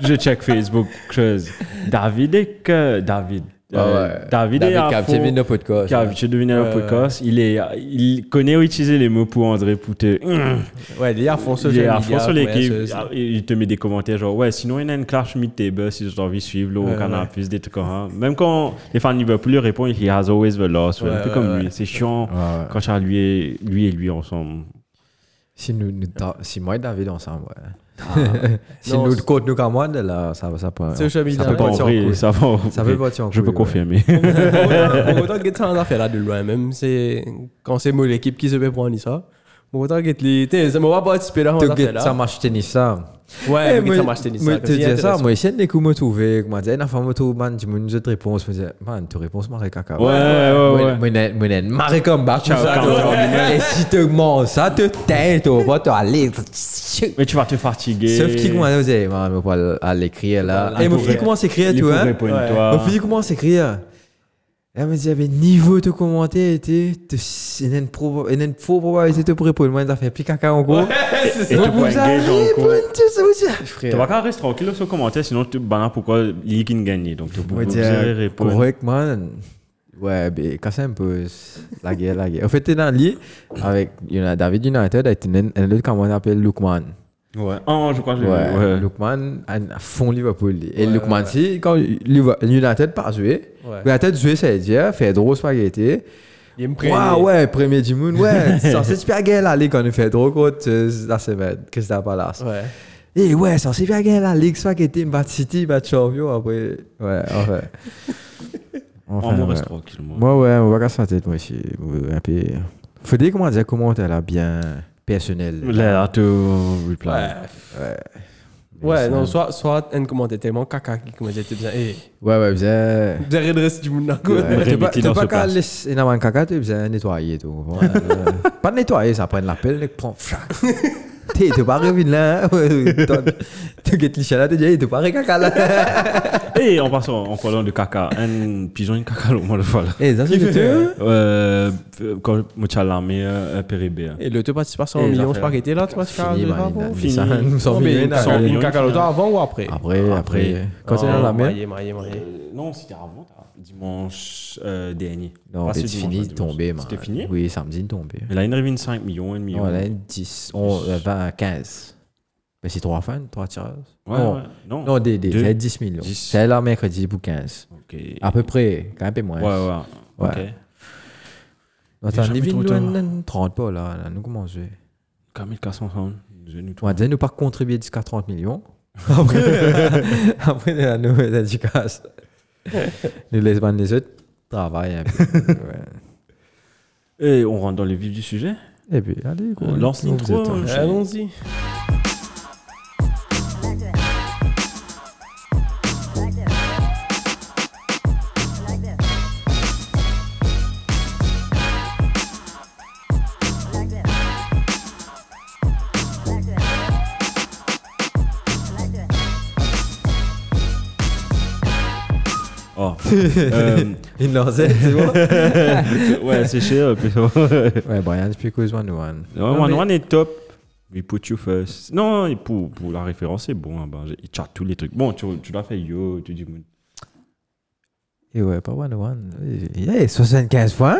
je check Facebook, chose. David est que David. David est à fond. David le podcast. Qui a habitué de venir au podcast. Il connaît utiliser les mots pour André pour te. Ouais, il est à fond sur Il est à fond sur l'équipe. Il te met des commentaires genre, ouais, sinon il y a une clash mid-table si tu as envie de suivre, là, au Canal Plus, des trucs comme ça. Même quand les fans de Liverpool lui répondent, il has always the loss. Un peu comme lui. C'est chiant quand tu as lui et lui ensemble. Si moi et David ensemble, ouais. Si nous compte nous comme moi, là, ça pas. C'est au Ça peut pas ouvrir. Ça peut pas tirer. Je peux confirmer. Autant que ça en a fait là de loin, même c'est quand c'est moi l'équipe qui se fait prendre ça. Autant que les ça m'a pas participé là. Ça marche tennis ça. Ouais, mais ça marche tennis ça. Tu dis ça, moi ici les coups me trouver, comment dire, na femme moto man, tu me une autre réponse, me dire man, tu réponse marre caca. Ouais. Moi marre comme bac. Et si tu mens ça te tête, on va aller. Mais tu vas te fatiguer. Sauf qui comment dire, man, pas à l'écrire là. Et mon fils comment s'écrire toi hein? Mon fils comment s'écrire? Elle me dit, mais niveau de commentaire était, il y a une faux probabilité de répondre. Moi, ça fait plus caca en gros. Et tu peux engager encore. Frère. Tu vas quand rester tranquille sur le commentaire, sinon tu vas pourquoi il gagne. Donc tu peux répondre. Correctement. Ouais, mais quand c'est un peu la guerre. En fait, tu es dans le lit avec David United, avec un autre comment on appelle Lookman. Ouais. Oh, je crois que ouais. Lookman à fond Liverpool. Et Lookman, si quand United pas joué, United joué, ça veut dire fait drôle spaghetti. Ouais, premier du monde, ouais. C'est super gay la ligue, on a fait drôle contre la semaine, Crystal Palace. Ouais. Et ouais, c'est super gay la ligue, spaghetti, bat City, bat champion, après. Ouais, enfin. On reste tranquille, moi. Moi, ouais, on va casser la tête, moi aussi. Un peu. Faut dire comment dire, comment t'es là, bien. Personnel. Là, tu reply. Ouais, non, soit un commentaire tellement caca qui commentait bien. Ouais, vous avez. Vous avez redressé du monde. Tu pas qu'à laisser un caca, tu as nettoyer tout. Pas nettoyer, ça prend l'appel, tu prends. Tu pas arrivé là. Tu get les là, tu pas arrivé caca là. Et en passant, en parlant de caca, un pigeon, une caca, au moins de fois là. Et ça, c'est le quand je suis l'armée Péribé. Et le taux participation en millions, je crois qu'il était là, tu vois, fini. Nous sommes une caca l'autre avant ou après? Après. Quand tu es dans la mer? Non, c'était avant, dimanche dernier. Non, c'est fini de tomber. C'était fini? Oui, samedi de tomber. Mais là, il revient 5 millions, 1 million. Non, là, 10, 20, 15. Mais c'est 3 fans, 3 tireurs. Ouais, non, des 10 millions. C'est là mercredi pour 15. Ok. À peu près, quand même moins. Ouais. Ok. Attends, les vignes, 30 pas là, nous commençons. 4400 on va dire, nous pas contribuer jusqu'à 30 millions. Après, nous, dédicace. Nous laissons les autres travailler un peu. Et on rentre dans le vif du sujet. Et puis, allez, on lance l'intro. Allons-y. Il nous c'est bon. Ouais, c'est cher. Ouais, Brian, c'est plus que One. One est top. We put you first. Non, pour la référence, c'est bon. Il chatte tous les trucs. Bon, tu dois faire yo, tu dis. Et ouais, pas One. Yeah, 75 points.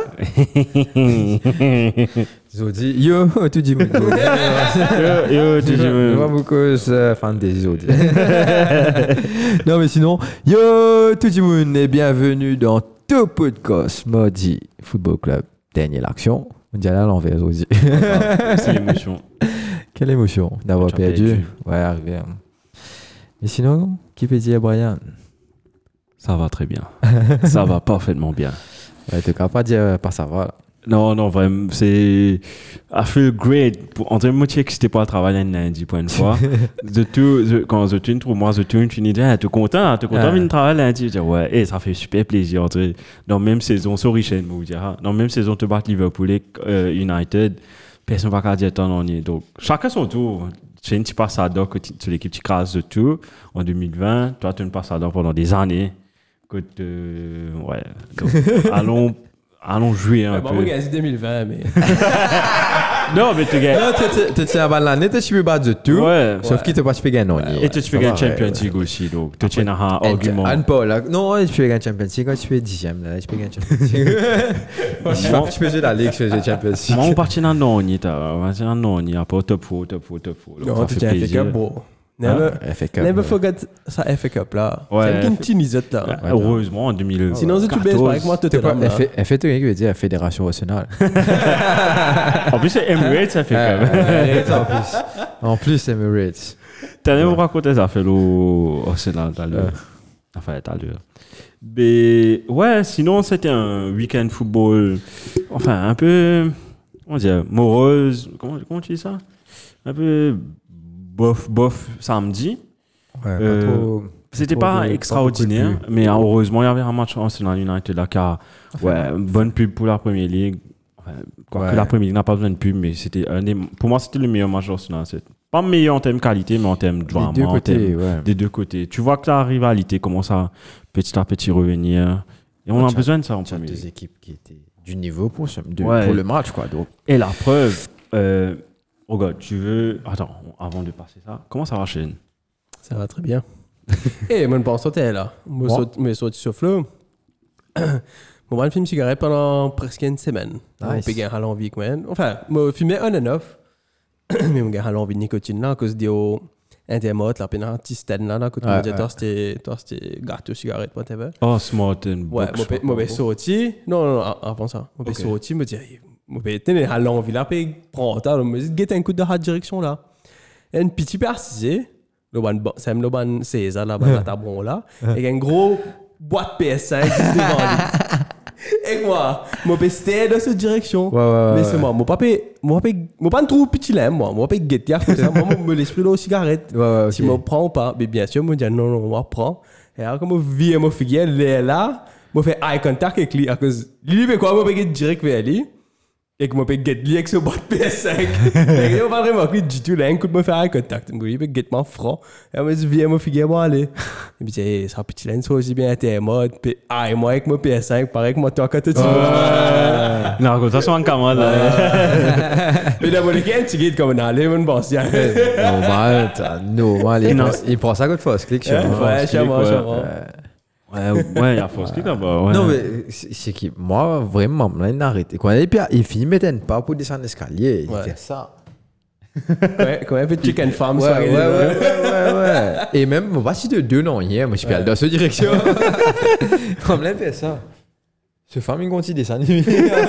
Ils ont dit yo, tu dis. Yo, tu dis. Pas beaucoup de fans des autres. Non, mais sinon, yo, tout le monde et bienvenue dans tout podcast Maudit Football Club. Dernière action. On dirait à l'envers aussi. C'est l'émotion. Quelle émotion d'avoir perdu. Ouais, arrivé. Mais sinon, qui peut dire Brian? Ça va très bien. Ça va parfaitement bien. Ouais, tu ne pas dire pas ça va. Non, vraiment, c'est. I feel great. En train de me dire que c'était pas le travail un lundi pour une fois. Quand je tourne, pour moi, je tourne, tu dis, tu es content de venir travailler lundi. Je dis, ouais, ça fait super plaisir. Dans la même saison, sorry, Shane, dans la même saison, tu bats Liverpool et United, personne ne va dire tant on est. Donc, chacun son tour. Shane, tu passes à d'or, tu l'équipe, tu crases de tout. En 2020, toi, tu ne passes à d'or pendant des années. Ouais. Donc, allons jouer un peu. Moi, c'est 2020, mais. Non, mais tu gagnes. Non, tu tiens la balle l'année, tu peux battre de tout. Ouais. Sauf qu'il te pas, tu peux gagner. Et tu peux gagner Champions League aussi, donc tu tiens un argument. Non, tu peux gagner Champions League quand tu es 10e, là, tu peux gagner Champions League. Tu peux jouer la Ligue, tu peux jouer Champions League. Moi, on partit dans non, on y a pas top 4. Non, tu tiens FA Cup, bro. Never forget ça FA Cup là. C'est une petite nisette là. Heureusement en 2000. Sinon si tu baisses par exemple moi Tottenham là. FA qui veut dire Fédération nationale. En plus c'est Emirates ça fait Cup. En plus Emirates. T'as même raconté ça fait au Arsenal tout à l'heure. Enfin tout à l'heure. Mais ouais, sinon c'était un week-end football enfin un peu on dirait morose, comment tu dis ça? Un peu bof samedi. Ouais, c'était pas extraordinaire, mais heureusement il y avait un match Arsenal United là car bonne pub pour la Premier League. Que la Premier League n'a pas besoin de pub, mais c'était pour moi c'était le meilleur match d'Arsenal. Pas meilleur en termes de qualité, mais en termes de drama, des deux côtés. Tu vois que la rivalité commence à petit revenir. Et on a besoin de ça en Premier League. Deux équipes qui étaient du niveau pour le match quoi. Donc. Et la preuve. Regarde, tu veux... Attends, avant de passer ça, comment ça va, Shane? Ça va très bien. Et moi, je pense que là. Je suis sur Flow. Je vais fumer cigarette pendant presque une semaine. Je peux gagner l'envie. Enfin, je fumais on and off. Mais je gagne l'envie de nicotine là, à cause de intermote, la pénale, petit stand là, que tu me disais, toi, c'était gâteau, cigarette, whatever. Oh, smart and ouais, je vais sortir. Non, avant ça. Je vais sortir, je me dis, je vais tenir l'envie là, puis prendre ça, je me dis, get un coup de la direction là. Il y a une petite persisée, c'est le ban César là, la tabron là, et il y a une grosse boîte PS5 devant lui. Et moi, je vais stay dans cette direction. Mais c'est moi, je pas trop petit là, moi. Je vais pas guetter comme ça. Moi, je me laisse plus dans la cigarette. Si je me prends ou pas, mais bien sûr, je me dis non, on va prendre. Et alors, comme je vis mon figuier, là, je fais eye contact avec lui. À cause, lui, mais quoi, je vais direct vers lui. Et que je vais guetter lui avec ce boîte PS5. Et je vais pas vraiment que du tout là, un coup de me faire eye contact. Je vais guetter mon front. Et je me dis, viens, mon figuier, moi, aller. Et puis, ça petit là, ça aussi bien été mode. Puis, moi avec mon PS5, pareil que moi, toi, quand tu vas. Non, comme ça, c'est un camarade. Mais d'abord, il y a un petit guide comme un allée, mon boss. Normal. Il prend ça comme force click. Ouais, chez moi. Ouais, il y a force click là-bas. Non, mais c'est qui, moi, vraiment, là, il a arrêté. Quand il finit, il ne m'étonne pas pour descendre l'escalier. Il fait ça. Quand même, petit chicken farm, ouais. Et même, moi, si de deux non hier, moi, je suis allé dans cette direction. Comme là, il fait ça. Ce farming continue descendre. Il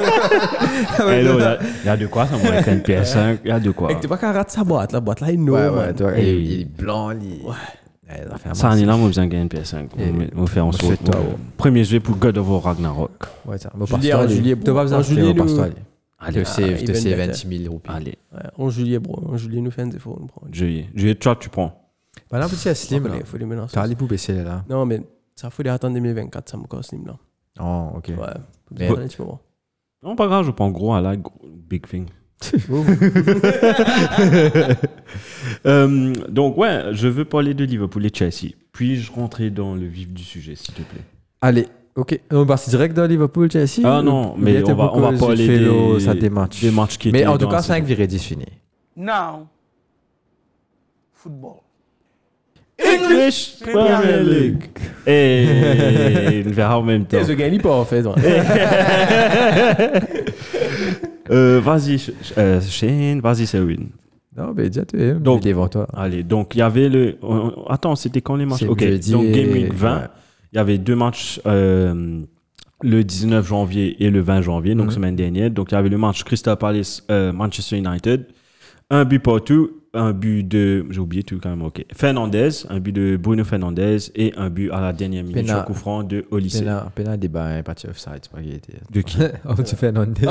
y a de quoi, ça, moi, avec un PS5. Il y a de quoi. Et tu vois qu'à rater sa boîte, la boîte là, il est il est blanc, ça, on est là, moi, besoin de gagner une PS5. On fait en sorte. Premier jeu pour God of War Ragnarok. Ouais, ça. En juillet, tu vas besoin de juillet, allez, c'est 26 000 roupies. Allez. En juillet, bro. En juillet, nous faisons des faux. Juillet, toi, tu prends. Bah là, petit slim. Tu as les poupées, c'est là. Non, mais ça faut attendre 2024, ça me casse slim là. Oh, ok. Ouais. Non, pas grave, je prends gros à la big thing. Donc ouais, je veux parler de Liverpool et Chelsea. Puis-je rentrer dans le vif du sujet, s'il te plaît? Allez, ok. On va passer direct dans Liverpool, Chelsea. Ah non, mais on va parler des matchs qui étaient. Mais en tout cas, 5 virées 10 finis. Now, football. English Premier League. Et on verra en même temps. Je gagne pas en fait. Vas-y, Shane, vas-y, c'est win. Non, mais déjà, tu es devant toi. Allez, donc il y avait le. Attends, c'était quand les matchs? Ok, donc Game Week 20, il y avait deux matchs le 19 janvier et le 20 janvier, donc semaine dernière. Donc il y avait le match Crystal Palace, Manchester United. Un but partout, un but de. J'ai oublié tout quand même, ok. Fernandez, un but de Bruno Fernandez et un but à la dernière minute sur coup franc de Olise. Pena débat, un parti offside, c'est pas qui était. De qui? Fernandez.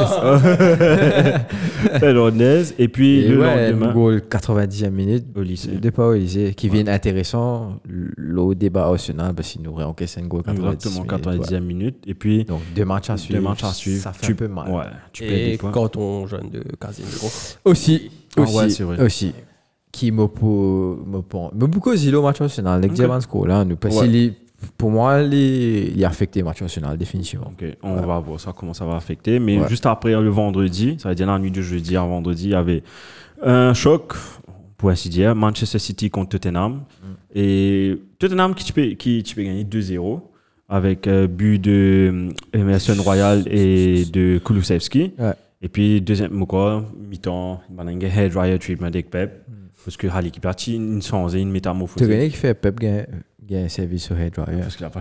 Fernandez, et puis le lendemain. Goal 90e minute, Olise. Départ Olise, qui vient intéressant, le débat Arsenal, parce qu'il nous aurait encaissé un goal 90 exactement, 90e minute. Et puis. Donc, deux matchs à suivre. Ça fait un peu mal. Ouais, tu perds des points. Quand on jeune de Casemiro. Aussi. Qui me beaucoup zilo match Arsenal, avec Javan Score là, nous parce qu'il pour moi, il a affecté le match national, définitivement. Ok, on va voir ça, comment ça va affecter. Mais juste après, le vendredi, ça veut dire la nuit de jeudi à vendredi, il y avait un choc, pour ainsi dire, Manchester City contre Tottenham. Et Tottenham qui peut gagner 2-0 avec but de Emerson Royal et de Kulusevski. Ouais. Et puis, deuxième mi-temps, il y a un head dryer treatment avec Pep. Parce que l'équipe est partie, une changé, une métamorphose. Tu connais qui fait Pep gagne un service sur head dryer. Parce qu'il a pas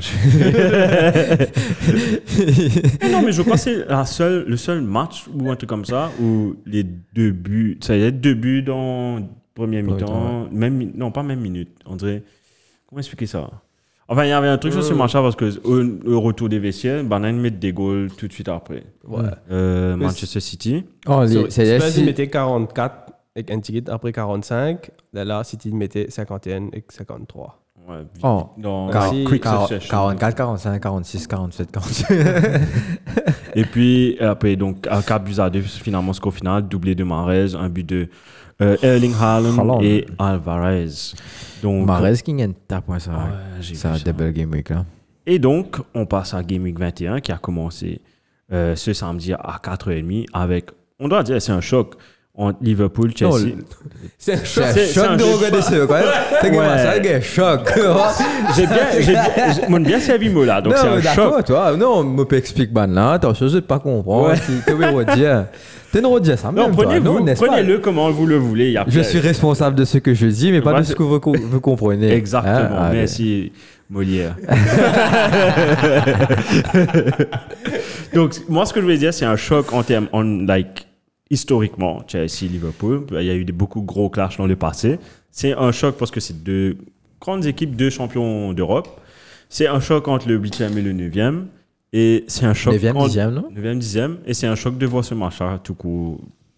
non, mais je crois que c'est le seul match ou un truc comme ça où les 2 buts, ça y est, 2 buts dans le premier mi-temps, non, pas même minute, André. Comment expliquer ça? Enfin, il y avait un truc sur ce match-là parce que au retour des vestiaires, Banane met des goals tout de suite après. Manchester City. Oh, Spurs mettait 44 avec un ticket après 45. Là, City mettait 51 et 53. Ouais, dans 44, 45, 46, 47, 48. Et puis, après, donc, à 4 buts à 2, finalement, score final, doublé de Mahrez, un but de Erling Haaland et Alvarez. Donc, Mahrez qui gagne ta point, ça. C'est un double game week, là. Et donc, on passe à Game Week 21 qui a commencé ce samedi à 4h30 avec, on doit dire, c'est un choc. Entre Liverpool, Chelsea. C'est un choc de regarder ça, quoi. C'est un choc. J'ai bien servi mot là, donc c'est un choc. Toi, non, je peux expliquer là. Attention, je ne pas comprendre. Comment dire? Tu ne dire ça même. Prenez-le comment vous le voulez. Je suis responsable de ce que je dis, mais pas de ce que vous comprenez. Exactement. Merci, Molière. Donc, moi, ce que je veux dire, c'est un choc en termes, historiquement, Chelsea-Liverpool, il y a eu beaucoup de gros clashs dans le passé. C'est un choc parce que c'est 2 grandes équipes, 2 champions d'Europe. C'est un choc entre le 8e et le 9e. Et c'est un choc 9e, 10e, non? 9e, 10e. Et c'est un choc de voir ce match-là, tout coup.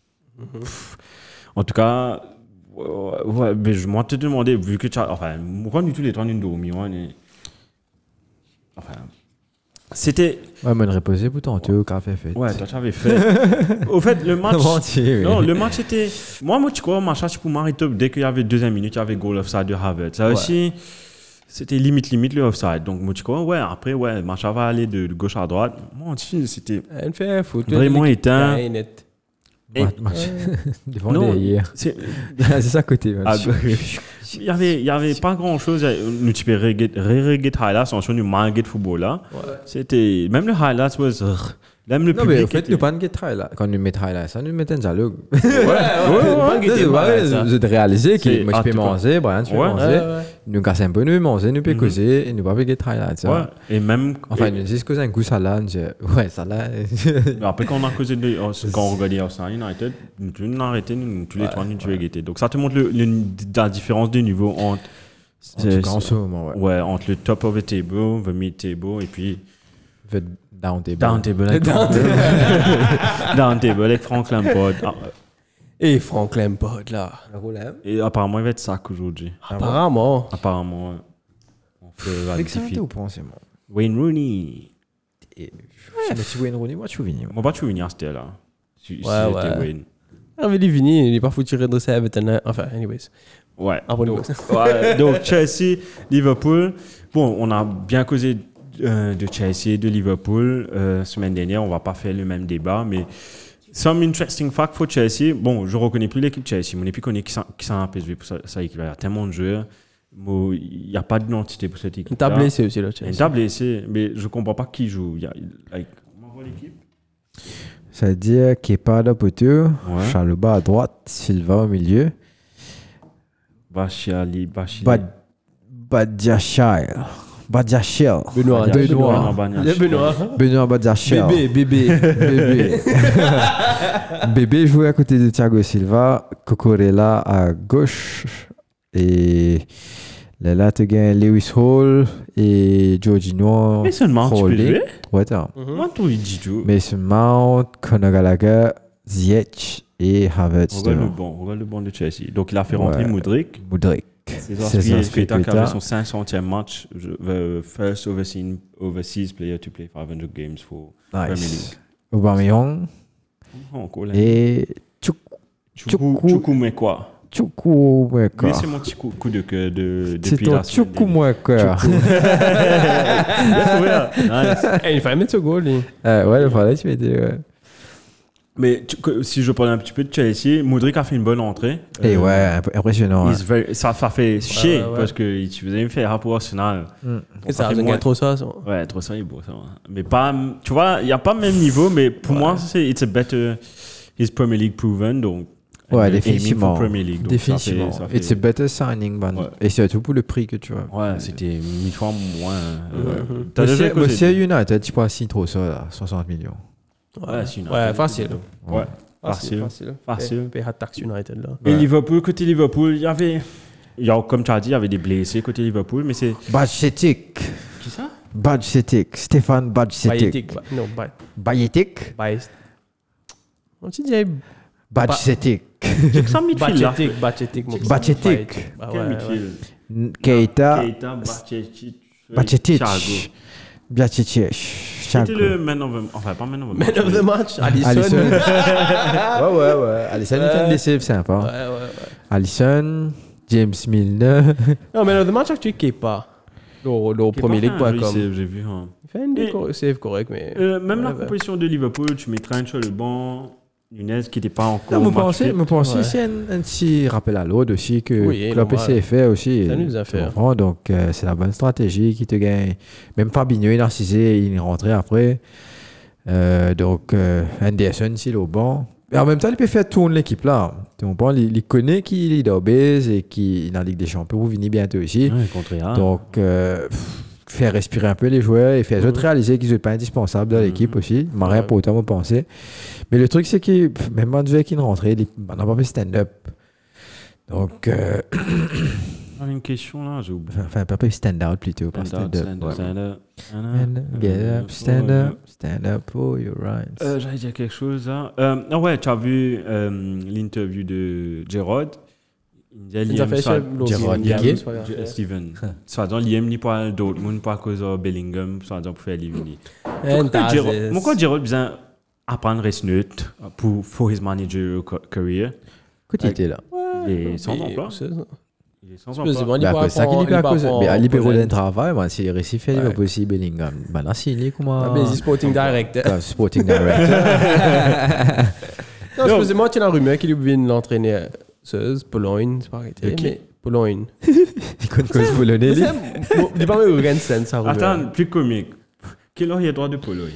En tout cas, mais je m'en te demandais, vu que tu as. Enfin, moi, du tout, les 3 dormi. Enfin. C'était. Ouais, mais reposer pourtant, tu as fait. Ouais, toi, tu avais fait. Au fait, le match. Non, le match était. Moi, tu crois, le match, pour m'arrêter, dès qu'il y avait 2e minute, il y avait goal offside de Havertz. Ça aussi, c'était limite le offside. Donc, moi, tu crois, après, le match va aller de gauche à droite. Moi, c'était. Vraiment éteint. Devant hier. C'est ça côté. Il y avait pas grand chose. Nous tu peux regarder highlights en nous manquer de football là. C'était même le highlights was même le public. Mais en fait nous pas de highlights quand nous mettons highlights ça nous mettons un dialogue. Ouais. De réaliser que moi je peux manger, Brian tu peux manger. Nous casse un peu nous manger, nous peut causer et nous pas de highlights. Ouais. Et même enfin nous disons que c'est un coup salade, salade. Après quand on a causé quand on regardait Arsenal United, nous arrêté tous les 3 minutes tu veux guetter. Donc ça te montre la différence de niveau entre en ce moment entre le top of the table, the mid table et puis the down table. Down table avec Frank Lampard. Et Frank Lampard là. Et apparemment il va être sac aujourd'hui. Apparemment. On fait rectifier ou pensez moi. Wayne Rooney. Mais si Wayne Rooney, moi tu viens. Moi pas tu viens c'était là. Si c'était Wayne. Mais il est venu, il est pas foutu redresser avec un. Enfin, anyways. Ouais. Donc Chelsea, Liverpool. Bon, on a bien causé de Chelsea, de Liverpool semaine dernière. On va pas faire le même débat, mais some interesting fact for Chelsea. Bon, je reconnais plus l'équipe Chelsea. On n'est plus connu qui s'en a PSV pour ça équipe. Il y a tellement de joueurs. Il n'y a pas d'identité pour cette équipe. Il t'a blessé aussi là, Chelsea. Il t'a blessé, mais je comprends pas qui joue. Comment on voit l'équipe? Ça veut dire Kepa à poteau, Chaluba à droite, Silva au milieu. Badiachil. Benoît Badiachil. Bébé. Bébé jouait à côté de Thiago Silva, Cucurella à gauche et là tu gagnes Lewis Hall et Jorginho. Mais seulement tu peux jouer. Ouais, t'as. Moi tout il dit tout. Mais seulement Conor Gallagher, Ziyech et Havertz. Regarde le banc de Chelsea. Donc il a fait rentrer Mudryk. C'est Spita qui avait son 500e match, first overseas player to play 500 games for Premier League. Aubameyang et Chukwuemeka. Tchoukou, ouais, Lui, c'est mon petit coup de cœur c'est depuis ton la semaine. tchoukou, moi, cœur. Nice. Il fallait mettre ce goal, lui. Ouais, le fallait, tu m'étais, ouais. Mais si je parle un petit peu de Chelsea, Modric a fait une bonne entrée. Et ouais, impressionnant. Ça fait chier ouais. parce que tu faisais me faire rapport Arsenal. Et ça a trop ça. Ouais, trop ça, il est beau ça. Mais pas, tu vois, il n'y a pas le même niveau, mais pour moi, it's a better, he's Premier League proven, donc. Ouais, définitivement. Premier League, donc définitivement. ça fait... It's a better signing, man. Ouais. Et surtout pour le prix que tu as. Ouais, c'était 1000 fois moins. Monsieur United, tu peux signer trop ça, là, 60 millions. Ouais, c'est une facile. Ouais, facile. Payer tax United, là. Et Liverpool, côté Liverpool, comme tu as dit, il y avait des blessés côté Liverpool, mais c'est. Bajcetic. Qui ça? Bajcetic. Stéphane Bajcetic. Non, Bayetic. On dit Bajcetic. C'est que ça midfield là. Bajcetic. Quel midfield? Keita. Bajcetic. Bajcetic. C'était le man of the... Enfin, pas man of the match. Man of the match, Alisson. Ouais. Alisson, il fait une décision sympa. Ouais. Alisson, James Milner. Non, man of the match, actuellement, Kepa. Le Premier League.com. J'ai vu. Il fait une save correct, mais... Même la composition de Liverpool, tu mets Trent sur le banc, Nunez qui n'était pas encore Me penser, c'est un petit rappel à l'autre aussi que le PC fait aussi. Ça nous a fait. Donc, c'est la bonne stratégie qui te gagne. Même Fabinho, il a narcisé, il est rentré après. Donc, Anderson, il est au banc. Mais en même temps, il peut faire tourner l'équipe là. Il connaît qu'il est obèse et qu'il est dans la Ligue des Champions. Vous venez bientôt ici. Donc, faire respirer un peu les joueurs et faire autres réaliser qu'ils ne sont pas indispensables dans l'équipe aussi. Je rien pour autant me penser. Mais le truc, c'est que même Mandué qui est rentré, on n'a pas fait stand-up. Donc. Une question là, j'ai oublié. Enfin, pas stand-out plutôt. Pas stand-up. Stand up, oh, you're right. J'allais dire quelque chose là. Ouais, tu as vu l'interview de Gerrard. Il a fait Steven. Soit disant, il aime pas Dortmund, pas à cause de Bellingham, soit disant pour faire l'éliminer. Pourquoi Gerrard besoin apprendre à rester neutre pour his managerial career? Écoute, il était là. Il est sans emploi. Il est sans emploi. C'est ça qu'il est à cause. Mais à libérer d'un travail, s'il réussit à faire possible Bellingham. Là, c'est il est comment. Mais il Sporting Director. Sporting Director. Non, supposément, il y a une rumeur qu'il vient l'entraîner. Pologne, c'est pas arrêté. Mais Pologne. Il connaît cause polonais. Il n'est pas même Rensen, ça rumeur. Attends, plus comique. Quel heure il y a droit de Pologne?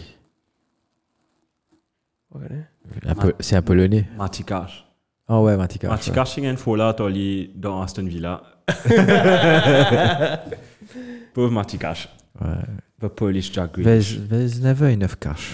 C'est un Polonais. Matikash. Ah ouais, Matikash. Matikash, c'est une fois là, dans Aston Villa. Pauvre Matikash. Ouais. The Polish Jack Grealish. There's never enough cash.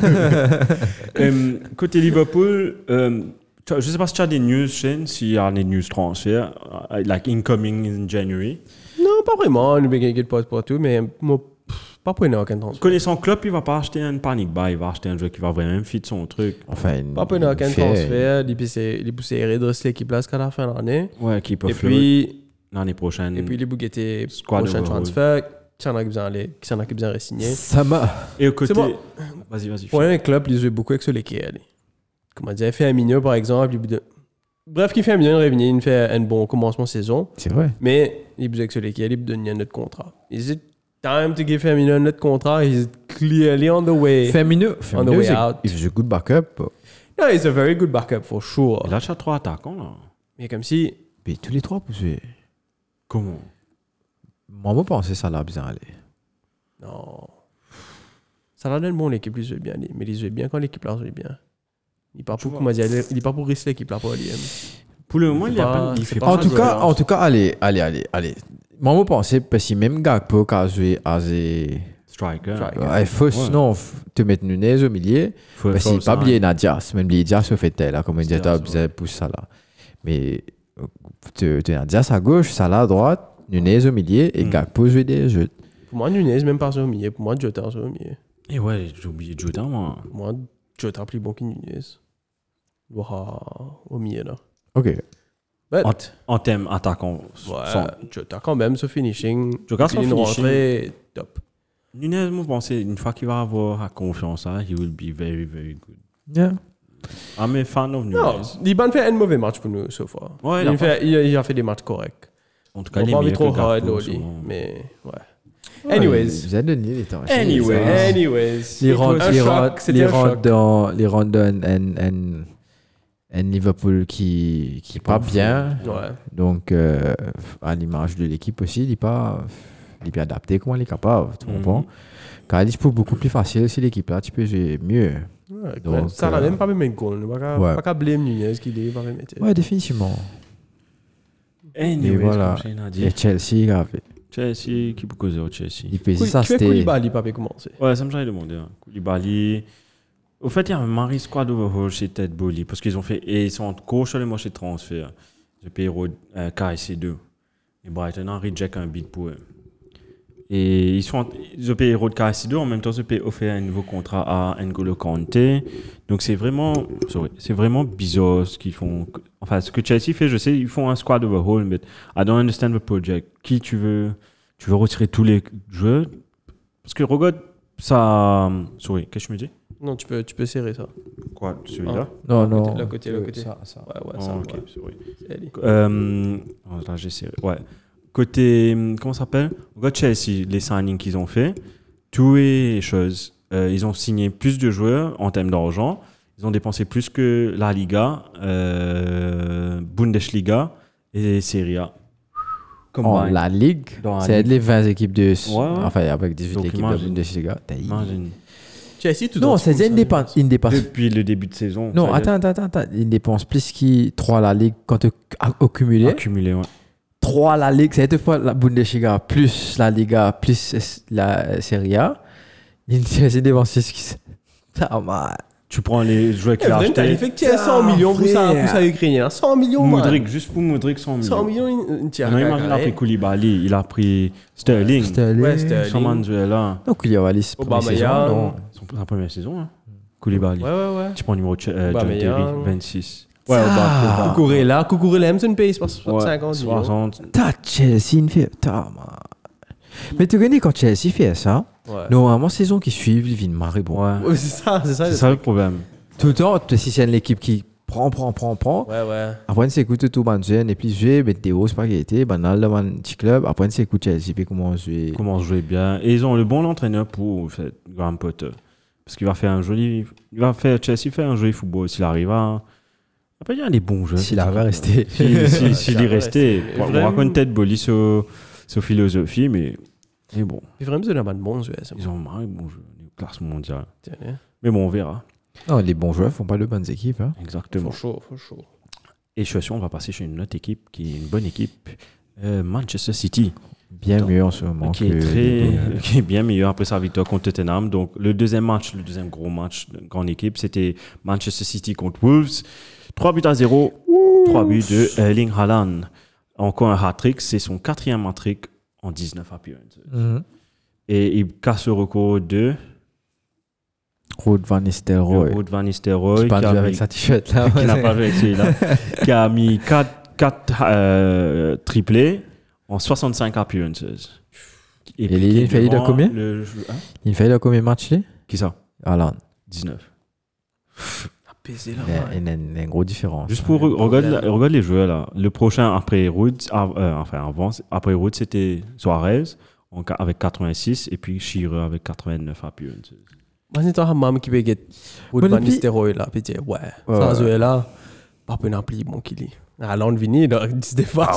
Côté Liverpool, je ne sais pas si tu as des news, Shane, s'il y a des news transferts, like incoming in January. Non, pas vraiment. Nous ne pas tout, mais moi, pas pour aucun transfert. Connaissant Klopp, il ne va pas acheter un panic buy, il va acheter un joueur qui va vraiment fit son truc. Enfin, pas pour aucun transfert. Il poussait redresser l'équipe là jusqu'à la fin de l'année. Ouais, qui peut et puis l'année prochaine. Et puis les bouquetés prochain transfert. Qui s'en a besoin de re-signer. Ça m'a. Et au côté. Vas-y. Pour un club, ils jouent beaucoup avec ce lesquels. Comment dire, il fait un mineur par exemple. Bref, qui fait un mineur, il fait un bon commencement de saison. C'est vrai. Mais il joue avec ce lesquels, il donne un autre contrat. Is it time to give Firmino un autre contrat? He's clearly on the way. Firmino, on the way out. He's a good backup. No, he's a very good backup for sure. Il a acheté 3 attaquants là. Mais comme si. Mais tous les 3 pour jouer. Comment? Moi, je pense que ça l'a bien allé. Non. Ça l'a donné bon l'équipe, il joue bien. Mais il joue bien quand l'équipe là joue bien. Il part pour comment dire, il part pour risquer l'équipe là pour lui. Pour le moment, il fait pas. En tout cas, allez. Moi, je pense parce que même Gakpo qui a joué à striker. Il faut sinon te mettre Nunez au milieu. Parce qu'il pas bien Nadias. Même Nadias se fait tel, comme on dit, tu as poussé ça là. Mais tu as Nadias à gauche, ça là à droite. Nunez au milieu et Gakpo jouer des jeux. Pour moi, Nunez même pas au milieu. Pour moi, Jota au milieu. Et ouais, j'ai oublié Jota, moi. Moi, Jota plus bon que Nunez. Au milieu, là. Ok. En thème attaquant. Ouais, Jota quand même, ce finishing. Jota son finishing. Top. Nunez, moi, je pense une fois qu'il va avoir la confiance, he will be very, very good. Yeah. I'm a fan of Nunez. Non, Liban fait un mauvais match pour nous, so far. Ouais, il a fait des matchs corrects. En tout cas, On il va est pas meilleur trop que hard, Gakpo, Loli, souvent. mais ouais. Anyways. Vous avez donné les temps. Anyways. Les C'était rentrent dans un Liverpool qui pas bien. Ouais. Donc, à l'image de l'équipe aussi, il est bien adapté, comment il est capable. Tu comprends? Car il est beaucoup plus facile si l'équipe là, tu peux jouer mieux. Ouais, Donc, ça n'a même pas même un goal. On ouais. pas qu'à blâmer Nunez qu'il est pas même été. Ouais, définitivement. Anyways, Et voilà. comme Shane a dit. Et Chelsea, grave. Chelsea, qui peut causer au Chelsea? Il peut ça, Qui fait c'était. Koulibaly pas commencer. Ouais, ça me j'avais demandé. Hein. Koulibaly. Au fait, il y a un Marie Squad overhaul chez Ted Bolly parce qu'ils ont fait. Et ils sont en cours sur les marchés de transfert. Je paye KSC2. Et Brighton a reject un bid pour eux. Et ils ont payé Road KSC2 en même temps, ils ont offert un nouveau contrat à N'Golo Kanté. Donc c'est vraiment bizarre ce qu'ils font. Enfin, ce que Chelsea fait, je sais, ils font un squad overhaul, mais I don't understand the project. Qui tu veux retirer tous les joueurs? Parce que regarde, ça. Sorry, qu'est-ce que je me dis? Non, tu peux serrer ça. Quoi, celui-là? Non. Le côté. Ça. Ouais, Oh, ça. ok, Ouais. sorry. C'est allé. Là, j'ai serré. Ouais. Côté, comment ça s'appelle? Regarde Chelsea, les signings qu'ils ont fait, tout est chose. Ils ont signé plus de joueurs en termes d'argent. Ils ont dépensé plus que la Liga, Bundesliga et Serie A. La Ligue, Dans la c'est Ligue. les 20 équipes de. Ouais. Enfin, avec 18 Donc, équipes de imagine. Bundesliga. Imagine. Chelsea, tout Non, en c'est dessous, une dépense. Depuis le début de saison. Non, ça y est. attends. Ils dépensent plus qui 3 la Ligue quand au cumulé. Accumulé, ouais. 3 la Ligue, c'est deux fois la Bundesliga plus la Liga plus la Serie A. Ils dépensent 6 qui. Tu prends les joueurs qu'il a Vraiment, t'as achetés. effectivement 100 millions pour ça ukrainien. 100 millions, man. Modric, juste pour Modric, 100 millions. 100 millions, une tiers. Non, imagine, il a pris Koulibaly, il a pris Sterling. Ouais, Sterling. Samanzuela. Donc, il y a Alice pour Aubameyang. non. Sa première saison, hein. Koulibaly. Ouais. Tu prends le numéro John Aubameyang. Terry, 26. Ouais, Cucurella, c'est une paye, c'est 50 millions. 60. T'as Chelsea, une fait. Mais tu connais quand Chelsea fait ça, Ouais. normalement, saison qui suit, il vient de marrer bon. Ouais. Ouais, c'est ça. C'est ça le problème. Tout le temps, si c'est l'équipe qui prend. Ouais. Après, on s'écoute tout le monde, et puis jouer, mais Théo, c'est pas qui était, banal, dans un petit club. Après, on s'écoute Chelsea, puis comment jouer. Comment jouer bien. Et ils ont le bon entraîneur pour Graham Potter. Parce qu'il va faire Chelsea fait un joli football s'il arrive à. Après, il y a des bons jeux. S'il arrive à rester. S'il y restait. On raconte peut-être Bolly sur philosophie, mais bon. Puis vraiment, c'est un bon jeu. Ils ont marre bon jeu. Classe mondiale. Tiens, Mais bon, on verra. Non, les bons joueurs font pas de bonnes équipes. Hein. Exactement. faut chaud. Et je suis sûr, on va passer chez une autre équipe qui est une bonne équipe. Manchester City. Bien mieux en ce moment. Qui est bien meilleur après sa victoire contre Tottenham. Donc, le deuxième gros match de grande équipe, c'était Manchester City contre Wolves. 3-0. 3 buts de Erling Haaland. Encore un hat-trick. C'est son 4e hat-trick en 19 appearances. Et il casse le record de Ruud van Nistelrooy. Qui pas joué avec sa t-shirt là. Qui n'a pas joué avec celui-là. Qui a mis 4 triplés en 65 appearances. Et il fait de combien? Il fait de combien de matchs? Qui ça? Haaland. 19. Il y a une grosse différence. Juste pour regarde les joueurs là. Le prochain après Ruud, après Ruud, c'était Suarez avec 86 et puis Shearer avec 89 appearances. Moi, c'est un maman qui peut get Wood Van Nistelrooy là, puis dire ouais, ça jouer là, pas peu n'appli bon qu'il est. Haaland vini là, 10 défenses.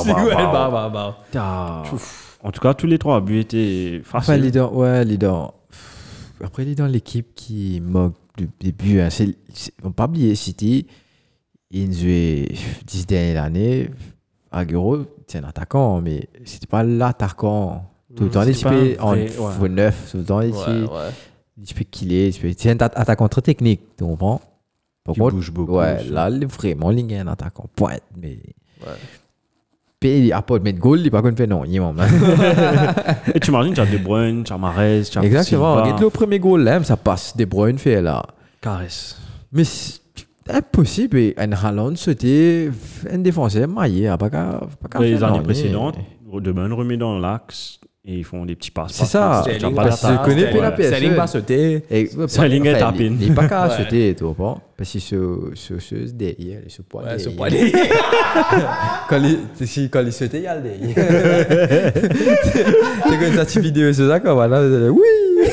En tout cas, tous les 3 buts étaient faciles. Leader. Après, il est dans l'équipe qui moque du début. On ne pas oublier City. Il jouait 10 dernières années. Aguero, c'est un attaquant, mais c'était pas l'attaquant. Tout le temps, il était en 9. Tout le temps, il peut killer. C'est un attaquant très technique, tu comprends? Qui bouge beaucoup. Ouais, là, vraiment, il est un attaquant pointe, mais. Puis, à part mettre goal, il n'est pas qu'on fait non. Et tu imagines, tu as De Bruyne, tu as Mahrez, tu as exactement. Silva. Regarde le premier goal, là, ça passe. De Bruyne fait là. Caresse. Mais c'est impossible. Et un Haaland, c'était un défenseur maillé. Pas les années précédentes, De Bruyne remet dans l'axe et ils font des petits passes. C'est ça. Sterling Parce que je connais pas la PSE. Sterling va sauter. Sterling est tapé. Il n'est pas qu'à sauter, tu vois. Parce que ce derrière, ce poids Ouais, ce derrière. poids Quand il sautait, il y a le derrière. Tu connais cette vidéo, c'est ça, comme là, oui.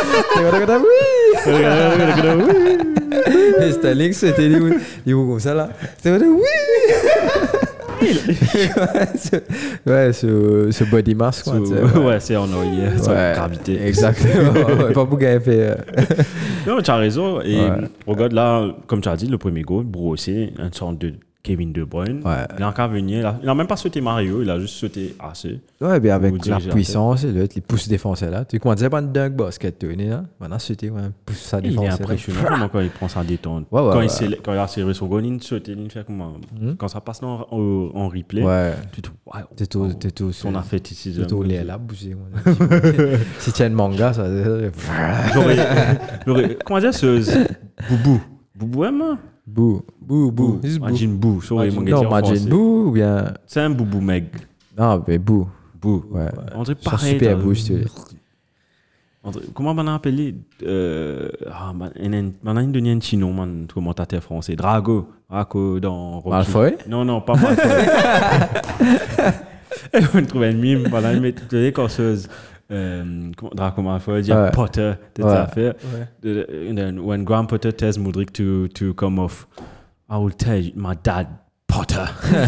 Et Sterling, c'était il vous comme ça là. C'est vrai, oui. Ouais, ce body mass, quoi. Ouais, c'est en oeil, sans gravité. Exactement. Pas pour gagner fait. Non, tu as raison. Et regarde là, comme tu as dit, le premier goal, brossé, une sorte de Kevin De Bruyne. Ouais. Il a encore venu, il n'a même pas sauté Mario, il a juste sauté assez. Ouais, bien avec la diriger la puissance, et les pouces défenseurs là. Tu commences à pas un dunk basket, tu là. Maintenant, c'était un pouce ça Il est défenseur. impressionnant comment quand il prend sa détente. Ouais, ouais, Quand il a serré son goal, il saute, il fait comment. Quand ça passe en replay, Ouais. tu te wow, T'es tout. son athlétisme. T'es tout les là, bouger. Si tu as un manga, ça. Comment dire ce Boubou. Boubou, hein, Bou. Bou. Majin Bou. Non, Majin Bou ou bien. C'est un Boubou, mec. Non, mais Bou. Bou. Ouais. On dirait C'est pareil. super Bou, je te dis. Comment on a appelé maintenant il donne un chino, man, commentateur français. Drago dans Rocky. Malfoy? Non, pas Malfoy. On trouve un mime, voilà, il met toutes les corseuses. Draco Malfoy, il y a Potter, toute affaire. And then when Graham Potter tells Mudrik to come off, I will tell my dad, Potter.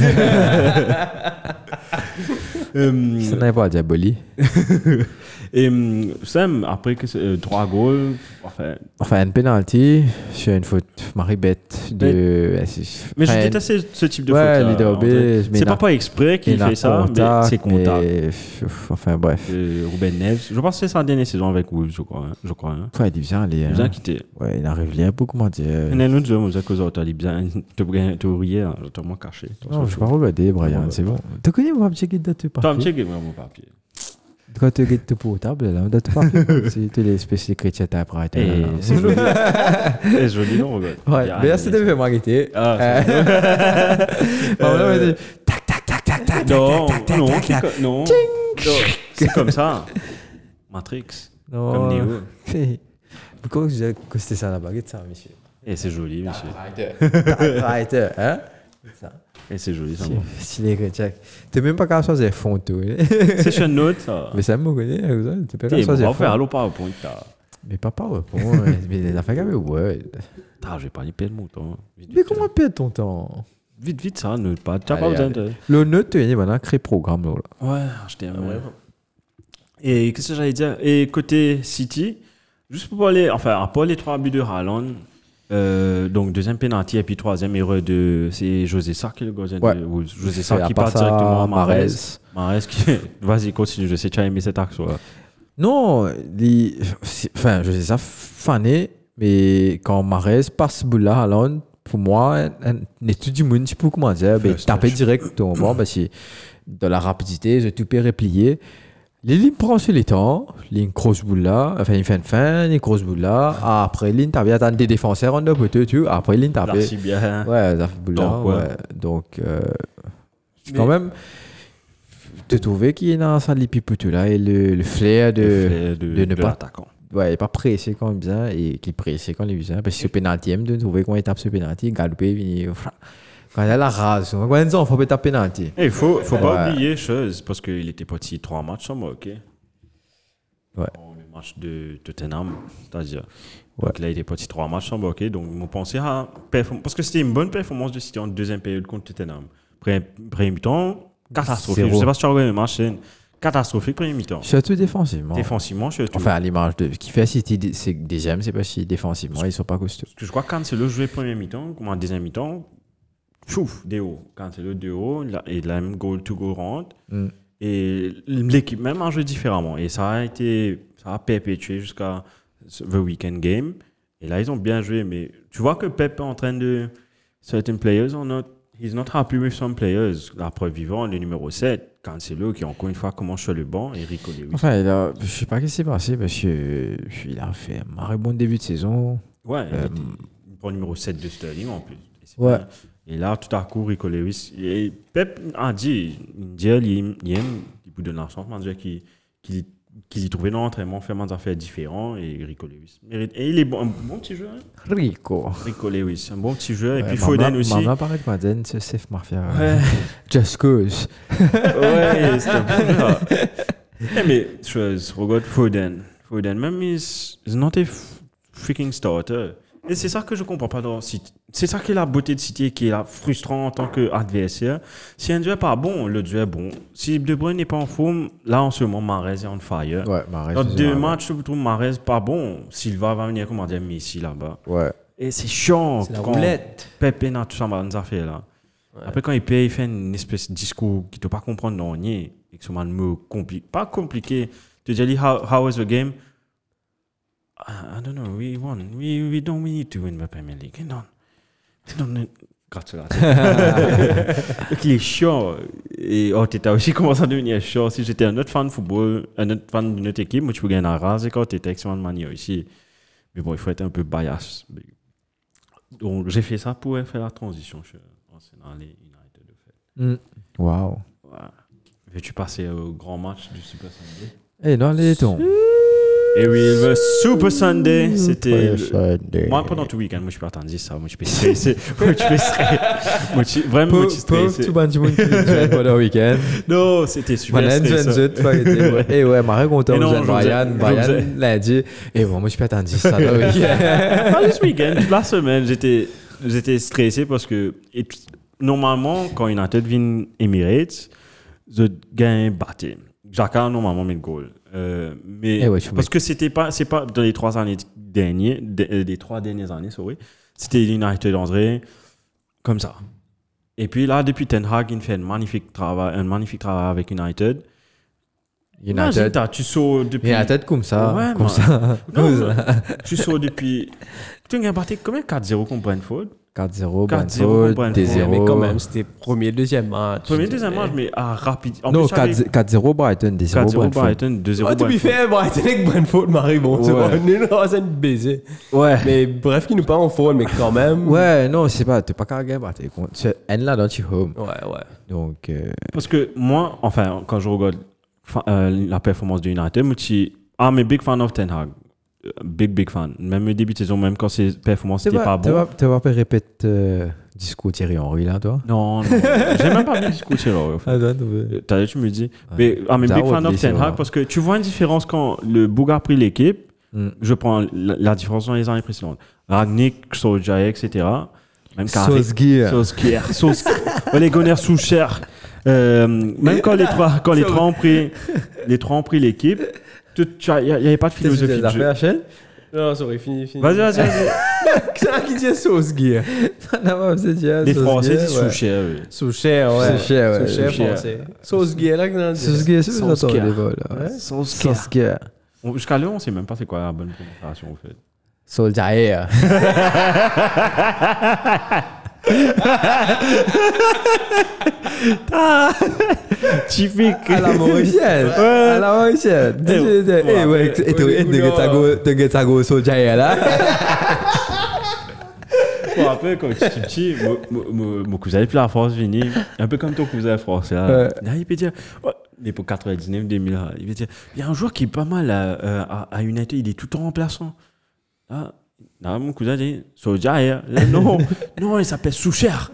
Ça n'est pas diabolique. Et Sam, après que 3 goals, Enfin, un penalty sur une faute Marie-Bête de. mais je déteste ce type de ouais, faute. leader B. C'est pas exprès qu'il fait ça, mais c'est contact. Enfin, bref. Ruben Neves, je pense que c'est sa dernière saison avec Wolves, je crois. Ouais, il est bien allé. Il a quitté. Ouais, il arrive là pour comment dire. Il y a un autre joueur, à cause de il est bien. Tu riais, je t'ai moins caché. Non, je ne vais pas regarder, Brian, c'est bon. Tu connais mon papier qui date de papier? Toi, check mon papier. Quand tu regardes ton portable, là, date de papier. C'est les spécialistes chrétiens après. C'est joli. C'est joli, non, regarde. Ouais, mais là, c'était fait m'arrêter. Ah, tac, tac, tac, tac, tac, non, c'est comme ça. Matrix. Comme Neo. Pourquoi que c'était ça la baguette, ça, monsieur? Et c'est joli, monsieur. Writer, hein? Ça. Et c'est joli, ça. Si les chrétiens. T'es même pas capable de choisir fond, toi. C'est chez une autre, ça. Mais ça me connaît, t'es pas capable de choisir fond. On va faire allô PowerPoint, mais pas PowerPoint, mais les affaires avec Word. Je vais pas y perdre mon temps. Mais comment perdre ton temps? Vite, ça, ne pas. Tu n'as pas besoin de. Le note, tu es maintenant créé programme, là. Ouais, je t'aime. Et qu'est-ce que j'allais dire? Et côté City, juste pour parler, enfin, pour les 3 buts de Haaland, donc deuxième penalty et puis troisième erreur c'est José Sarr qui est le gardien de Wolves. José Sarr qui part directement à Mahrez. Mahrez qui. Vas-y, continue, je sais que tu as aimé cet axe. Non, enfin, José Sarr fané, mais quand Mahrez passe boule là, Haaland, pour moi, n'est tout du monde, je sais pas comment dire, mais taper direct au moment, parce que dans la rapidité, je tout peux replier. L'île prend sur les temps, l'île grosse boule là, enfin il fait une fin, l'île grosse boule là, après l'île t'as bien attendu des défenseurs en deux poteaux, tu vois, après l'île t'as bien. Merci bien. Ouais, ça fait boule là, ouais. Donc, c'est quand même, te trouver qu'il y a dans ça les pipotes là et le flair de ne pas l'attaquant. Ouais, pas pressé quand bien et qui pressé quand il est bien, parce que ce penalty, de trouver quand il tape ce penalty, galopé, il quand il a la rase, quand il faut pas taper penalty. Il faut pas oublier chose, parce qu'il était parti 3 matchs sans ok. Ouais. Le match de Tottenham, c'est-à-dire. Donc là, il était parti 3 matchs sans ok. Donc, on pensait à parce que c'était une bonne performance de City en deuxième période contre Tottenham. Premier mi-temps, catastrophique. Je ne sais pas si tu as regardé le match, c'est catastrophique premier mi-temps. Surtout défensivement. Surtout. Enfin, à l'image de ce qui fait City, c'est deuxième, c'est pas si défensivement, ils sont pas costauds. Parce que je crois que quand c'est le joué premier mi-temps, comme en deuxième mi-temps, chouf, des hauts. Quand c'est le de haut, et la même goal to go rentre. Et l'équipe même a joué différemment. Et ça a perpétué jusqu'à the weekend game. Et là, ils ont bien joué. Mais tu vois que Pep est en train de. Certain players he's not happy with some players. La preuve vivante, le numéro 7, Cancelo, qui encore une fois commence sur le banc, et Rico Lewis. Enfin, je sais pas ce qui s'est passé parce qu'il a fait un très bon début de saison. Ouais, il prend le numéro 7 de Sterling en plus. Ouais. Et là, tout à coup, Rico Lewis. Et Pep a dit, il aime, il peut donner l'argent, il qu'il y trouvait dans l'entraînement, fait des affaires différentes et Rico Lewis. Et il est un bon petit joueur. Rico Lewis, un bon petit joueur. Et ouais, puis Foden aussi. Maman paraît de Foden, c'est Safe Mafia. Ouais. Just Cause. Ouais, c'est un bon joueur. Mais je regarde Foden. Foden, même, is not a freaking starter. Et c'est ça que je comprends pas dans City. C'est ça qui est la beauté de City, qui est la frustrant en tant qu'adversaire. Si un duel n'est pas bon, le duel est bon. Si De Bruyne n'est pas en forme, là en ce moment, Mahrez est on fire. Ouais, Mahrez. Dans 2 matchs, je trouve Mahrez pas bon. Silva va venir, comment dire, Messi là-bas. Ouais. Et c'est chiant. C'est la roulette. Pepe n'a tout ça dans affaires là. Ouais. Après, quand il paye, il fait une espèce de discours qu'il ne doit pas comprendre dans rien. Et que ce me complique. Pas compliqué. Tu dis, how was the game? I don't know, we won. We need to win the Premier League. Grâce à donc il est chiant. Et Arteta aussi commence à devenir chiant. Si j'étais un autre fan de football, un autre fan d'une autre équipe, moi tu peux gagner un rase quand tu étais excellent de manière aussi. Mais bon, il faut être un peu bias. Donc j'ai fait ça pour faire la transition. Je suis Arsenal et United de fait. Wow. Ouais. Veux-tu passer au grand match du Super Sunday? Et dans les tons. Et oui, le Super Sunday, c'était. Sunday. Moi, pendant tout le week-end, moi, je suis pas attendu ça. Moi, je suis stressé. Vraiment, moi, je suis stressé. Tout le monde qui pendant le week-end. Non, c'était super stressant. Et ouais, Marie content, Brian, lundi. Et bon, moi, je suis pas attendu ça le week-end. Pas ce week-end, toute la semaine, j'étais stressé parce que. Et puis, normalement, quand United vient Emirates, je gagne batté. Jacques normalement met le goal. Mais parce que c'est pas dans les 3 années dernières, les 3 dernières années, c'était United André comme ça. Et puis là, depuis Ten Hag, il fait un magnifique travail avec United. Tu sautes depuis. United comme ça, ouais, comme ça. Tu sautes depuis. Tu as battu combien 4-0 contre Brentford? 4-0, Brentford, 2-0. Mais quand même, c'était deuxième match. Deuxième match, mais à rapide. Non, 4-0 Brighton, 2-0 Brentford. 2-0 Brentford. Tu fais Brighton avec Brentford, Marie, bon, c'est pas nul, c'est une baiser. Ouais. Mais bref, qui nous pas en faune, mais quand même. Ouais, non, c'est pas, t'es pas carrément battu. C'est un là dans tu home. Ouais. Donc. Parce que moi, enfin, quand je regarde la performance de United, je suis un big fan of Ten Hag. Big fan. Même au début de saison, même quand ses performances n'étaient pas bonnes. Tu vas pas répéter discours Thierry Henry là, toi? Non. J'ai même pas vu le discours Thierry Henry. T'as tu me dis. Mais I'm a big fan of Ten Hag parce que tu vois une différence quand le Boug a pris l'équipe. Je prends la différence dans les années précédentes. Rangnick, Solskjaer, etc. Même Solskjaer. Les Gunnar Solskjaer. Même quand les trois ont pris l'équipe. Il n'y avait pas de philosophie de jeu. Non, sorry, fini. Vas-y. C'est qui dit Solskjaer? Les Français disent Solskjaer. Solskjaer, ouais. Solskjaer. Solskjaer, là. Solskjaer. Jusqu'à là, on ne sait même pas c'est quoi la bonne prononciation, en fait. Solskjaer. Typique. À la Mauritienne. À la Mauritienne. Et tu as go Solskjaer là. Bon, après, quand tu es petit, mon cousin depuis la France venu, un peu comme ton cousin français. Là, il peut dire, mais pour 99, 2000, il peut dire, il y a un joueur qui est pas mal à United, il est tout le temps remplaçant. Là, mon cousin dit, Solskjaer. Non, il s'appelle Solskjaer.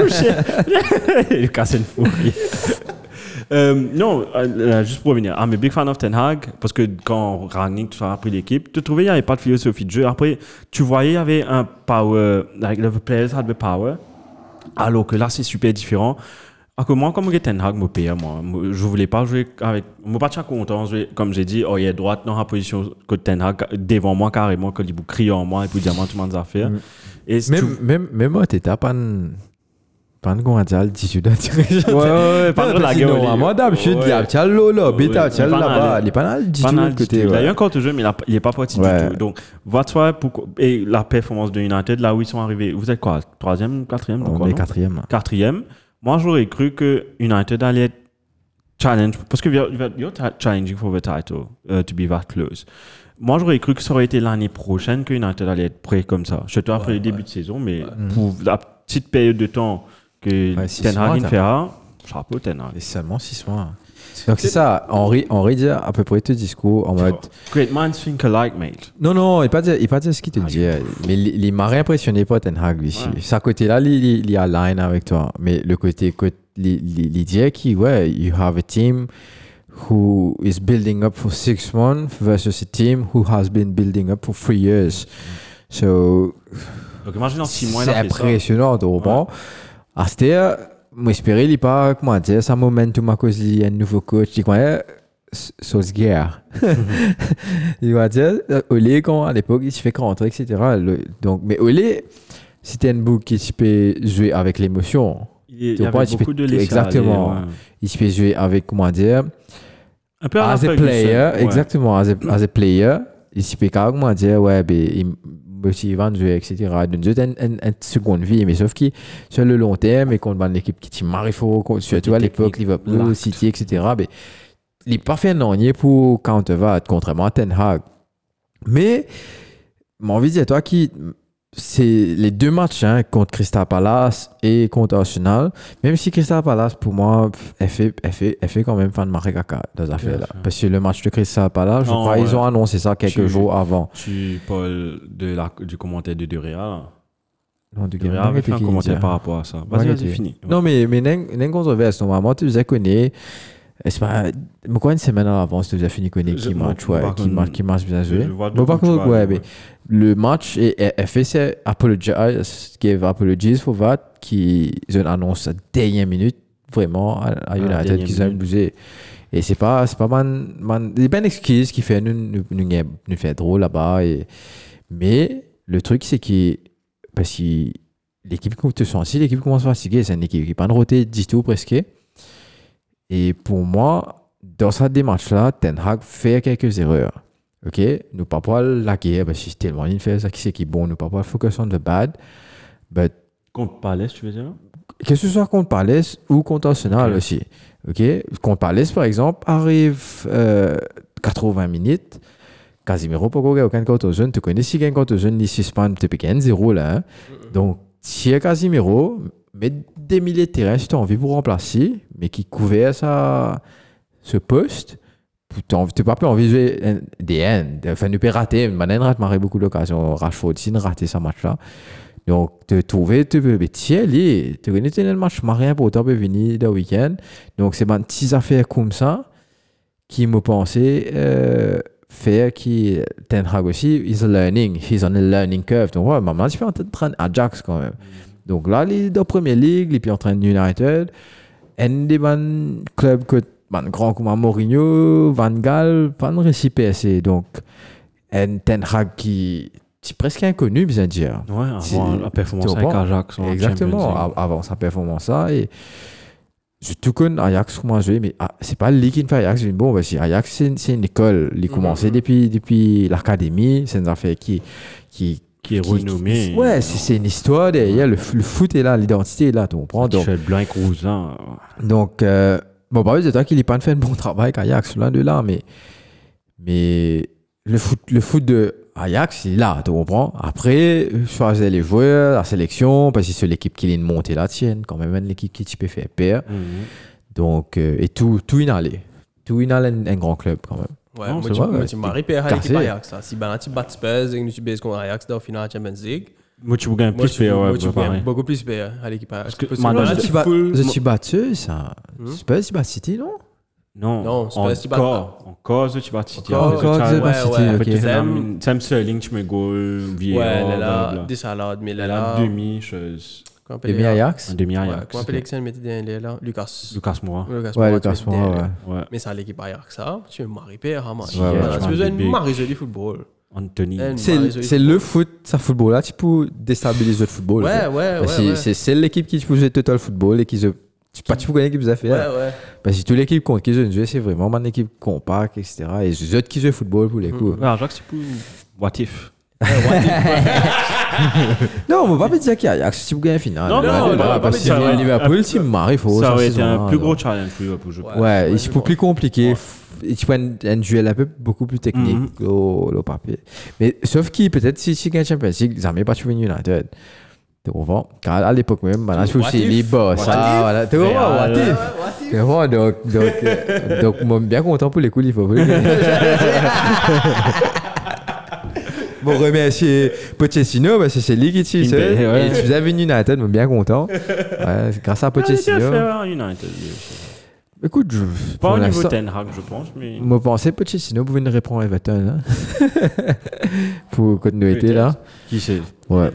Il casse une fourrie. Non, juste pour revenir, I'm a big fan of Ten Hag parce que quand Rangnick tout ça a pris l'équipe, tu trouvais il n'y avait pas de philosophie de jeu. Après, tu voyais il y avait un power, like the players had the power, alors que là c'est super différent. Alors que moi, comme Ten Hag me paye, je voulais pas jouer avec, je pas très content jouer, comme j'ai dit, il est droite dans la position que Ten Hag devant moi carrément, quand il crie en moi et puis dire moi tout le monde a fait. Et même moi, t'étais pas Pas de mondial 18 de direction. Ouais, pas de la gueule. Normalement, d'habitude, il y a un lolo, bêta, là-bas. Il est pas mal 18 côté. Il y a eu un compte jeu, mais il n'est pas parti du tout. Donc, votre et la performance de United, là où ils sont arrivés, vous êtes quoi? 3e, 4e? On est 4e. 4e. Moi, j'aurais cru que United allait être challenge, parce que you're challenging for the title, to be that close. Moi, j'aurais cru que ça aurait été l'année prochaine que United allait être prêt comme ça. Surtout après le début de saison, mais pour la petite période de temps que Ten Hag fera, chapeau Ten Hag. Et seulement 6 mois. Donc c'est ça, Henri dit à peu près tout discours en mode. Great minds think alike, mate. Non, il pas dit ce qu'il te dit. Mais il m'a impressionné par Ten Hag ici. Ce côté-là, il align avec toi. Mais le côté, il dit que, you have a team who is building up for 6 months versus a team who has been building up for 3 years. So, donc imagine en 6 mois, c'est impressionnant, tu comprends? À ce moment, j'espérais qu'il pas, comment dire, ça momentum à cause d'un nouveau coach. Il croyait, Solskjaer. Il va dire, Ole, quand à l'époque, il se fait rentrer, etc. Donc, mais Ole, c'était un bouc qui se peut jouer avec l'émotion. Il y avait beaucoup de laisser exactement. aller, ouais. Il se peut jouer avec, comment dire, un peu as a player, exactement, as a player. Il se peut carrément dire, il motive à jouer, etc. Donc, c'est une seconde vie, mais sauf que sur le long terme, et contre une équipe qui t'y marie fort, surtout à l'époque, Liverpool, City, etc. Mais, il n'est pas fait un an pour countervat, contrairement à Ten Hag. Mais, j'ai envie de dire, toi, c'est les 2 matchs contre Crystal Palace et contre Arsenal. Même si Crystal Palace, pour moi, elle fait quand même fan de Marie Kaka dans cette affaire-là. Parce que le match de Crystal Palace, je crois qu'ils ont annoncé ça quelques jours avant. Tu parles du commentaire de Real. Non, de Real avait fait un commentaire par rapport à ça. Vas-y, fini. Non, mais une controverse, normalement, tu faisais connaître. C'est pas. Mais quoi, une semaine à l'avance, tu as fini connaître qui match bien joué. Par contre, mais le match, FS gave apologies for that, qui ont annoncé à dernière minute, vraiment, à United, qu'ils ont bougé. Et c'est pas des bonnes excuses qui fait nous fait drôle là-bas. Mais le truc, c'est que, parce que l'équipe commence à fatiguer, c'est une équipe qui n'est pas de roté du tout presque. Et pour moi, dans cette démarche-là, Ten Hag fait quelques erreurs. Ok, nous pas pas la guerre, parce que c'est tellement une fait ça qui est bon, nous pas focus on the bad. But contre Palace, tu veux dire? Que ce soit contre Palace ou contre Arsenal aussi. Ok, contre Palace par exemple, arrive 80 minutes, Casemiro pas aucun contre jeune, tu connais si quelqu'un contre jeune, il suspend, tu peux gagner 0 là. Hein? Donc si Casemiro met des milliers de terrains si tu as envie pour remplacer, mais qui couvert ce poste, tu n'as pas envie de jouer des end. Enfin, tu peux rater, maintenant, il rate beaucoup d'occasions. Rashford, s'il raté ce match-là. Donc, tu trouves, tu peux tiens, tu connais le match marien pour toi, venir le week-end. Donc, c'est une petite affaire comme ça qui me pensait faire qui Ten Hag aussi, he's on a learning curve. Donc, ouais, maintenant, je suis en train d'Ajax quand même. Donc là, il est dans la première ligue, il est en train de United. Et des clubs que grand comme Mourinho, Van Gaal, pas de récit PSC. Donc, Ten Hag qui est presque inconnu, bien dire. Ouais, avant la performance avec Ajax. Exactement, avant sa performance. Et je tout connais Ajax, comment jouer, mais c'est pas lui qui fait Ajax. Bon, parce que Ajax, c'est une école. Il a commencé depuis l'académie. C'est une affaire qui est renommé. Ouais, c'est une histoire derrière. Le foot est là, l'identité est là, tu comprends? Donc, blanc et rougeant. Donc, bon, bah oui, c'est toi qu'il n'a pas fait un bon travail avec Ajax, l'un de là, mais le foot de Ajax, il est là, tu comprends? Après, choisir les joueurs, la sélection, parce que c'est l'équipe qui est montée là, tienne, quand même, l'équipe qui peut faire peur. Donc, et tout inhalé. Tout inhalé, un grand club, quand même. Ouais, moi, tu m'as repéré à l'équipe Ajax. Si tu bats Spurs et que tu baises contre Ajax dans le final de Champions League, moi, tu gagnes plus payé, ouais, beaucoup plus payé à l'équipe Ajax. Je suis battu, ça. Spurs, tu bats City, non? Non, Spurs, tu bats encore, tu bats City. Encore, tu bats City, ok. Sam Sterling, tu mets goal, Vieira, ouais, là, des salades, mais là... demi-chose. Demi-Ajax? Demi-Ajax. Comment appelle l'excellent mettait là? Lucas Moura. Ouais. Mais ça, l'équipe Ajax, ça, tu es maripé à Hamas. Tu as besoin de mariser du football. Anthony. C'est le foot, ça football là, tu peux déstabiliser le football. Ouais. C'est l'équipe qui peut jouer total football et qui joue. Tu peux connaître l'équipe qui a ouais. Parce que toute l'équipe qui joue, c'est vraiment une équipe compacte, etc. Et les autres qui jouent football pour les coups. Ouais, Ajax, c'est pour what if. Non, on va pas dire qu'il y a Ajax si vous gagnez final. Non, parce que Liverpool, si Marie, faut ça aurait été un plus gros challenge pour Liverpool, je crois. Ouais, c'est beaucoup plus compliqué. Tu prends un duel un peu beaucoup plus technique au papier. Mais sauf qui, peut-être, si tu gagnes Champions League, ça ne met pas tu United. Tu comprends? Car à l'époque même, maintenant, je suis libre, ça, voilà. Tu comprends? Tu comprends? Donc, moi, bien content pour les coups, il faut. Bon, remercier Pochettino, parce que c'est lui qui tire. Et si vous avez une United, je suis bien content. Ouais, grâce à Pochettino. Écoute, pas au niveau Ten Hag, je pense, mais. Je pensais Pochettino pouvait nous répondre à Everton, là. Pour continuité, là. Qui c'est? Ouais.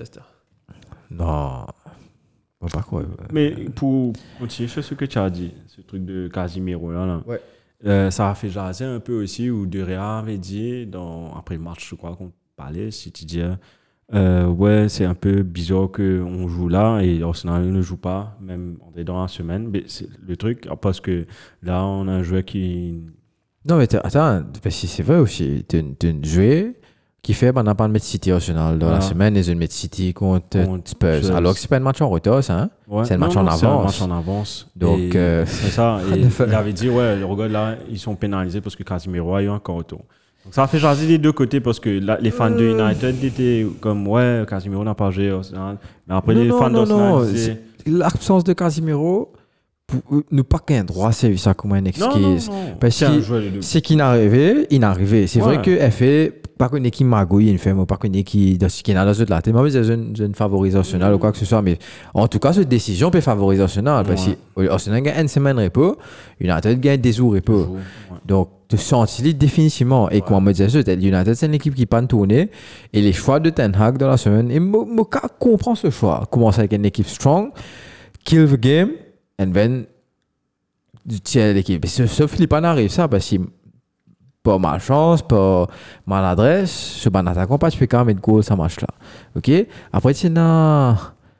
Non. Pas quoi. Mais pour continuer sur ce que tu as dit, ce truc de Casemiro, là. Ouais. Ça a fait jaser un peu aussi, où De Gea avait dit, après le match, je crois qu'on parlait, si tu dis, ouais, c'est un peu bizarre qu'on joue là et Arsenal ne joue pas, même on est dans la semaine. Mais c'est le truc, parce que là, on a un joueur qui. Non, mais attends, parce que c'est vrai aussi, tu as un joueur qui fait, on n'a pas de mettre City Arsenal dans la semaine, et une mettre City contre Spurs. Alors que c'est pas un match en retard, ça, hein? Ouais. C'est un match en avance. C'est un match en avance. Donc, c'est ça. Et il avait dit, ouais, les regards là, ils sont pénalisés parce que Casemiro a eu un retour. Donc ça a fait jaser des deux côtés parce que là, les fans de United étaient comme, ouais, Casemiro n'a pas joué Arsenal. Mais après, les fans d'Arsenal disaient. L'absence de Casemiro, nous pas qu'un droit, c'est ça comme une excuse. Non. Parce que c'est qu'il est arrivé. C'est vrai qu'elle fait pas qu'une équipe magouille, une femme, pas qu'une équipe qui est dans la tête. Moi, j'ai une favorisation ou quoi que ce soit. Mais en tout cas, cette décision peut favoriser Arsenal. Parce que Arsenal gagne une semaine de repos, United gagne des jours de repos. Donc, tu sens définitivement. Et comme je me disais, United, c'est une équipe qui pas tourner. Et les choix de Ten Hag dans la semaine, et je comprends ce choix. Commencer avec une équipe strong, kill the game, and then tiens l'équipe. Sauf qu'il pas arrive ça parce que pas malchance, pas maladresse, ce bon attaquant pas tu peux quand même mettre goal ça marche là. OK? Après tu as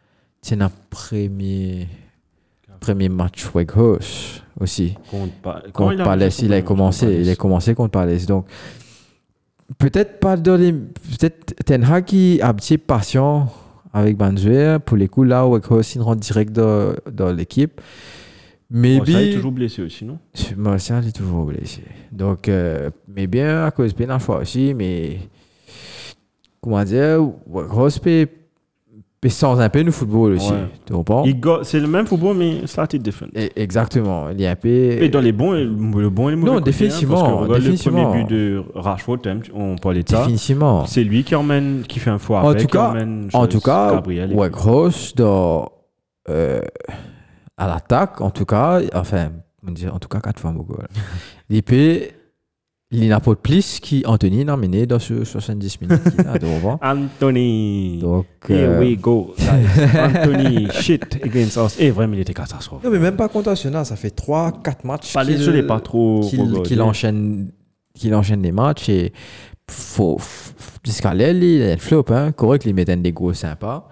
premier match avec Hoche aussi. Contre Palace, il a commencé contre Palace. Donc peut-être Ten Hag qui a un petit patient avec Banzuer pour les coups là où Hoche il rentre direct dans l'équipe. Maybe. Ça, il est toujours blessé aussi, non? Martial est toujours blessé. Donc, mais bien à cause de la fois aussi, mais comment dire, Ross peut sans un peu le football aussi. Ouais. Tu comprends? C'est le même football, mais slightly different. Exactement. Il y a un peu. Et dans les bons et le bon et le mauvais. Non, définitivement. Hein, parce que le premier but de Rashford, on parlait de ça. Définitivement. C'est lui qui emmène, qui fait un foie avec. En tout cas, ouais, Ross dans. À l'attaque, en tout cas, enfin, en tout cas, 4 fois mon goal. Il n'a pas de plus qui Anthony n'a mené dans ce 70 minutes. Anthony. Donc, here we go. Anthony, shit against us. Et vraiment, il était catastrophe. Non, mais même pas contre Arsenal, ça fait 3-4 matchs. Je l'ai pas trop. Qu'il enchaîne les matchs et jusqu'à l'aile, il est flop, hein. Correct, il met des gros sympas.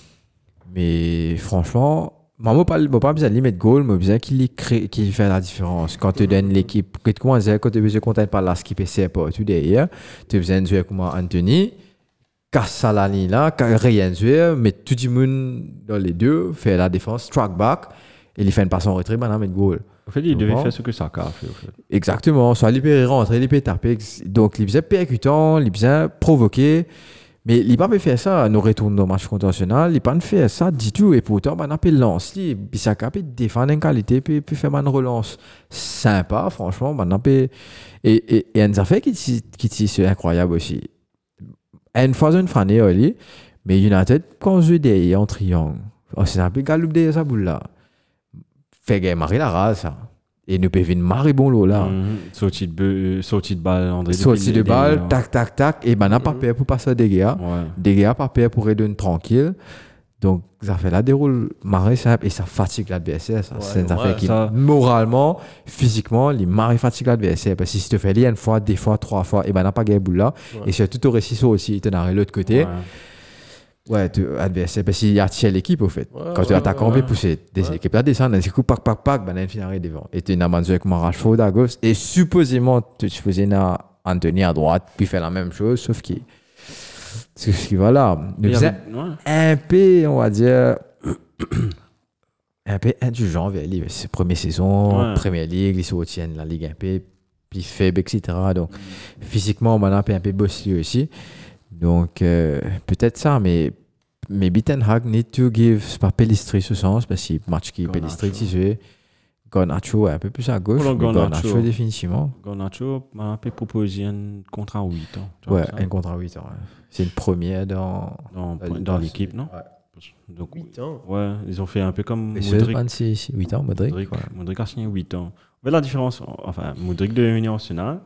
Mais franchement, moi, je ne pas besoin de mettre goal, mais besoin qu'il fait la différence. Quand tu donnes l'équipe, quand tu as besoin de compter par là, ce qui peut faire pas tout derrière, tu as besoin de jouer comme Anthony, casse la ligne là, rien jouer, mais tout le monde dans les deux, fait la défense, track back, et il fait une passe en retrait, maintenant mettre goal. En fait, il devait faire ce que Saka a fait. Exactement, soit il peut rentrer, il peut taper, donc il besoin percutant, il besoin provoquer. Mais il n'a pas fait ça, nous retournons dans le match contre Arsenal, il n'a pas fait ça du tout. Et pourtant, on a pu lancer, puis ça a pu défendre une qualité, puis faire une relance sympa, franchement. Et un affaire qui est incroyable aussi. Une fois, une année, mais United, quand on joue derrière en triangle, c'est un peu galoupe derrière sa boule là. Fait gagner Marie la race, ça. Et nous pouvons marrer bon lot là. Sortie de balle, André. Sortie de balle, tac. Et ben, n'a pas peur pour passer à Degea. Degea pas peur pour redonner tranquille. Donc, ça fait la déroule marrer simple et ça fatigue l'adversaire. C'est une affaire qui, moralement, physiquement, il marre fatigue l'adversaire. Parce que si tu te fais une fois, 2 fois, 3 fois, et ben, n'a pas gagné boule là. Et surtout, au récit aussi, tu n'arrives de l'autre côté. Ouais, adversaire, parce qu'il y a l'équipe au fait. Quand tu attaques, on peut pousser des équipes là, descendre, des coups, pac, ben, il finit devant. Et tu as un avec Rashford à gauche, et supposément, tu faisais Anthony à droite, puis fait la même chose, sauf qu'il. C'est ce qui va là. Un peu, on va dire, un peu indulgent vers lui. C'est première saison, Première Ligue, il se retient la Ligue un peu, puis faible, etc. Donc, physiquement, on a un peu bossé aussi. Donc, peut-être ça, mais maybe Ten Hag need to give, c'est pas Pellistri ce sens, parce que match qui Pellistri qui joue, Garnacho un peu plus à gauche, mais Garnacho définitivement. Garnacho m'a proposé un contrat à 8 ans. Ouais, un contrat à 8 ans. C'est une première dans l'équipe, non? Ouais. Donc, 8 ans. Ouais, ils ont fait un peu comme Modric. C'est 8 ans, Modric. Modric a signé 8 ans. Mais la différence, enfin, Modric de venir Arsenal,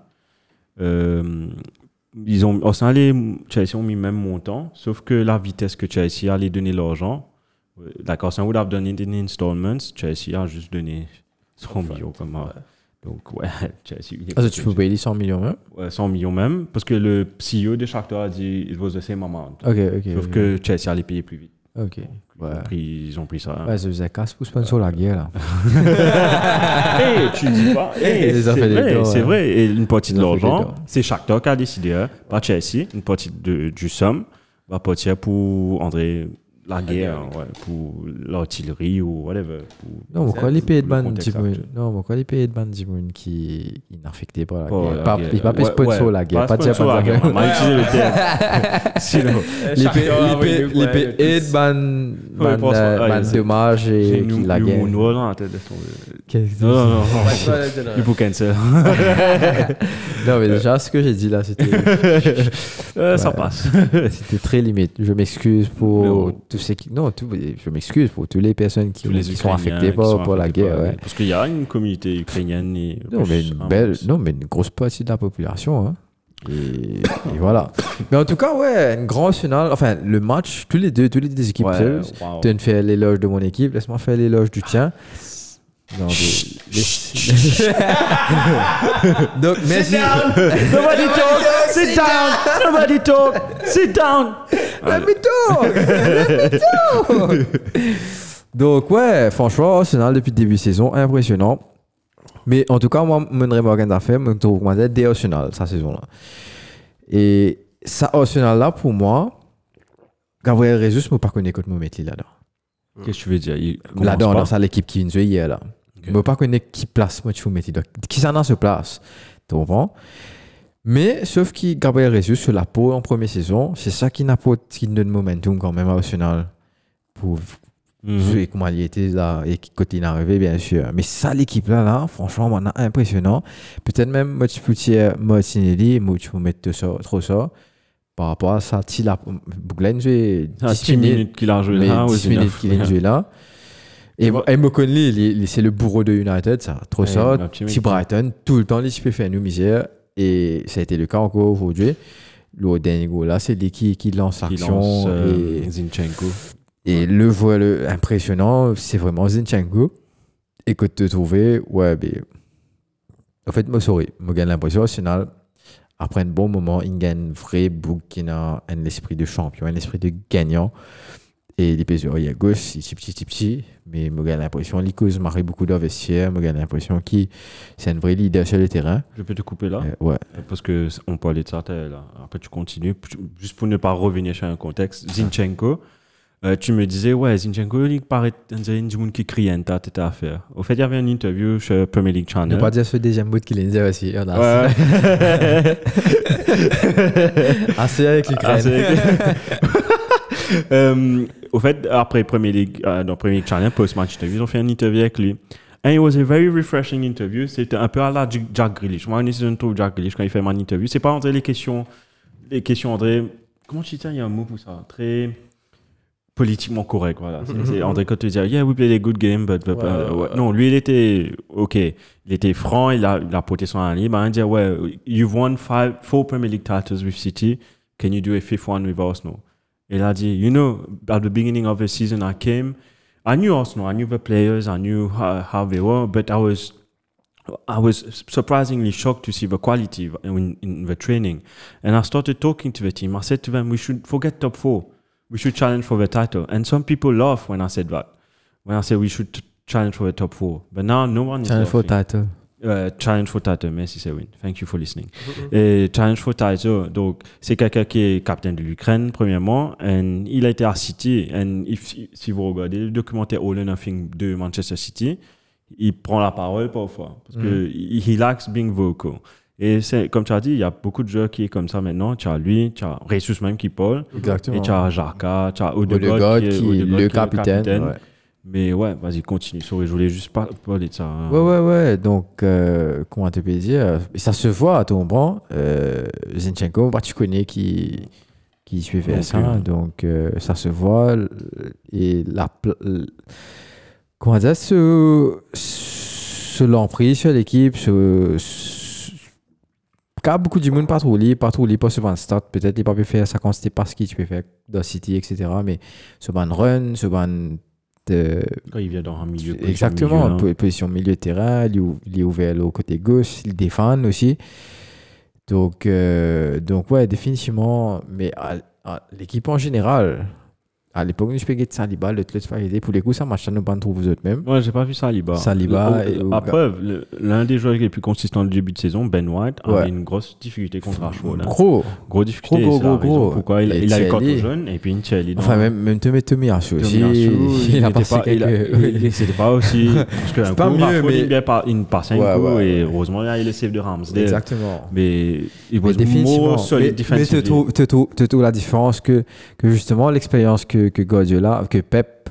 Arsenal et Chelsea ont mis le même montant, sauf que la vitesse que Chelsea allait donner l'argent, like Arsenal would have done it in installments, Chelsea a juste donné 100 millions comme ça. Donc, ouais, Chelsea. Tu peux payer 100 millions même? Ouais, 100 millions même, parce que le CEO de Shakhtar a dit it was the same amount. Sauf que Chelsea allait payer plus vite. Ok. Ils ont pris ça. Ouais, ça faisait casse pour sponsor la guerre là. Tu dis pas. C'est vrai. Et une partie de l'argent, c'est Shakhtar qui a décidé, pas Chelsea, une partie du somme va partir pour André la guerre, pour l'artillerie ou whatever. Non, pourquoi les pays de bande qui n'affectaient pas la guerre. Il pas sponsor la guerre, pas dire pas la guerre. On a utilisé le terme. Sinon, les pays de bande dommage et la guerre. Non, il faut cancel. Non, mais déjà, ce que j'ai dit là, c'était. Ça passe. C'était très limite. Je m'excuse pour tous ceux qui. Non, je m'excuse pour toutes les personnes qui sont affectées par la guerre. Parce qu'il y a une communauté ukrainienne. Non, mais une grosse partie de la population. Hein. Et voilà. Mais en tout cas, une grande finale. Enfin, le match, tous les deux équipes. Tu viens de faire l'éloge de mon équipe. Laisse-moi faire l'éloge du tien. Non, donc, merci. Nobody talk. Sit down. Nobody talk. Sit down. Let me talk. Donc, franchement, Arsenal depuis le début de saison, impressionnant. Mais en tout cas, moi, je ne regarde pas faire, je trouve que c'est Arsenal, cette saison-là. Et ça, Arsenal-là, pour moi, Gabriel Jesus, je ne pas connaître comment mettre là-dedans. Qu'est-ce que tu veux dire? Là-dedans, dans l'équipe qui vient hier, là. Je ne pas connaître qui place moi tu mettre qui ça dans ce place. Tu comprends? Mais sauf que Gabriel Jesus sur la peau en première saison, c'est ça qui donne momentum quand même à Arsenal pour jouer comment il était là et côté il est arrivé bien sûr. Mais ça l'équipe là franchement on a impressionnant. Peut-être même moi tu peux dire Martinelli, moi tu peux mettre trop ça par rapport à ça il a Bouglain joué 10 minutes qu'il a joué là, 10 minutes qu'il a joué là. Et Mokonli, c'est le bourreau de United, ça. Trop ça, petit Brighton, tout le temps, il peut faire une misère. Et ça a été le cas encore aujourd'hui. Le dernier goal là, c'est lui qui lance l'action. Zinchenko. Et le vol impressionnant, c'est vraiment Zinchenko. Et que tu trouves, en fait, moi, je gagne l'impression, au final, après un bon moment, il gagne un vrai bouc qui a un esprit de champion, un esprit de gagnant. Et les pays à gauche, c'est petit, mais je gagne l'impression qu'il marie beaucoup de vestiaires, je gagne l'impression qu'il c'est un vrai leader sur le terrain. Je peux te couper là? Ouais. Parce qu'on parlait de ça, là. Après tu continues, juste pour ne pas revenir sur un contexte. Zinchenko, tu me disais, Zinchenko, il paraît un monde qui crie un tas à faire. Au fait, il y avait une interview sur Premier League Channel. Ne pas dire ce deuxième bout qu'il disait aussi. Assez avec l'Ukraine. Au fait, après Premier League, dans Premier League Channel, post-match interview, ils ont fait une interview avec lui. And it was a very refreshing interview. C'était un peu à la Jack Grealish. Moi, je trouve Jack Grealish quand il fait mon interview. C'est pas André les questions, André. Comment tu dis ça? Il y a un mot pour ça. Très politiquement correct, voilà. C'est André quand tu dis, yeah, we played a good game, but non, lui, il était OK. Il était franc, il a porté son année. Il dit, you've won 4 Premier League titles with City. Can you do a 5th one with Arsenal? Il a dit, at the beginning of the season, I knew Arsenal, I knew the players, I knew how they were, but I was surprisingly shocked to see the quality in the training. And I started talking to the team. I said to them, we should forget top 4. We should challenge for the title. And some people laugh when I said that. When I said we should challenge for the top 4. But now no one is challenge for title. Challenge for title, merci Sewin. Thank you for listening. Challenge for title, donc c'est quelqu'un qui est capitaine de l'Ukraine premièrement, et il a été à City. Et si vous regardez le documentaire All or Nothing de Manchester City, il prend la parole parfois parce que he likes being vocal. Et c'est, comme tu as dit, il y a beaucoup de joueurs qui est comme ça maintenant. Tu as lui, tu as Ressus même qui parle. Exactement. Et tu as Jaka, tu as Odegaard qui est le capitaine. Ouais. Mais ouais, vas-y, continue. Sorry, je voulais juste parler de ça. Ouais. Donc, comment tu peux dire, ça se voit à ton banc. Zinchenko, tu connais qui suivait ça. Donc, ça se voit. Et comment dire, l'emprise sur l'équipe, quand beaucoup de monde pas trop libre, pas souvent start, peut-être il pas pu faire ça quand c'était parce qu'il tu peux faire dans City, etc. Mais ce ban run, ce ban quand il vient dans un milieu. Exactement, position milieu de terrain, il est ouvert au côté gauche, il défend aussi. Donc ouais, définitivement, mais l'équipe en général. À l'époque, je peux gagner Saliba, le spaghetti. Pour les coups, ça marche, ça nous pas trouve vous autres même. Ouais, j'ai pas vu Saliba. À preuve, l'un des joueurs les plus consistants du début de saison, Ben White, avait une grosse difficulté contre Rashford. Gros difficulté. Gros. Pourquoi il a eu quand jeune et puis une Chelsea. Enfin, même Tomiyasu aussi. Il a passé quelques. C'était pas aussi. Parce que c'est pas mieux, mais. Il passe un coup et heureusement, il a eu le save de Ramsdale. Exactement. Mais il was définitivement solide défensivement. Mais tu trouves la différence que justement l'expérience que Guardiola, que Pep,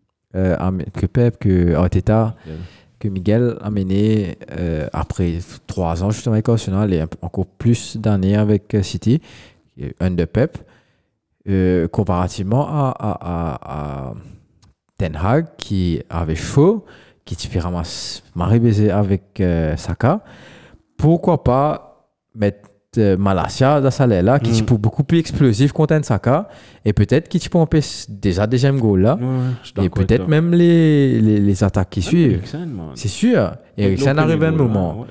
que Arteta, que Miguel a mené après 3 ans justement avec Arsenal et encore plus d'années avec City, un de Pep, comparativement à Ten Hag qui avait chaud, qui t'y ramasse Marie baiser avec Saka. Pourquoi pas mettre Malacia dans sa là qui est beaucoup plus explosif contre Saka et peut-être qui peut empêcher déjà deuxième goal là et peut-être même les attaques qui suivent. C'est sûr. Eriksen arrive à un moment.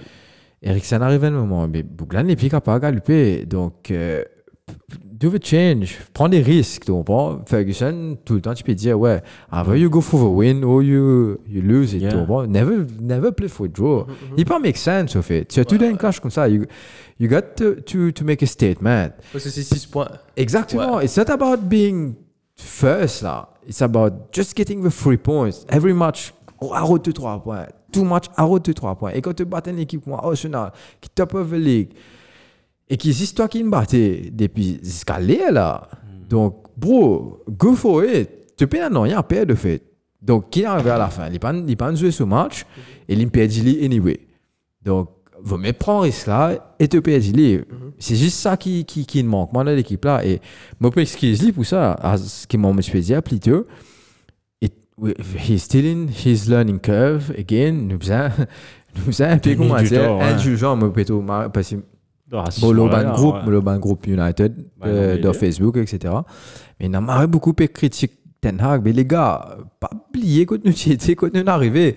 Mais Bouglan n'est plus capable de galoper. Donc do the change, prends des risques. Donc, Ferguson, tout le temps, tu peux dire, ouais, either you go for the win or you lose it. Yeah. Never play for a draw. Il peut make sense, au fait. Tu as tout dans une clash comme ça. You got to make a statement. Parce que c'est 6 points. Exactement. It's not about being first, là. It's about just getting the 3 points. Every match, à route de 3 points. Tout match, à route de 3 points. Et quand tu bats une équipe comme Arsenal, qui top of the league, et qui c'est toi qui me battais depuis escalier là. Donc, bro, go for it. Tu peux non, il y a un paire de fait. Donc, qui est arrivé à la fin? Il pas joué ce match et il perd anyway. Donc, vous me prendre risque là et te perdre. C'est juste ça qui manque moi dans l'équipe là. Et moi, je peux excuser pour ça. Ce qui m'a fait dire plutôt. He's still in his learning curve again. Nous faisons un peu comment dire. Indulgent, moi, plutôt. Parce que le ban groupe United de Facebook, etc. Mais il a beaucoup de critiques Ten Hag. Mais les gars, pas oublier quand nous arrivés.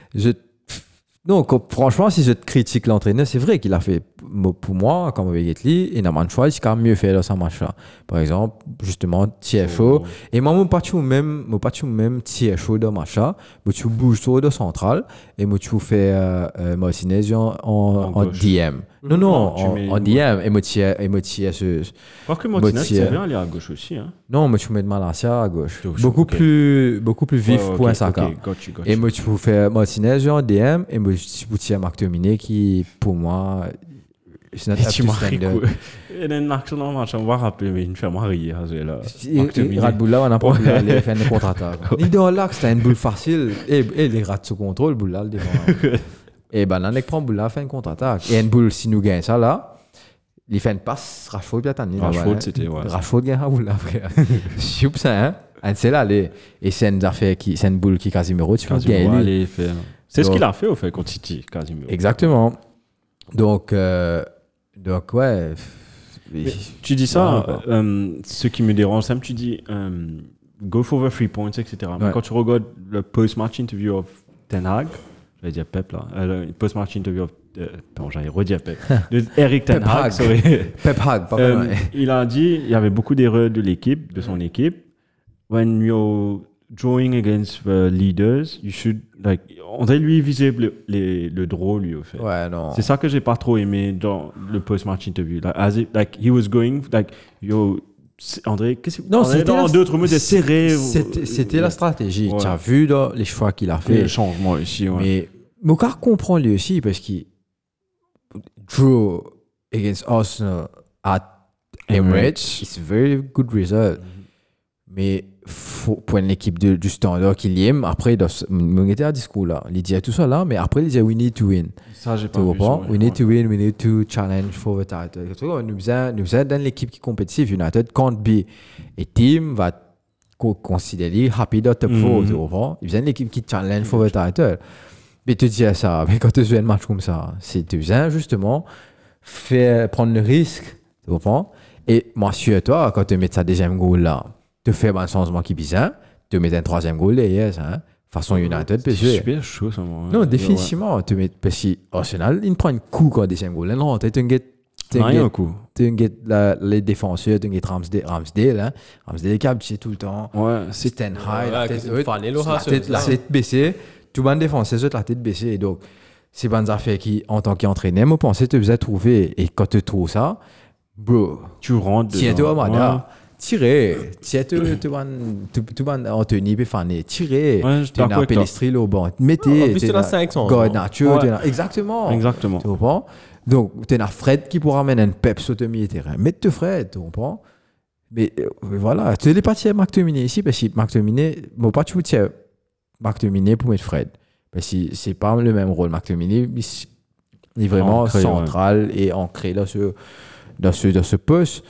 Non, franchement, si je critique l'entraîneur, c'est vrai qu'il a fait, pour moi, comme avec Gately, il n'a pas de choix, il a mieux fait dans sa match-là. Par exemple, justement, TFO. Et moi, je ne pas même TFO dans match-là, mais tu bouges sur le central, et moi, tu fais Martinez en DM. Non, en DM, et moi, tu es ce. Parce que Martinez, c'est bien aller à gauche aussi. Hein. Non, moi, tu mets de Malacia à gauche. Beaucoup plus vif pour un Saka. Et moi, tu fais Martinez en DM, et moi, tu as Marc Dominé qui, pour moi, c'est notre up-to-standard. Et then, Marc, on va rappeler, mais il me fait marier. Il rate boule là, on n'a pas pu aller faire une contre-attaque. Ni dans l'axe, c'était une boule facile. Et il rate sous contrôle, boule là, le devant. Et ben, on prend boule là, fait une contre-attaque. Et une boule, si nous gagnons ça là, il fait une passe, Rashford, bien tanné. Rashford, c'était, ouais. Rashford gagne la boule là, frère. Choup ça, hein. C'est là, et c'est une boule qui Casemiro, tu peux gagner. C'est ce qu'il a fait, au fait, contre City, Casemiro. Exactement. Donc ouais. Mais tu dis ça, ce qui me dérange, Sam, tu dis go for the 3 points, etc. Mais quand tu regardes le post-match interview of Ten Hag, j'allais dire Pep là, le post-match interview of j'allais redire Pep, de Eric Ten Hag, Pep Hag, pas il a dit il y avait beaucoup d'erreurs de l'équipe, de son équipe. When you're drawing against the leaders, you should on dirait lui viser le draw lui au fait. Ouais, non. C'est ça que j'ai pas trop aimé dans le post-match interview. He was going André, qu'est-ce que non, c'était dans d'autres mots de serrer. C'était la stratégie. Tu as vu dans les choix qu'il a fait. Les changements ici. Ouais. Mais Mokar comprend lui aussi parce qu'il draw against Arsenal at Emirates, it's a very good result. Mais pour une équipe du standard qu'il y aime, après, on était à discours là, il dit tout ça là, mais après, il dit we need to win. Ça, j'ai pas vu ça. We need to win, we need to challenge for the title. Nous sommes dans l'équipe qui est compétitive. United can't be a team va considérer happy de top 4, tu comprends? Ils ont l'équipe qui challenge for the title. Mais tu dis ça, mais quand tu joues un match comme ça, c'est tu viens justement prendre le risque, tu comprends? Et moi, toi, quand tu mets ta deuxième goal là, tu fais un changement qui est bizarre, tu mets un troisième goal derrière, hein? Façon United, c'est super chaud ça. Non, définitivement, tu mets parce que Arsenal, il prend un coup quand deuxième goal. Non, tu un coup. Tu les défenseurs, tu Ramsdale, hein? Ramsdale qui a abdiqué tout le temps. Ouais, c'est stand high, la tête baissée. Tout le monde défenseur, la tête baissée. Et donc, c'est bonnes affaires qui, en tant qu'entraîneur, moi, pensais que tu faisais trouver. Et quand tu trouves ça, bro, tu rentres. Tiens-toi, madame. Tirez. Tiens-toi, Anthony, Péfané. Tirez. Tu as un Pellestril au banc. Mettez. En plus, tu as 500. Garnacho. Exactement. Exactement. Tu comprends? Donc, tu as Fred qui pourra amener un peps au milieu-terrain. Mets-te Fred, tu comprends? Mais voilà. Tu n'es pas tiens McTominay ici, parce que McTominay, moi, pas tu tiens McTominay pour mettre Fred. Parce que c'est pas le même rôle. McTominay, il est vraiment ancré, central et ancré dans ce poste.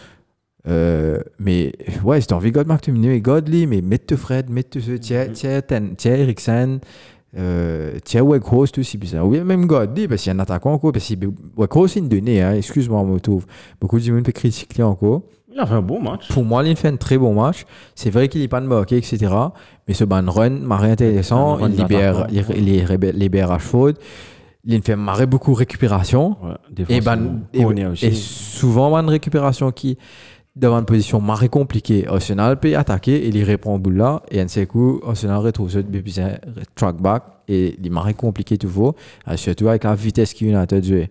Mais ouais, si tu as envie de McTominay, Godly, mais mets-te Fred, mets-te tiens Eriksen. Tiens, Weghorst tout aussi bizarre. Oui, même Godly, parce qu'il y a un attaquant encore. Parce que Weghorst, il donné, hein, excuse-moi, je me trouve. Beaucoup de gens peuvent critiquer encore. Il a fait un bon match. Pour moi, il fait un très bon match. C'est vrai qu'il n'est pas de marqué, etc. Mais ce ban run marre intéressant. Il libère Rashford. Il fait marrer beaucoup de récupération. Ouais, et souvent, ban récupération qui, devant une position marrée compliquée, Arsenal peut attaquer et il répond au bout là. Et un seul coup, Arsenal retrouve ce track back et il marre compliqué toujours. Surtout avec la vitesse qu'il a joué.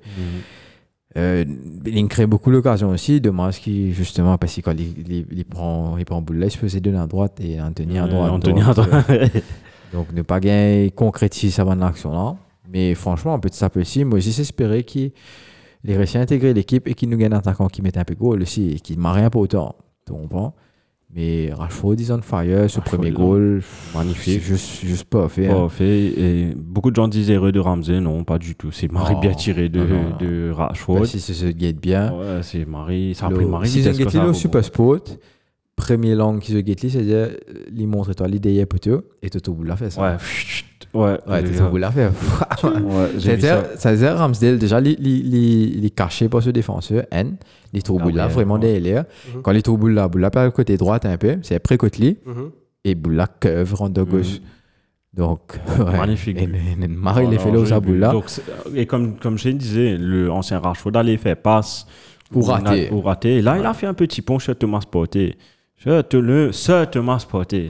Il crée beaucoup d'occasions aussi. Dommage qu'il, justement, parce que quand il prend boule là, il se faisait donner à droite et Anthony à droite. Donc, ne pas gagner concrétise avant l'action là. Mais franchement, un peu de ça aussi. Moi, j'espérais qu'il ait réussi à intégrer l'équipe et qu'il nous gagne un attaquant qui met un peu de goal aussi et qui ne marre rien pas autant. Tu comprends? Mais Rashford is on fire, ce premier goal, magnifique. Juste pas fait. Pas fait. Et beaucoup de gens disaient erreur de Ramsey. Non, pas du tout. C'est Marie bien tiré de Rashford. Bah, si c'est ce guette bien. Ouais, c'est Marie. Ça a pris Marie. Si c'est guette au Super Sport, premier langue qui se guette, c'est-à-dire, il montre toi l'idée pour toi et tu tout la fait ça. Ouais, tu tout la fait. C'est-à-dire, Ramsdale, déjà, il est caché par ce défenseur, N. Il trouve Boula vraiment derrière. Quand il trouve Boula par le côté droit un peu, c'est après côté et Boula curve rentre de gauche. Donc, magnifique. Marie les fait là Boula. Et comme je disais, l'ancien Rashford allait faire passe ou rater. Et là, il a fait un petit pont chez Thomas Porté. Thomas Porté.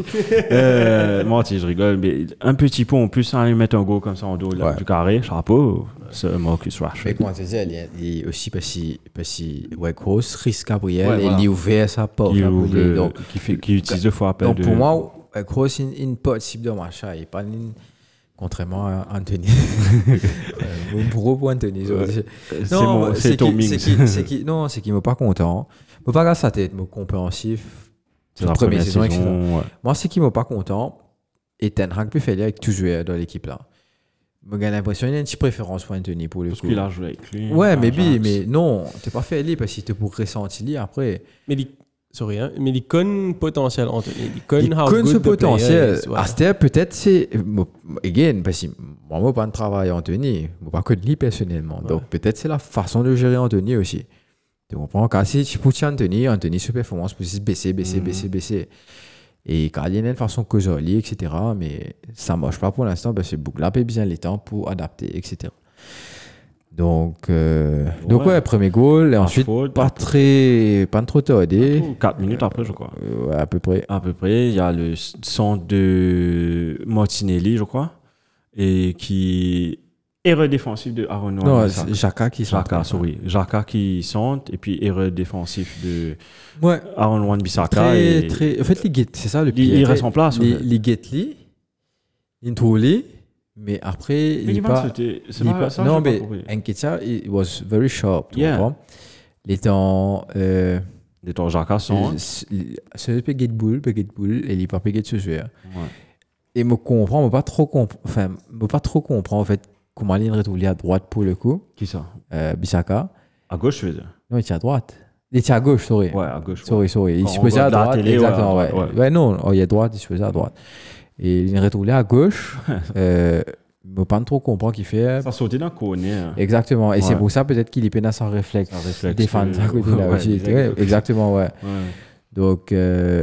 Je rigole, mais un petit pont en plus, aller mettre un go comme ça en dos du carré, chapeau, c'est Marcus Rashford. Mais comment tu dis, il est aussi parce que Weghorst risque Gabriel et il ouvert sa porte. Qui utilise deux fois appel. Donc pour moi, Weghorst est une possible de machin, il n'est pas une. Contrairement à Anthony. Pour Anthony. C'est ton mix. Non, c'est qu'il ne m'a pas content. Il ne m'a pas gâché sa tête, il m'a compréhensif. C'est la première saison, etc. Moi, c'est qu'il ne m'a pas content. Et Ten Hag peut faire avec tout joueur dans l'équipe là. J'ai l'impression qu'il y a une petite préférence pour Anthony pour le coup. Parce qu'il a joué avec lui. Ouais, mais non, tu n'es pas fait lui parce qu'il te pour ressentir après. Mais il connaît potentiel, Anthony. Il connaît ce potentiel. À peut-être c'est. Again, parce que moi, je ne pas de travail Anthony. Je ne pas que de lui personnellement. Donc peut-être c'est la façon de gérer Anthony aussi. Tu comprends? Quand si tu pousses Anthony, sa performance peut baisser. Et quand il y a une façon causale, etc. Mais ça ne marche pas pour l'instant parce que Bougla a bien les temps pour adapter, etc. Donc ouais, premier goal, et ensuite pas trop tardé. 4 minutes après, je crois. Ouais, à peu près. Il y a le centre de Martinelli, je crois, et qui erreur défensive de Aaron Wan. Non, c'est Xhaka qui centre. Xhaka qui centre, et puis erreur défensive de Aaron Wan-Bissaka. En fait, c'est ça le pire. Il reste en place. Il guette, il trouve, Mais après, Mais non, mais Nketiah, it was very sharp. Tu comprends? Les temps. Les temps Jacasson. C'est pas Gatebull, et il pas payé de ce jeu. Et me comprend, pas trop comprend en fait comment il est à droite pour le coup. Qui ça? Bissaka. À gauche, je veux dire. Non, il était à droite. Il était à gauche, sorry. Ouais, à gauche. Sorry. Il se posait à droite. Télé, exactement, ouais. Ouais, non, il est à droite, il se posait à droite. Et il est retourné à gauche. Je ne pas trop comprendre qu'il fait. Ça sautait dans le corner. Exactement. Et c'est pour ça peut-être qu'il est pénal sans réflexe. Défendre ça côté là aussi. Exactement, ouais. Donc,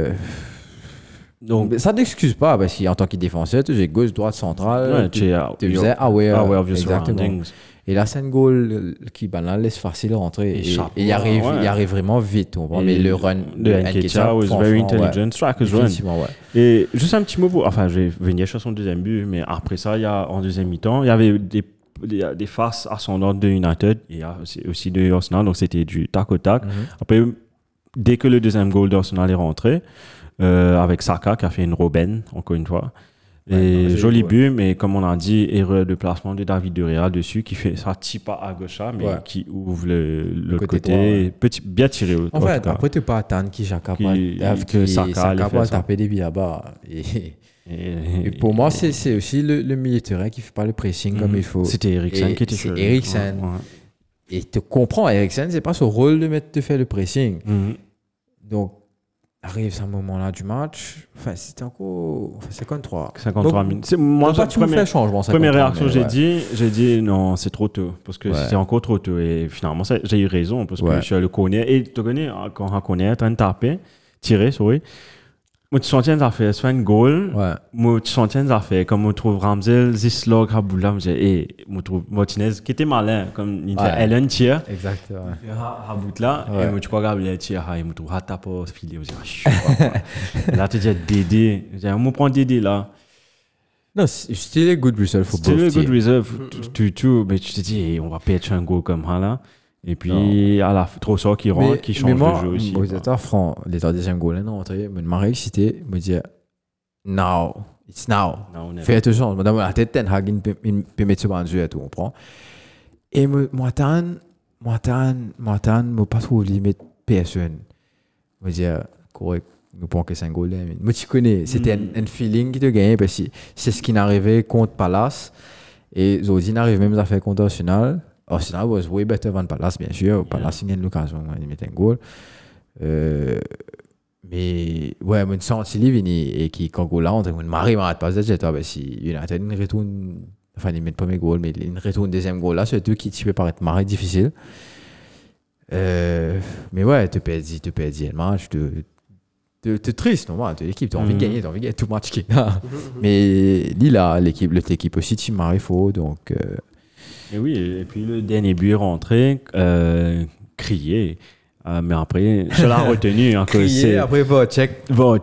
ça n'excuse pas parce qu'en tant que défenseur, tu as gauche, droite, centrale. Tu faisais aware of your surroundings. Et là, c'est un goal qui laisse facile rentrer. Et il arrive vraiment vite. Mais le run de Nketiah was very intelligent. Strikers run. Et juste un petit mot pour. Enfin, je vais venir sur son deuxième but, mais après ça, en deuxième mi-temps, il y avait des faces ascendantes de United et aussi de Arsenal. Donc, c'était du tac au tac. Après, dès que le deuxième goal d'Arsenal est rentré, avec Saka qui a fait une Robben, encore une fois. Et joli but, mais comme on a dit, erreur de placement de David De Gea dessus, qui fait ça type à gauche, mais qui ouvre l'autre côté. Bien tiré. En fait, après, tu ne peux pas attendre qu'il Saka va taper des billes là-bas. Et pour moi, c'est aussi le milieu de terrain qui ne fait pas le pressing comme il faut. C'était Eriksen qui était sur Eriksen. Et tu comprends, Eriksen, ce n'est pas son rôle de faire le pressing. Donc, arrive ce moment-là du match, c'était encore 53 minutes. C'est moi première réaction, j'ai dit non, c'est trop tôt parce que c'était encore trop tôt et finalement j'ai eu raison parce que je le connais et tu connais quand on connaît en train de taper, tirer, sorry. Moi tu sentais ça fait soit un goal. Moi tu sentais ça fait comme on trouve Ramsey, Zislog, Haboula, et moi trouve Martinez qui était malin comme il fait Ellen tire. Exactement. Haboula et moi tu crois Gabriel tire, il me trouve tape au filet là tu dis Dédé, on prend Dédé là. Non, still a good result for both teams. Still a good result tout mais tu te dis on va perdre un goal comme ça là. Et puis, à la trop ça qui rentre, qui change de jeu aussi. Mais moi, franc, les deuxième goal, là, rentré, je m'ai excité, me dire, now, it's now. Fais attention, madame, la tête, Ten Hag, il peut mettre sur un jeu et tout, on prend. Et moi, pas trop limite personne. Me dire, correct, nous prenons que 5 goals là. Moi, tu connais, c'était un feeling qui te gagne parce que c'est ce qui n'arrivait contre Palace. Et Zodi n'arrive même à faire contre Arsenal. Arsenal was way better than Palace, bien sûr. Palace, il y a une occasion, il met un goal. Mais, ouais, je sens qu'il et qui, quand il là, on a marre, on pas de jet. Si United retourne, enfin, il met pas mes goals, mais il retourne deuxième goal là, c'est deux qui peut paraître marrer difficile. Mais ouais, tu perds le match, tu triste, non? Tu l'équipe, tu as envie de gagner, tout match qui est là. Mais là, l'autre équipe aussi, tu marres faux, donc. Et oui, et puis le dernier but est rentré, crié. Mais après, je l'ai retenu. Crié, après, va check. Moi,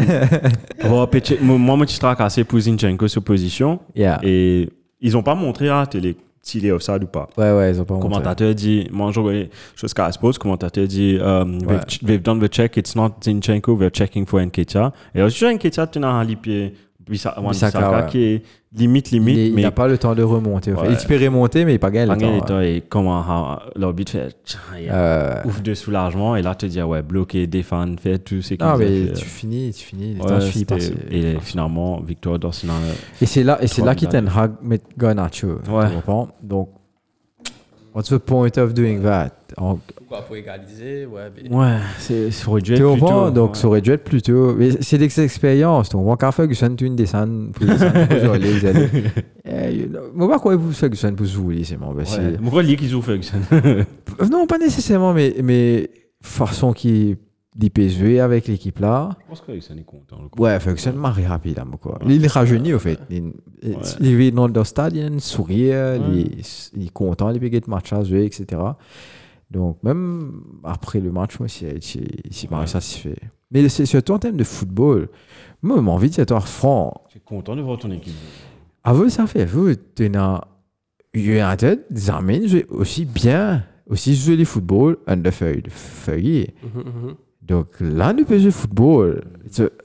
je suis tracassé pour Zinchenko sur position. Et ils n'ont pas montré à la télé s'il est offside ou pas. Ouais, ils n'ont pas montré. Commentateur dit, moi, je regarde sur Sky Sports, commentateur dit, we've done the check, it's not Zinchenko, we're checking for Nketiah. Et aussi, Nketiah, tu as un pied. Bissaka qui est limite. Il n'a pas le temps de remonter. Il peut remonter, mais il n'a pas gagné le temps. Et comment l'arbitre fait ouf de soulagement. Et là, tu te dis, bloquer, défendre, faire tout ce qu'il fait. Mais tu finis. Le temps suffit pas. Et finalement, victoire d'Arsenal. Et c'est là qu'il Ten Hag met Garnacho. Donc, what's the point of doing that? Pourquoi pour égaliser? Ça aurait dû être plus tôt. Donc, ça aurait dû être plus tôt. Mais c'est des expériences. Donc, quand Ferguson, tu descends pour les aller. Moi, pas quoi vous Ferguson pour jouer, c'est mon best. Pourquoi lui qui joue Ferguson? Non, pas nécessairement, mais façon qui peut jouer avec l'équipe là. Je pense que Ferguson est content. Ferguson marre rapide. Il est rajeuni, au fait. Il est dans le stade, il a un sourire, il est content, il peut gagner le match à jouer, etc. Donc, même après le match, moi, c'est marre satisfait. Mais c'est surtout en termes de football. Moi, j'ai envie de dire, franc. Tu es content de voir ton équipe. Vous, ça fait, vous, tu as United, des armées, aussi bien, aussi jouer le football, under feuille. Donc là, nous peut jouer football.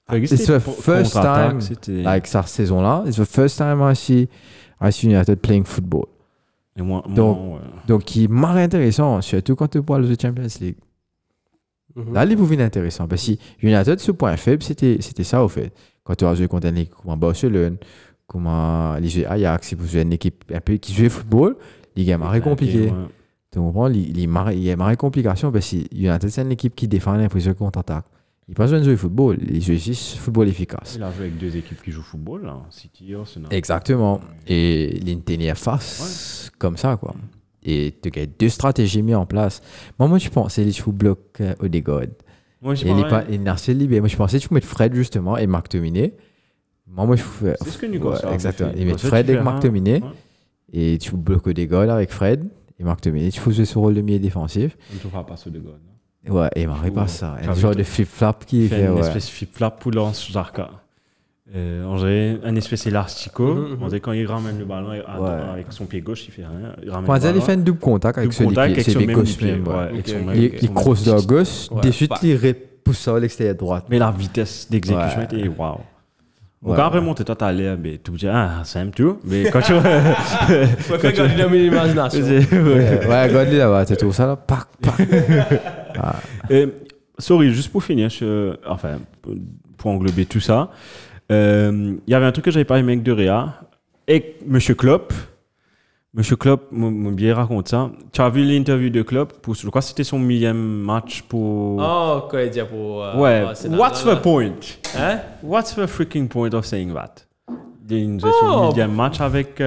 It's the first time, like sa saison-là, it's the first time I see United playing football. Donc, il m'a intéressant, surtout quand tu parles de Champions League. Là, il pouvait être intéressant. Parce que United, ce point faible, c'était ça, au fait. Quand tu as joué contre une équipe comme Barcelone, comme les joueurs Ajax, si vous jouez une équipe un peu qui joue football, il est marré compliqué. Tu comprends? Il y a marré complication parce que United, c'est une équipe qui défend l'impression contre-attaque. Il pas besoin de jouer football, il joue juste football efficace. Il a joué avec 2 équipes qui jouent football, là. City et Arsenal. Exactement. Et il tenait face comme ça, quoi. Et tu as 2 stratégies mises en place. Moi, je pensais que tu bloques Odegaard. Moi, je pensais libéré. Moi, je pensais que tu mettre Fred, justement, et Marc Dominé. Moi, je fais. C'est ce que Newcastle exactement. Il met Fred et Marc Dominé. Et tu bloques Odegaard avec Fred et Marc Dominé. Tu fais jouer ce rôle de milieu défensif. On ne trouvera pas ce Odegaard. Ouais, et il m'arrive pas ça. Un genre de flip-flap qui fait. Une espèce de flip-flap pour Lance Jarka. On dirait un espèce d'élastico. On dirait quand il ramène le ballon avec son pied gauche, il fait rien. Il fait un double contact avec son pied gauche. Il crosse de la gauche. De suite, il repousse ça à l'extérieur droite. Mais la vitesse d'exécution était waouh. Quand on remonte, toi, t'as l'air, tu me dis, simple, tout. Mais quand tu. Quand tu as mis l'imagination. Ouais, regarde là-bas, tu trouves ça là, pac. Sorry, juste pour finir, enfin, pour englober tout ça, il y avait un truc que j'avais pas aimé avec De Gea et Monsieur Klopp m'a bien raconté ça. Tu as vu l'interview de Klopp je crois que c'était son 1000e match pour. Oh, quoi il dit pour. Ouais. What's the point? Hein? What's the freaking point of saying that? Il a son 1000e match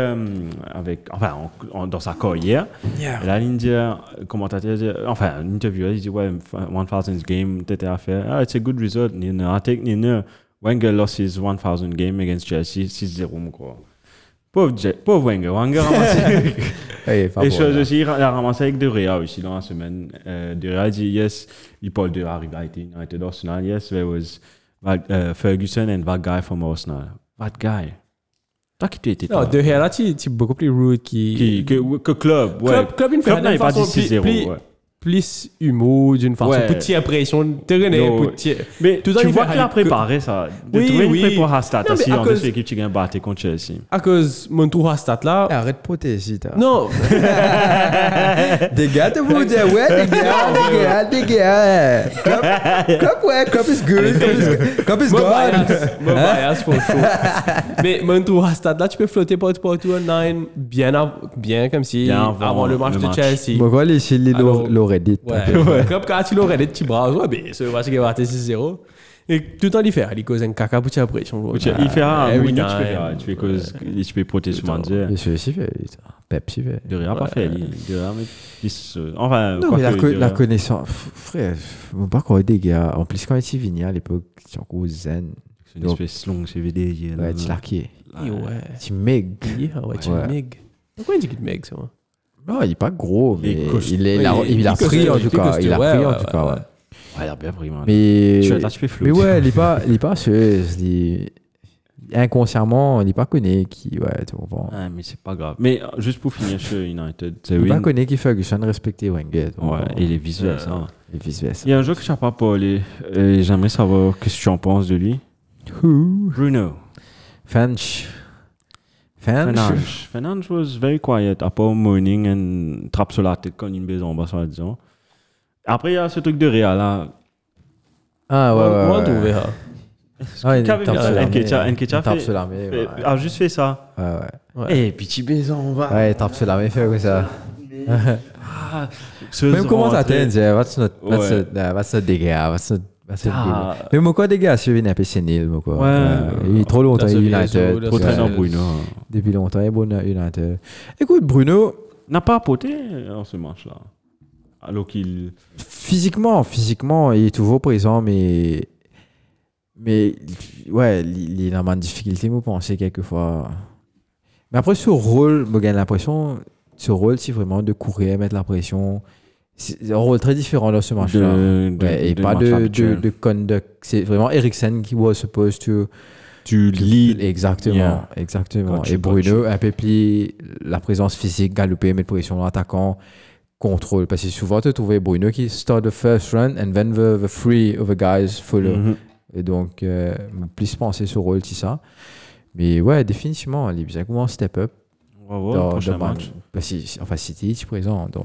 dans sa carrière. Yeah. Et là, l'Indien, commentateur, enfin, l'intervieweur, il dit, ouais, 1000 game, t'étais à faire. It's a good result. I think, Wenger lost his 1000 game against Chelsea 6-0, quoi. Pauvre Wenger. Wenger ramassé. Et chose aussi, il a ramassé avec De Gea aussi dans la semaine. De Gea dit, yes, il parle de la rivalité United Arsenal. Yes, there was Ferguson and that guy from Arsenal. That guy. Toi qui tu étais. Non, De Gea là, tu es beaucoup plus rude que Club. Ouais. Club une Club n'avait pas dit 6-0. Plus humour d'une façon. Petit impression. Mais tu vois qu'il a préparé ça. Oui. Préparé à stat. Si en deux équipes, tu gagnes battre contre Chelsea. À cause mon tour à stat là. Arrête de protéger. Non. Des gars, tu vous dire, ouais, des gars. Club is good. Club is good. Mon bias for sure. Mais mon tour à stat là, tu peux flotter pour 2-9 bien comme si avant le match de Chelsea. Bon, voilà, c'est Reddit. Ouais. Comme quand tu l'aurais dit, tu braves, mais c'est parce qu'il va rater 6-0. Et tout le temps, il fait, il cause un caca pour après. Il fait un minute, tu peux protéger sur Mandier. Il fait, Pep, il fait. De rien pas fait, enfin, la connaissance, frère, on pas croire des gars. En plus, quand il était venu à l'époque, c'est encore zen. C'est une espèce longue CVD. Ouais, tu larqué. Ouais. Tu meg. Ouais, tu meg. Pourquoi il dit qu'il meg, ça? Non, il n'est pas gros, mais il a pris en tout cas. Il a pris en tout cas, ouais. Ouais, il a bien pris, man. Mais ouais, il n'est pas inconsciemment, il n'est pas connu qui, ouais, tu comprends. Ouais, mais c'est pas grave. Mais juste pour finir chez United, c'est il n'est pas connu qui Ferguson respectait Wenger. Ouais, et il est vice-versa. Il y a un joueur que je n'ai pas parlé, et j'aimerais savoir ce que tu en penses de lui. Bruno Fernandes was very quiet, à part morning and trappe sur la tête quand il baise en bas, ça disons. Après, il y a ce truc de Real là. Ah ouais. On va trouver ça. Nketiah a juste fait ça. Ouais. Et puis tu baises en bas. Ouais, trappe sur l'armée, fait comme ça. Même comment ça t'aide, what's not dégâts, mais mon quoi des gars, c'est un peu sénile, mon quoi. Il est trop longtemps United. Trop traînant Bruno. Depuis longtemps, il est bon United. Écoute, Bruno n'a pas apporté en ce match-là. Alors qu'il physiquement, il est toujours présent, mais ouais, il a une difficulté, moi penser quelquefois. Mais après ce rôle, moi j'ai l'impression, ce rôle c'est vraiment de courir, mettre la pression. C'est un rôle très différent dans ce match-là. Et pas de conduct. C'est vraiment Eriksen qui was supposed to lead. Exactement. Et Bruno, un peu plus la présence physique, galoper, mettre pression dans l'attaquant, contrôle. Parce que souvent, tu trouves Bruno qui start the first run and then the three other guys follow. Et donc, plus penser sur rôle, tout ça. Mais ouais, définitivement, il y a comment step up. Dans prochain match. Enfin, City, tu présent. Donc,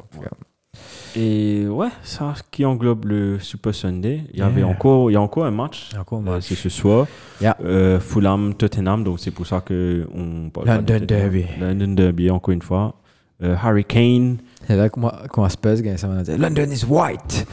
Et ouais, ça qui englobe le Super Sunday. Il y a encore un match. C'est ce soir. Fulham, Tottenham. Donc c'est pour ça que on parle London Derby. London Derby, encore une fois. Harry Kane. C'est là qu'on Spurs gagne, ça va dire London is white.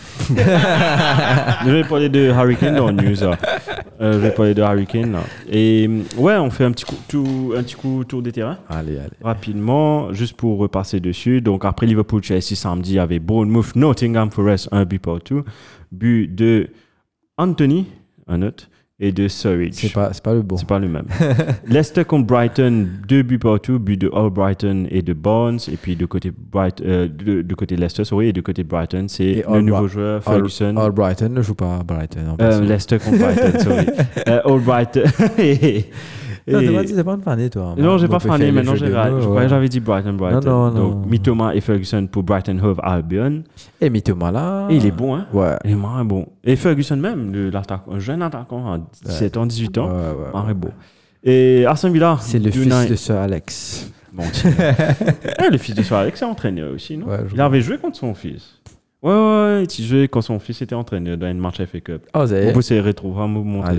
Je vais parler de Harry Kane dans le news. Je vais parler de Harry Kane là. Et ouais, on fait un petit coup tour des terrains. Allez. Rapidement, juste pour repasser dessus. Donc après Liverpool-Chelsea samedi, il y avait Bournemouth, Nottingham Forest, 1 but partout. But de Anthony, un autre, et de Surridge. C'est pas le bon. C'est pas le même. Leicester contre Brighton, 2 buts partout, but de Albrighton et de Barnes. Et puis de côté Leicester, et de côté Brighton, c'est le nouveau joueur Ferguson. Albrighton ne joue pas à Brighton. Leicester contre Brighton, sorry. Albrighton. Non, t'as pas fané, toi. Non, j'ai pas fané, maintenant j'ai raté. Je croyais que j'avais dit Brighton. Non. Donc, Mitoma et Ferguson pour Brighton Hove Albion. Et Mitoma là. Et il est bon, hein. Ouais. Il est marrant bon. Et Ferguson même, un jeune attaquant à 17 ans, 18 ans. Marrant beau. Et Aston Villa. C'est le fils de Sir Alex. Bon, le fils de Sir Alex est entraîneur aussi, non? Il avait joué contre son fils. Ouais, il jouait quand son fils était entraîneur dans une match FA Cup. Oh, ça y est. On peut se retrouver à montrer.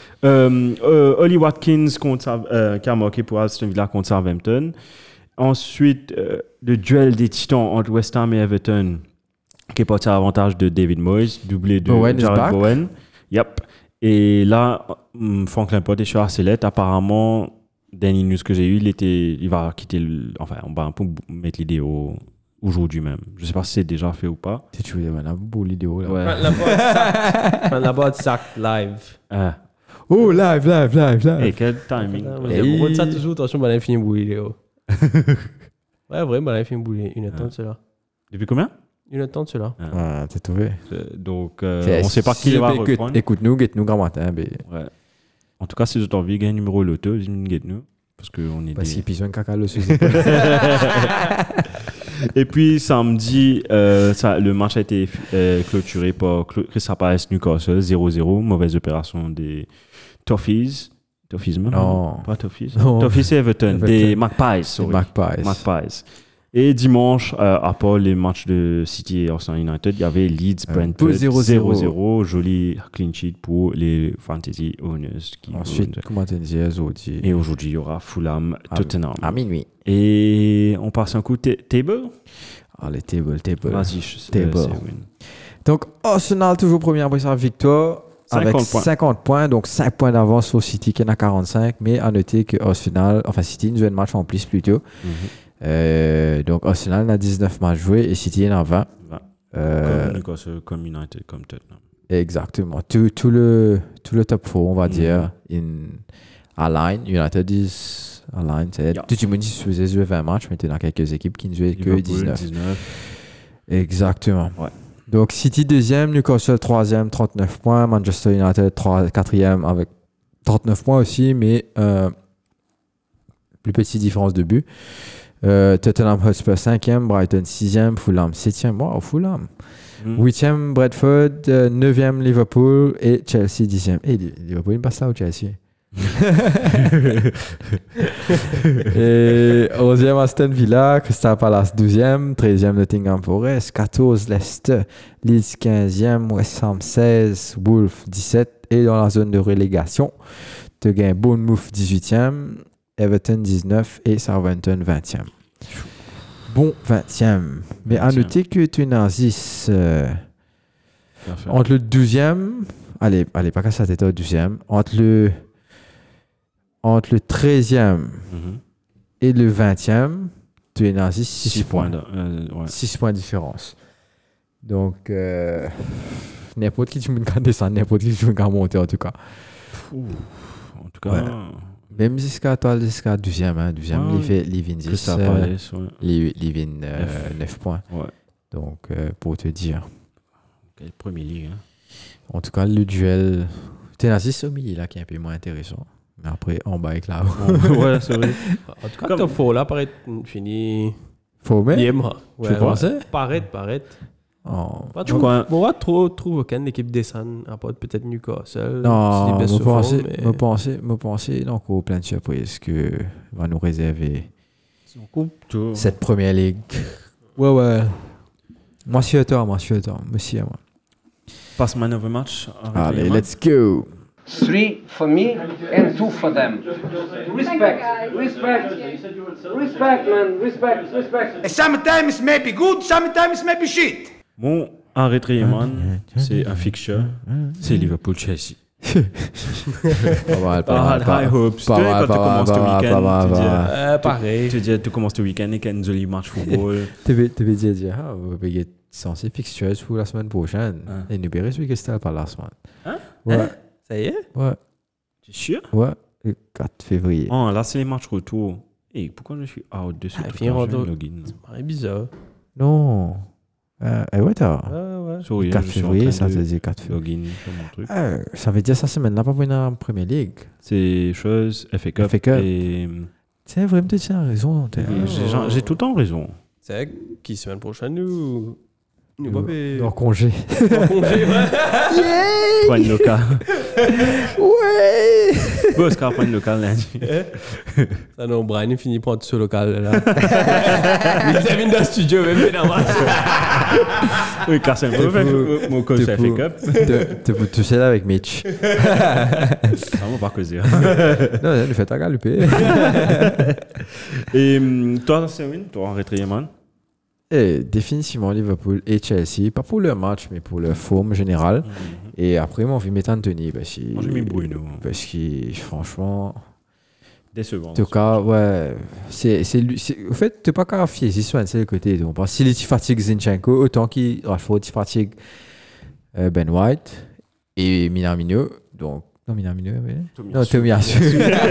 Oli Watkins qui a marqué pour Aston Villa contre Southampton. Ensuite, le duel des titans entre West Ham et Everton qui est parti à l'avantage de David Moyes, doublé de Jared Bowen. Yep. Et là, Frank Lampard est sur la sellette. Apparemment, dernier news que j'ai eu, il va quitter on va un peu mettre l'idée aujourd'hui même. Je sais pas si c'est déjà fait ou pas. Tu veux dire, on a beau l'idéo là. Ouais. Lampard sack live. Oh, live. Et quel timing. On ça toujours, attention, on a fini bouillir vidéo. Ouais, vraiment, on a fini bouillir une temps de cela. Depuis combien? Une temps de cela. Ah, t'es trouvé. Donc, on sait pas qui va reprendre. Écoute-nous, get-nous grand matin. Ouais. En tout cas, si vous avez envie de gagner un numéro loto, get-nous. Parce qu'on est si puis un caca le Et puis samedi, le match a été clôturé par Crystal Palace Newcastle 0-0, mauvaise opération des Toffees. Toffees même? Non. Pas Toffees. Toffees et Everton. Des Magpies, sorry. Magpies. Et dimanche, à part les matchs de City et Arsenal United, il y avait Leeds Brentford 0-0. Joli clean sheet pour les Fantasy Owners. Ensuite, comment t'as dit aujourd'hui? Et aujourd'hui, il y aura Fulham Tottenham. À minuit. Et on passe un coup table. Allez, table. Vas-y, table. Donc, Arsenal toujours premier après sa victoire. 50 points, donc 5 points d'avance sur City qui en a 45. Mais à noter que Arsenal, City nous a un match en plus plutôt. Donc Arsenal a 19 matchs joués et City en a 20. Comme Newcastle, comme United, comme Tottenham. Exactement. Tout le top 4, on va dire, align. United is align. Tout le monde faisait jouer 20 matchs, mais il y a quelques équipes qui ne jouaient que 19. Exactement. Ouais. Donc City 2e, Newcastle 3e, 39 points. Manchester United 4e avec 39 points aussi, mais plus petite différence de but. Tottenham Hotspur 5e, Brighton 6e, Fulham 7e. Wow, Fulham. 8e, Bradford, 9e, Liverpool et Chelsea 10e. Et Liverpool, il passe là au Chelsea. Et 11e, Aston Villa, Crystal Palace 12e, 13e, Nottingham Forest, 14, Leicester, Leeds 15e, West Ham 16, Wolves 17 et dans la zone de relégation, tu gagnes Bournemouth 18e, Everton 19 et Southampton 20e. Bon, 20e. Mais à noter que tu as 10 entre le 12e, allez, pas qu'à ça tête au 12e, entre le 13e et le 20e, tu es 6 points. 6 points de différence. Donc, n'importe qui tu me gardes descendre, n'importe qui tu me gardes monter en tout cas. En tout cas... Ouais. Même jusqu'à 12e, 12e, il vient 10, il vient 9 points. Ouais. Donc, pour te dire. Quel premier ligue. En tout cas, le duel, Tennessee au milieu là qui est un peu moins intéressant. Mais après, en bas avec là-haut. Ouais, c'est vrai. En tout cas, top 4 là, paraît fini. Faut même. Ouais, tu pensais? Paraît. Pas trop aucune équipe descend, à part peut-être Newcastle. Non, me penser donc au plein de surprises que va nous réserver cette première ligue. Ouais. Moi, je suis à toi. Monsieur. Passe man of the match. Allez, let's go. 3 for me and 2 for them. Respect, man. Respect. Sometimes maybe good, sometimes maybe shit. Mon arrêté man, c'est un fixture, c'est Liverpool-Chelsea. Pas mal. High hopes. Quand tu commences le week-end, pareil. tu dis, tu commences le week-end et un joli match football. Tu veux dire, vous êtes censé fixture pour la semaine prochaine. Et nous verrons ce que c'était pas la semaine. Ouais. Ça y est? Ouais. Tu es sûr? Ouais, le 4 février. Oh, là, c'est les matchs retour. Et pourquoi je suis out dessus? C'est bizarre. Non. Ouais, t'as. Ouais. 4 février, ça veut dire 4 février. Login sur mon truc. Ça veut dire ça semaine-là, pas pour une Premier League. C'est chose, FA Cup. Et... C'est vrai, tu as raison. J'ai tout le temps raison. C'est qui semaine prochaine, nous en congé. Point local. Ouais. Oscar, point local lundi. Ça non, Brian il finit par tout local là. Il vient dans le studio même finalement. Oui, car c'est un peu mon coach FA Cup. Tu peux toucher là avec Mitch. Ça m'a pas causé. Non, il fait ta galoper. Et toi, Sewin, toi en rétrément? Définitivement Liverpool et Chelsea, pas pour leur match, mais pour leur forme générale. Et après, moi, j'ai mis Anthony. Moi, j'ai mis Bruno. Parce que, franchement. Décevant. En tout cas, ouais. En fait, tu n'es pas qu'à fier, c'est le côté. Donc, si tu fatigues Zinchenko, autant qu'il fatigue Ben White et Minamino. Donc, non, Minamino, mais. Non, Tomiyasu.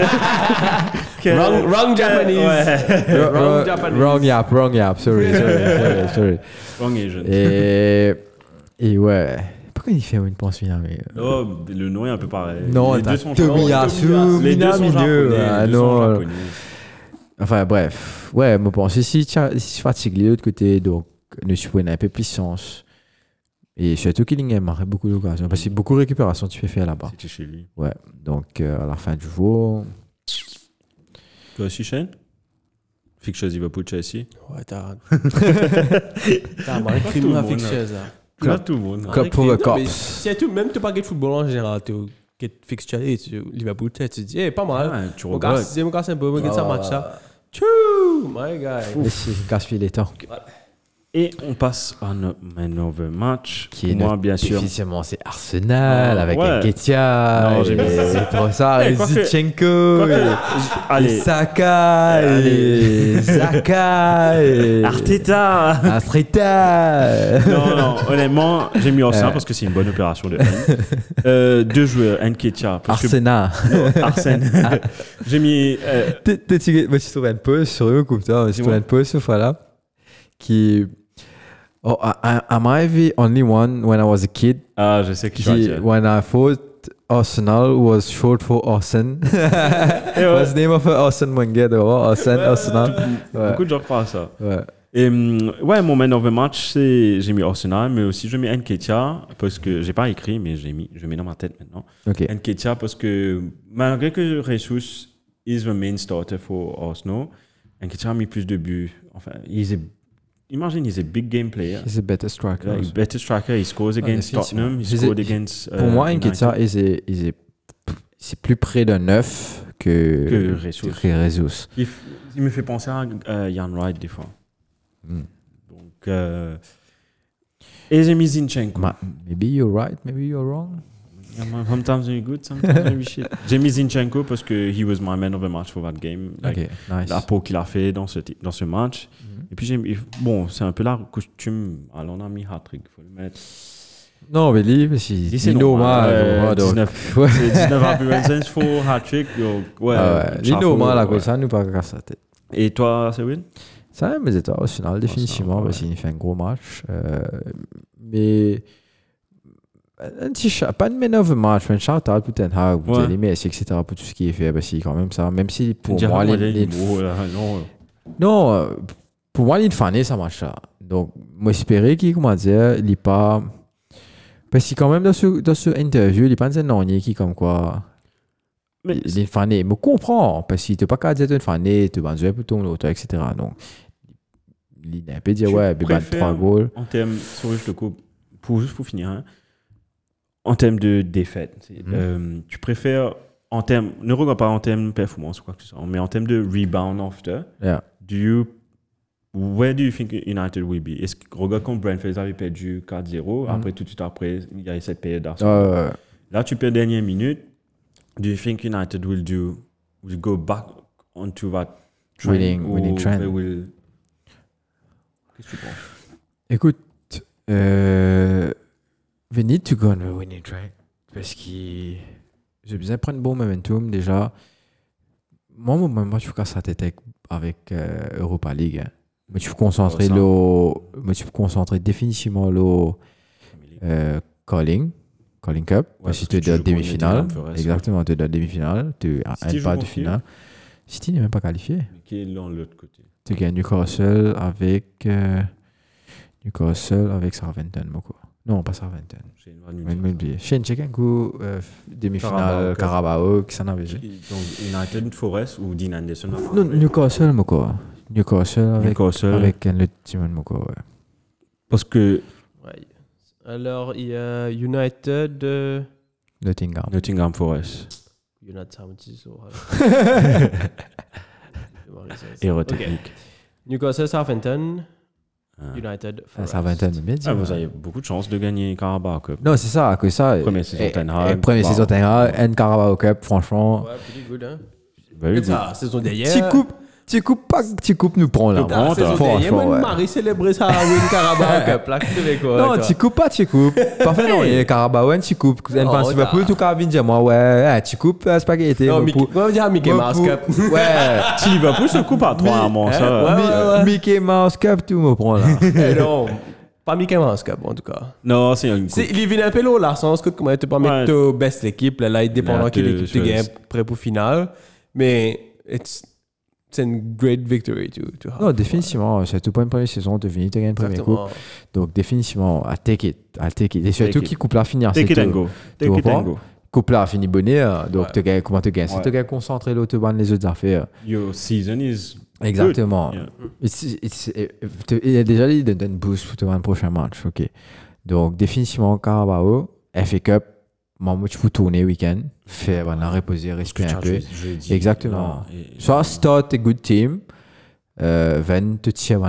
Wrong Japanese. Wrong yap. Sorry. Wrong Asian. Et ouais. Pourquoi il fait une pense Minamino? Oh, le nom est un peu pareil. Non, les deux sont Tomiyasu, Minamino. Non. Japonais. Enfin, bref. Ouais, je pense si tu fatigues de l'autre côté, donc, ne suppose un peu plus sens. Et surtout qu'il y a beaucoup d'occasions. Parce que beaucoup de récupération tu peux faire là-bas. C'était chez lui. Ouais. Donc, à la fin du jour. Toi aussi, Shane? Fixtures Liverpool Chelsea? Ouais, t'as marqué crime à fixtures là. Pas tout le monde. Comme pour le corps. Si tu même tu pas de football en général, tu fixtures et Liverpool, tu te dis, pas mal. Tu regardes. Je casse un peu, regarde ça match là. Tchou, my guy. Merci, gaspille les temps. Et on passe à notre man of the match. Qui est moi, bien sûr. Effectivement, c'est Arsenal avec ouais. Nketiah. Non, j'ai mis c'est trop ça. Et Zinchenko. Allez. Saka. Et Zaka. Et Arteta. Non, honnêtement, j'ai mis Arsenal parce que c'est une bonne opération de deux joueurs, Nketiah. Arsenal. Arsenal. J'ai mis. Tu trouves une pause sur eux, comme ça. Tu trouves une pause sur là. Qui. Oh, I might have only one when I was a kid. Ah, je sais qui tu vas dire. When I thought Arsenal was short for Arsen. Was the name of Arsene Wenger, Arsenal. Beaucoup de gens croient à ça. Ouais. Et ouais, mon man of the match, j'ai mis Arsenal, mais aussi je mets Nketiah parce que j'ai pas écrit, mais je mets dans ma tête maintenant. Okay. Nketiah parce que malgré que Jesus is the main starter for Arsenal, Nketiah a mis plus de buts. Enfin, imagine, he's a big game player. He's a better striker. Yeah, he's a better striker. He scores against Tottenham. He scored against. Pour moi, Nketiah, c'est plus près d'un 9 que Jesus. Il me fait penser à Ian Wright des fois. Donc, et j'ai mis Zinchenko. Maybe you're right, maybe you're wrong. Sometimes you're good, sometimes you're shit. J'ai mis Zinchenko parce que he was my man of the match for that game. Like, okay, nice. La peau qu'il a fait dans ce match. Et puis, bon, c'est un peu la costume. Alors, on a mis hat-trick, il faut le mettre. Non, mais lui, c'est normal. 19 appearances for hat-trick. Ouais, normal, à quoi ça nous pas casse la tête. Et toi, Sewin? Ça, mais c'est toi, au final, définitivement, parce qu'il fait un gros match. Mais. Pas de man of the match, mais un shout-out pour Ten Hag, pour les Messi, etc., pour tout ce qui est fait, parce qu'il quand même ça. Même si pour moi, non, pour moi, il fallait ça match là. Donc, moi, j'espérais qu'il, comment dire, il n'est pas. Parce que, quand même, dans ce interview, il n'est pas un non qui, comme quoi. Mais il est fané. Mais comprends, parce qu'il n'est pas qu'à dire que tu es fané, tu vas jouer pour ton autre, etc. Donc, il a un peu dire, ouais, il bat 3 goals. En termes, sorry, je te coupe, juste pour finir, hein, en termes de défaite, tu préfères, en termes, ne regarde pas en termes de performance ou quoi que ce soit, mais en termes de rebound after, where do you think United will be? Est-ce que, regarde quand Brentford avait perdu 4-0, après, tout de suite après, il y a cette période d'Arsenal. Là, tu perds dernière minute. Do you think United will go back onto that winning trend? Qu'est-ce que tu penses? Écoute, we need to go on a winning trend. Parce que j'ai besoin de prendre un bon momentum déjà. Moi, je suis cassé la tête avec Europa League. Hein. Mais tu peux concentrer définitivement le Calling Cup. Parce que tu es dans la demi-finale. Exactement, tu es dans la demi-finale. Tu as un pas de finale. City n'est même pas qualifié. Qui est dans l'autre côté? Tu gagnes Newcastle avec Southampton. Non, pas Southampton. J'ai oublié. Un coup demi-finale Carabao qui s'en avait joué. Donc United Forest ou Dean Anderson? Non, Newcastle avec un autre team ouais. Parce que alors il y a United Nottingham Forest. United Erreur technique. Newcastle Southampton. United Forest. Southampton, bien dit. Vous avez beaucoup de chance de gagner Carabao Cup. Non, c'est ça, que ça. Première saison Ten Hag. Première saison Ten Hag, and Carabao Cup, franchement. Ouais, pretty good, hein. Very good. Ça, saison derrière. Petit coupe nous prend là. Franchement, Marie célébrer ça à win Carabao Cup. Là, non, petit coupe. Parfait, non, il y a Carabao, petit coupe. Un pense Liverpool, tout cas, vient dire moi, ouais, petit coupe, spaghetti. Non, moi, je dis Mickey Mouse Cup. Ouais. Si Liverpool se coupe à 3 à mon ça. Mickey Mouse Cup, tout me prend là. Non. Pas Mickey Mouse Cup, en tout cas. Non, c'est une coupe. Il vient un peu là, sens que comment tu peux mettre au best l'équipe. Là, il dépend de quelle équipe tu gagnes prêt pour finale. Mais c'est une great victory to have. Non, définitivement. C'est tout pas une première saison. Tu finis, tu gagnes une première coupe. Donc, définitivement, I'll take it. Et surtout qui coupe la finir. Take it and go. Coupe là, fini bonheur. Donc, comment tu gagnes? Si tu gagnes concentré l'autre bande les autres affaires. Your season is. Exactement. Good. Yeah. Il a déjà dit de donner un boost pour le prochain match. OK. Donc, définitivement, Carabao, FA Cup, moi, tu peux tourner week-end, faire, reposer, respirer un peu. Exactement. Soit start a good team, then tu tires,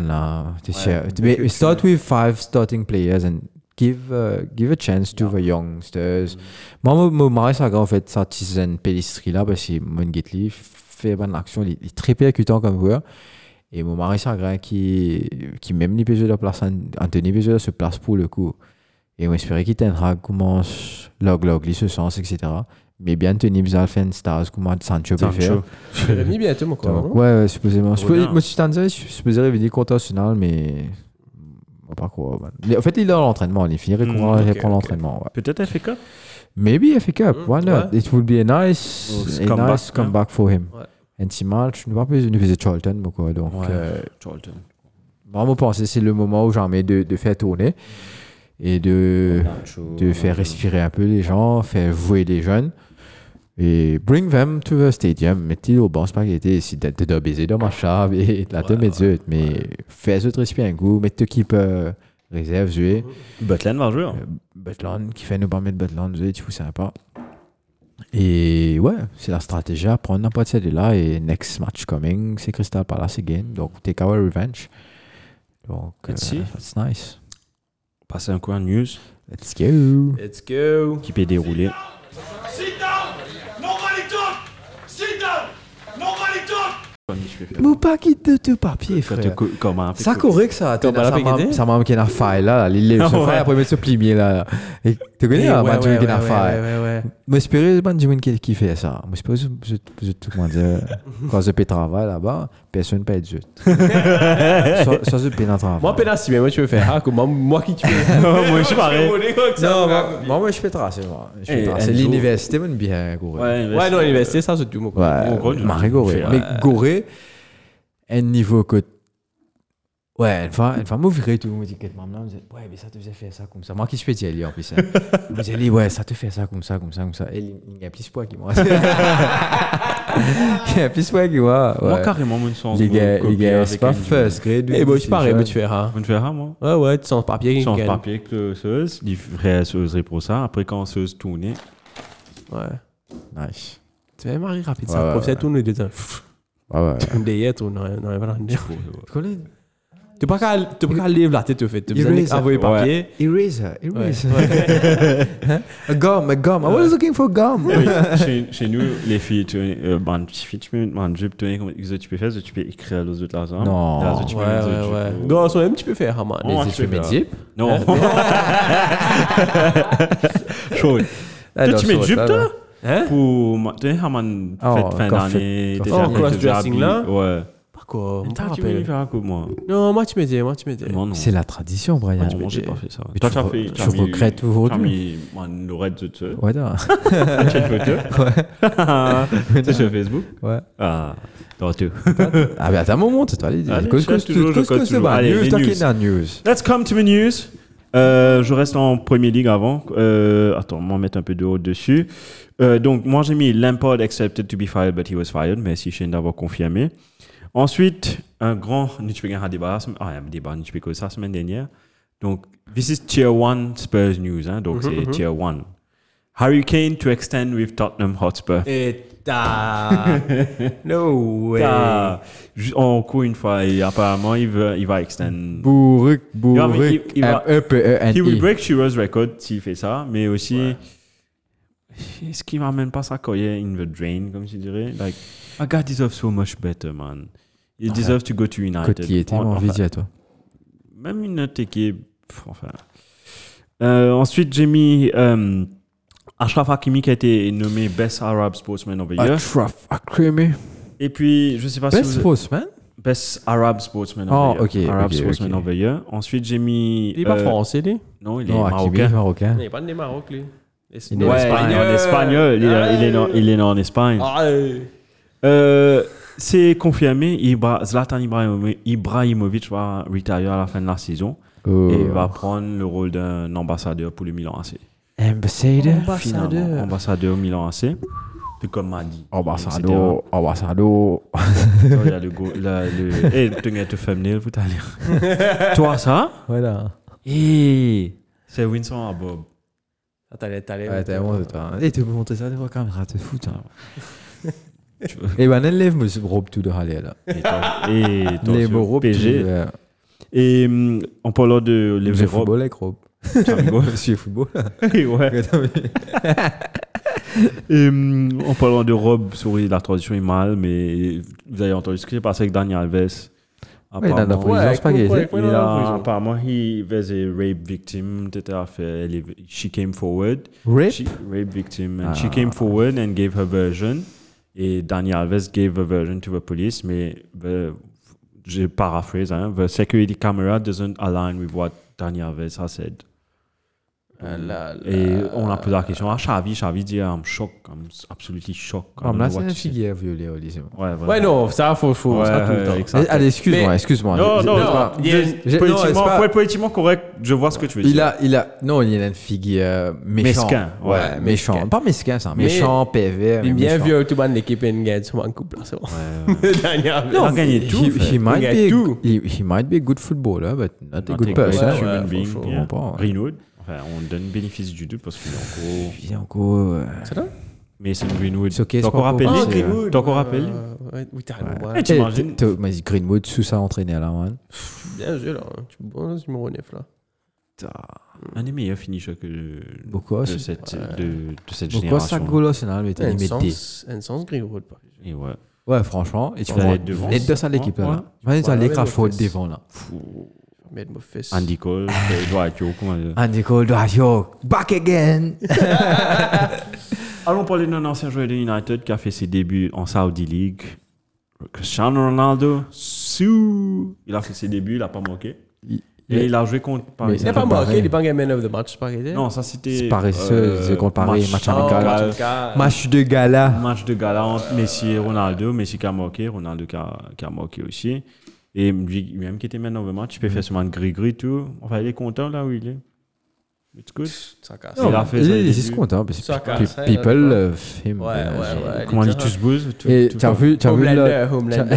mais start with 5 starting players and give a chance to the youngsters. Moi, Marie Saga, en fait, ça, c'est une pélistrie là, parce que mon Gately fait bonne action, il est très percutant comme joueur. Et mon Marie Saga qui même les besoin de place, Anthony besoin se place pour le coup. Et on espérait qu'il Ten commence log, ce sens, etc. Mais bien Tony Bzalfen, Stars, comment Sancho peut faire. Je l'ai mis bientôt, mon corps. Ouais, supposément. Moi, je suis supposé revenir contre Arsenal, mais. Pas quoi. Mais en fait, il est dans l'entraînement. Il finirait qu'on reprend l'entraînement. Ouais. Peut-être FA Cup? Maybe FA Cup. Why not? It will be a nice comeback for him. Un petit match. Nous ne pas plus de Charlton, quoi. Donc, Charlton. Vraiment, penser c'est le moment où j'ai envie de faire tourner. Et de faire respirer un peu les gens, faire jouer les jeunes et bring them to the stadium. Mettez-les au banc spaghetti si tu dois baiser dans ma chave et la te mettre eux, mais fais eux respirer un goût, mettez l'équipe réserve jouer. Butland va jouer. Butland qui fait nous pas mettre Butland jouer, tu fous sympa. Et ouais, c'est la stratégie à prendre n'importe celle là et next match coming, c'est Crystal Palace again, donc take our revenge. Donc that's nice. Passer un coup en news. Let's go. Qui peut dérouler. Sit down! Nobody talk! Sit down! Nobody talk! Mon paquet de papier, frère. Comment? Ça correct ça. Ça m'a manqué la faille là. Les après mettre ce plié là. Et tu connais la Benjamin qui a faille. Moi j'espérais Benjamin qui fait ça. Moi j'espérais je tout comment dire quand je paie travail là-bas, personne ne paye de jeu. Soit je paie dans travail. Moi pénassi mais moi tu veux faire moi qui tu fais. Moi je suis pareil. Non, moi je fais tracer moi. C'est l'université mon bien Gorée. Ouais non l'université ça c'est tout mon Ouais. Marie Gorée. Mais Gorée un niveau que Ouais, une fois, moi, viré tout, on me dit, qu'est-ce que maman, ouais, mais ça te faisait faire ça comme ça. Moi, qui suis dit, en plus. Il me dit, ouais, ça te fait ça comme ça. Et il y a plus poids qui moi. Il y a plus poids qui moi. Moi, carrément, mon sens. Les gars, c'est pas first grade. Eh, moi, je pareil, mais tu feras. On te verra, moi. Ouais, tu sens papier. Sans papier que Seuse, il ferait Seuse pour ça. Après, quand Seuse tournait. Ouais. Nice. Tu vas marrer rapide, ça. Professeur tourne les deux temps. Ouais. Comme des yeux, on n'aurait pas l'air de dire. Colin. Tu peux pas lever la tête au fait. Tu peux envoyer papier. Eraser. A gum. I was looking for gum. Chez nous, les filles, tu peux faire, tu peux écrire les autres là. Non. Ouais. Garçon, même tu peux faire, man. Mais tu peux mettre zip? Non. Chaud. Tu mets jupe, toi? Pour tu sais, Haman fait fin d'année. Oh, cross-dressing là? Ouais. Pas quoi? Tu m'as fait quoi, moi? Non, moi tu m'étais. Non. C'est la tradition, Brian. Moi, j'ai pas fait ça. Mais toi, tu regrettes aujourd'hui? Tu as mis l'oreille de ça. Ouais, non. Tu as une photo? Ouais. C'est sur Facebook? Ouais. Ah, dans tout. Ah, mais attends un moment, c'est toi, les Allez, news. Let's come to the news. Je reste en Premier League avant. Attends, on va mettre un peu de haut dessus. Donc, moi, j'ai mis Lampard accepted to be fired, but he was fired. Merci, Shane, d'avoir confirmé. Ensuite, un grand... Nous avons un débat. Nous avons ça la semaine dernière. Donc, this is Tier 1 Spurs news. Hein, donc, c'est Tier 1. Harry Kane to extend with Tottenham Hotspur. Et no way. Encore une fois, et apparemment, il va extend. Bourrique. He will break Shearer's record s'il fait ça, mais aussi, est-ce qu'il m'amène pas sa carrière in the drain, comme je dirais? Like, my guy deserves so much better, man. He deserves to go to United. Côté était mon envie à toi. Même une autre équipe, enfin. Ensuite, j'ai mis Achraf Hakimi qui a été nommé Best Arab Sportsman of the Year. Achraf Hakimi. Et puis, je sais pas Best si Sportsman? Best Arab Sportsman of the Year. Ok. Arab Sportsman of the Year. Ensuite, j'ai mis... Il est pas français, lui? Non, il est marocain. Il n'est pas né Maroc, lui. Il est en espagnol. Il est né en Espagne. C'est confirmé, Zlatan Ibrahimovic va retire à la fin de la saison et va prendre le rôle d'un ambassadeur pour le Milan AC. Ambassadeur Milan AC. Tout comme m'a dit. Ambassadeur. Il y a le tu as te thumbnail pour t'aller. Toi, ça? Voilà. Et c'est Vincent Abob. T'allais. Ouais, t'es bon de toi. Et tu peux montrer ça devant la caméra, te foutre. Et ben, lève moi ce robe tout de Halle là. Et les robes PG. Et en parlant de les robes. Football avec robe. Je suis football. Ouais. Et en parlant de robes, souris, la transition est mal, mais vous avez entendu ce qui s'est passé avec Dani Alves. Apparemment, apparemment, he was a rape victim. She came forward. Rape victim. And she came forward and gave her version. Et Dani Alves gave a version to the police, mais je paraphrase, hein, the security camera doesn't align with what Dani Alves has said. Et on a posé la question à Xavi dit I'm shocked, I'm absolutely shocked. Là, c'est une figure violée au lycée. Ouais, non, ça, faut ça tout le temps. Allez, excuse-moi. Non, politiquement correct, je vois ce que tu veux dire. Il a une figure méchant. Mesquin, ouais, méchant. Pas mesquin, ça. Méchant, PV. Il est bien vieux, tout le monde, l'équipe gagne sur un couple, c'est bon. Il a gagné tout. He might be a good footballer, but not a good person. Human being. Greenwood. Enfin, on donne bénéfice du doute parce qu'il est encore. C'est ça? Mais c'est Greenwood. T'as encore rappelé? T'as encore rappelé? Oui, t'as raison. T'imagines? Greenwood sous ça entraîné là, man. Bien joué là. Tu es bon numéro 9 là. Un des meilleurs finishers de cette génération. Pourquoi ça goal c'est là, mais t'as mis des. Un sens Greenwood. Et ouais. Ouais, franchement. Et tu vas être devant. Et de ça l'équipe là. Tu vas aller crash faute devant là. Andy Cole, Andy Cole, back again. Allons parler d'un ancien joueur de United qui a fait ses débuts en Saudi League. Cristiano Ronaldo, il a fait ses débuts, il n'a pas manqué. Et il a joué contre Paris. Il n'a pas manqué, il n'est pas un man of the match, Paris. Non, ça c'était. Paris, c'est contre Paris, match de gala. Match de gala entre Messi et Ronaldo. Messi qui a marqué, Ronaldo qui a marqué aussi. Et lui-même qui était maintenant au match, tu peux faire seulement gris-gris, tout. Enfin, il est content là où il est. It's good. Ça casse. Il a fait ça. Il est content parce Ça que casse, people love him. Ouais. Comment il touche buzz. Et tu as vu Homelander.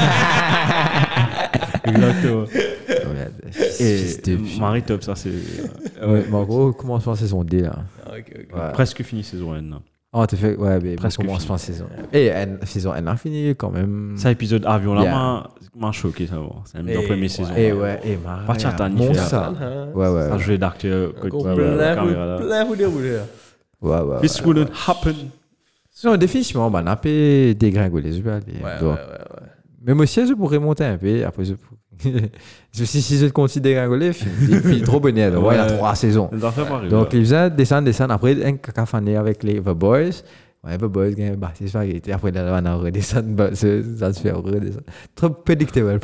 Exactement. Et C'était Marie Top, ça c'est ouais, mais en gros, commencement saison D là. Ok. Ouais. presque fini saison 1. non. Oh, t'as fait ouais, mais Presque commencement saison. Et saison N a fini quand même. Ça épisode avion là Yeah. m'a choqué ça va. C'est la Et première ouais. saison. Et ouais, et Marie. Pas Chatan, il Mon fait ça. Ouais. Un jeu d'acteur côté caméra là. Plein de déroulé. Ouais. This wouldn't happen. Sinon, définitivement, on a pu dégringoler. Ouais. Mais moi aussi, je pourrais monter un peu. Après, si je continue de dégringoler, il fait trop bonheur. Ouais, il y a 3 saisons. Donc, les gens descendent. Après, un cacafané avec les The Boys. Ouais, The Boys, c'est spaghetti. Après, là, on a redescendre. Ça se fait redescendre. Trop prédictable.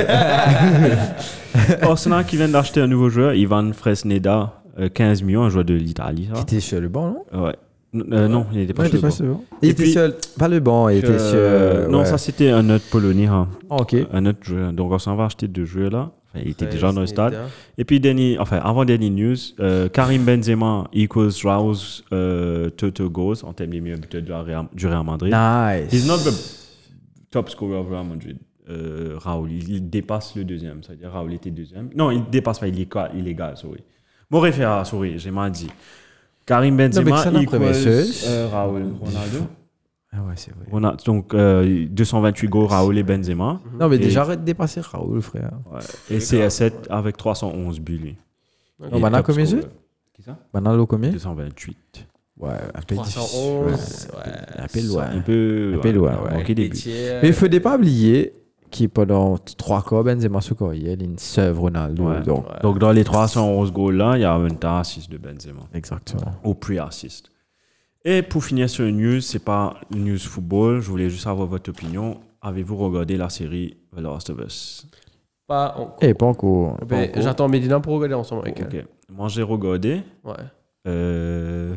Arsenal qui vient d'acheter un nouveau joueur, Ivan Fresneda, 15 millions, un joueur de l'Italie. Qui était sur le banc, non? Ouais. Non, il n'était pas sur le banc. Il était sur. Pas le banc, il était sur. Non, ça c'était un autre Polonais. Hein. Ok. Un autre joueur. Donc on s'en va acheter 2 joueurs là. Enfin, il était déjà dans le stade. Et puis, avant-dernier news, Karim Benzema equals Raul's total goals en termes de meilleurs buteurs du Real Madrid. Nice. He's not the top scorer of Real Madrid. Raul, il dépasse le deuxième. C'est-à-dire Raul était deuxième. Non, il dépasse pas, il est égal, sorry. Mon référent, sorry, j'ai mal dit. Karim Benzema equals Raul Ronaldo. Ah ouais, c'est vrai. Donc, 228 goals, Raul et Benzema. Non, mais déjà, arrête de dépasser Raoul, frère. Ouais. Et CR7 avec 311 buts, lui. Non, maintenant, combien c'est? Qui ça? Maintenant, le combien? 228. Ouais, un peu 311. un peu loin. Un peu loin, ouais. Manqué des buts. Mais il ne faut pas oublier qu'il pendant 3 quarts, Benzema sous carrière, il sauve Ronaldo. Ouais. Donc, Donc, dans les 311 goals là, il y a un assist de Benzema. exactement. Au pre-assist. Et pour finir sur une news, c'est pas une news football, je voulais juste avoir votre opinion. Avez-vous regardé la série The Last of Us? Pas encore. Et pas encore. J'attends Medina pour regarder ensemble avec elle. Ok. Moi, j'ai regardé. Ouais.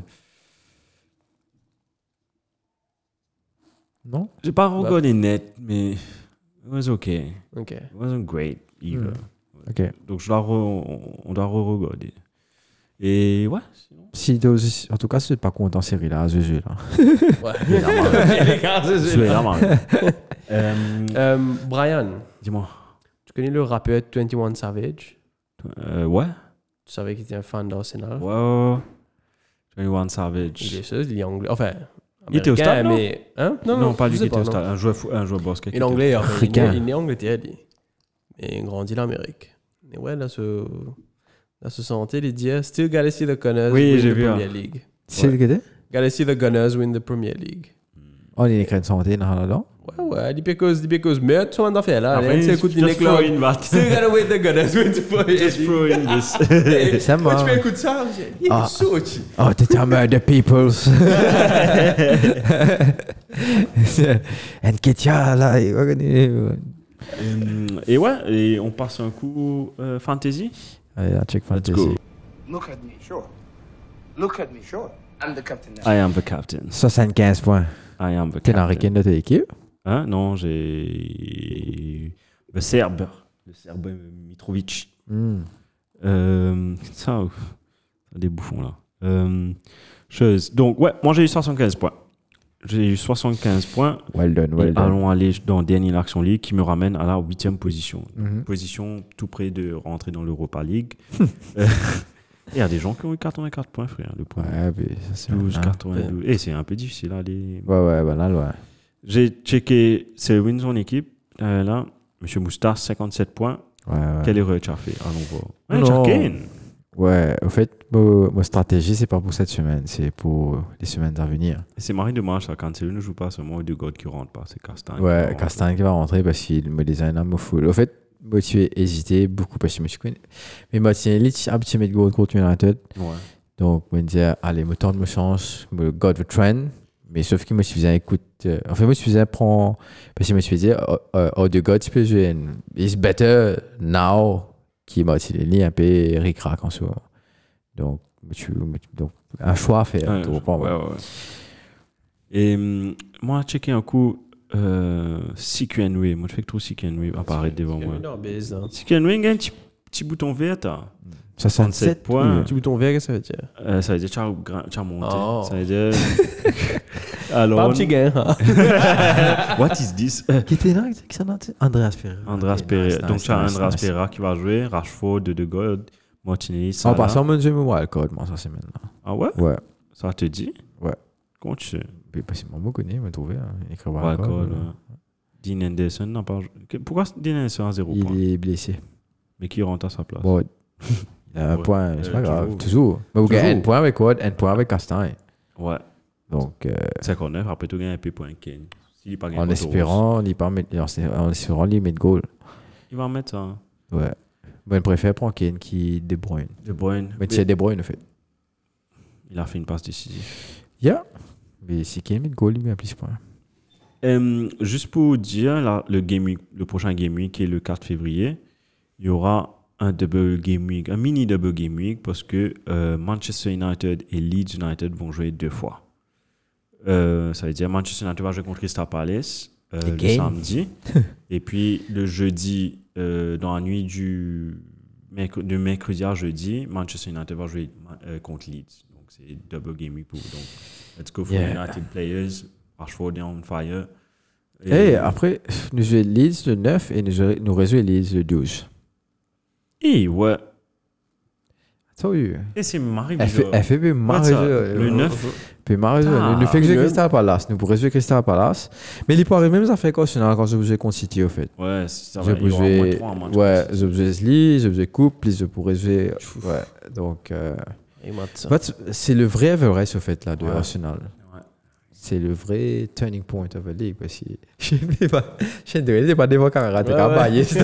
Non? J'ai pas regardé net, mais it was okay. Ok. It wasn't great either. Ok. Donc, on doit re-regarder. Et ouais. Si en tout cas, si tu n'es pas content en série là, je joue là. Ouais. Les gars, Je vais là, Brian, dis-moi. tu connais le rappeur 21 Savage? Ouais. Tu savais qu'il était un fan d'Arsenal? Ouais. 21 Savage. Il est anglais. Enfin, Il était au stade, non? mais... Hein? Non, pas lui je qui sais était au non. stade. Un joueur basket. Il est anglais, Africain. il est Angleterre, lui. Mais il grandit en Amérique. Et ouais, là, se sentait, il dit, still gotta see the Gunners win the Premier League. C'est le que Gotta see the Gunners win the Premier League. On est écrit de santé dans là. Ouais, because mais tu m'en as fait là. Après, Tu écoutes les just throw in that. Still gotta win the Gunners win the Premier Just League. throw in this. Ça Moi, m'a. tu peux écouter ça, il est sauté. Oh, t'es un murder peoples. Nketia, là, Et ouais, et on passe un coup fantasy. Allez, là, check Let's fantasy. go. Look at me, sure. Look at me, sure. I'm the captain now. I am the captain. 75 points. I am the T'es dans captain. de ton équipe? Hein? Non, j'ai le Serbe Mitrovic. Ça, des bouffons là. Chose. Donc ouais, moi j'ai eu 75 points. J'ai eu 75 points. Well done, Et well done. allons aller dans dernière action League qui me ramène à la 8e position. Mhm. Position tout près de rentrer dans l'Europa League. Il y a des gens qui ont eu 84 points, frère. Le point. Ouais, mais ça c'est 12, un- 92. Et c'est un peu difficile à aller. Ouais, bah là, ouais. J'ai checké, c'est win son équipe. Là, Monsieur Moustas, 57 points. Ouais. Quelle erreur tu as fait? Allons voir. Ouais, Non. Jarkin. Ouais, au fait, ma stratégie, c'est pas pour cette semaine, c'est pour les semaines à venir. Et c'est marrant dommage, ça, quand Céline ne joue pas, c'est moi, deux gars qui rentrent pas. C'est Castagne. Ouais, Castagne qui va rentrer parce qu'il me design un mot full. Au fait, moi, tu as hésité beaucoup parce que je me suis connu. Mais moi, c'est élite, habitué de mettre gros contre United. Ouais. Donc, je me disais, allez, me tente, me change, me God the trend. Mais sauf que moi, je faisais écoute. Enfin, moi, je faisais prendre. Parce que moi, je faisais, oh, the God, tu peux jouer. It's better now. Qui m'a dit un peu ric-rac en soi. Donc, un choix à faire. Ouais, tu comprends, ouais. Et moi, checké un coup CQNW. Moi, je fais que trop CQNW apparaître devant moi. Non, baise, là. CQNW, il y a un petit bouton vert, t'as 67 points. Petit bouton vert, qu'est-ce que ça veut dire? Ça veut dire que tu as monté. Oh. Ça veut dire. Alors. Pas un petit gain, hein. What is this? Qui était là? Qui s'en a dit? Andreas Pereira. Andreas Ok, Pereira. nice, Donc, nice, tu as nice, Andreas nice. Pereira qui va jouer, Rashford, De God, Martinelli, En Salah. passant, moi, j'ai mon wildcard, moi, ça semaine-là. Ah ouais? Ouais. Ça te dit? Ouais. Comment tu sais? Puis, parce que moi, connais, m'a trouvé, hein. Écrit Ouais, wildcard. quoi, Dean Henderson n'a pas joué. Pourquoi Dean Henderson a 0 point? Il est blessé. Mais qui rentre à sa place? Bon, il a un Ouais. point, c'est pas grave. Toujours. Toujours. Mais vous Toujours. gagnez un point avec quoi? Un point avec Castagne. Ouais. Donc, 59, après tu gagnes un peu point Kane. S'il n'est pas gagné en contre Rose. espérant, il met de goal. Il va mettre ça. Hein. Ouais. Moi, je préfère prendre Kane qui De Bruyne. De Bruyne. Mais c'est De Bruyne, en fait. Il a fait une passe décisive. Yeah. Mais si Kane met de goal, il met plus de points. Juste pour dire, là, le prochain Game Week, qui est le 4 février, il y aura un double Game Week, un mini double Game Week, parce que Manchester United et Leeds United vont jouer 2 fois. Ça veut dire Manchester United va jouer contre Crystal Palace le samedi. Et puis le jeudi, dans la nuit de mercredi à jeudi, Manchester United va jouer contre Leeds. Donc c'est double game week pour vous. Donc let's go for United players. Rashford est on fire. Et après, nous jouons Leeds le 9 et nous rejoignons Leeds le 12. Et ouais. Sérieux. Et c'est Marie FFP Marie. Le 9. Puis Marie, nous fait que jouer Crystal Palace. Nous pourrions jouer Crystal Palace. Mais il pourrait même ça fait quoi quand je joue contre City au fait. Ouais, ça je va. Il y aura moins 3 en match. Ouais, je joue Leeds, je joue Coupe, puis je pourrais jouer. Ouais, donc. En fait, c'est le vrai Everest au fait là de Arsenal. Ouais. C'est le vrai turning point of the league parce que je ne sais pas devant caméra, tu vas bailler. Je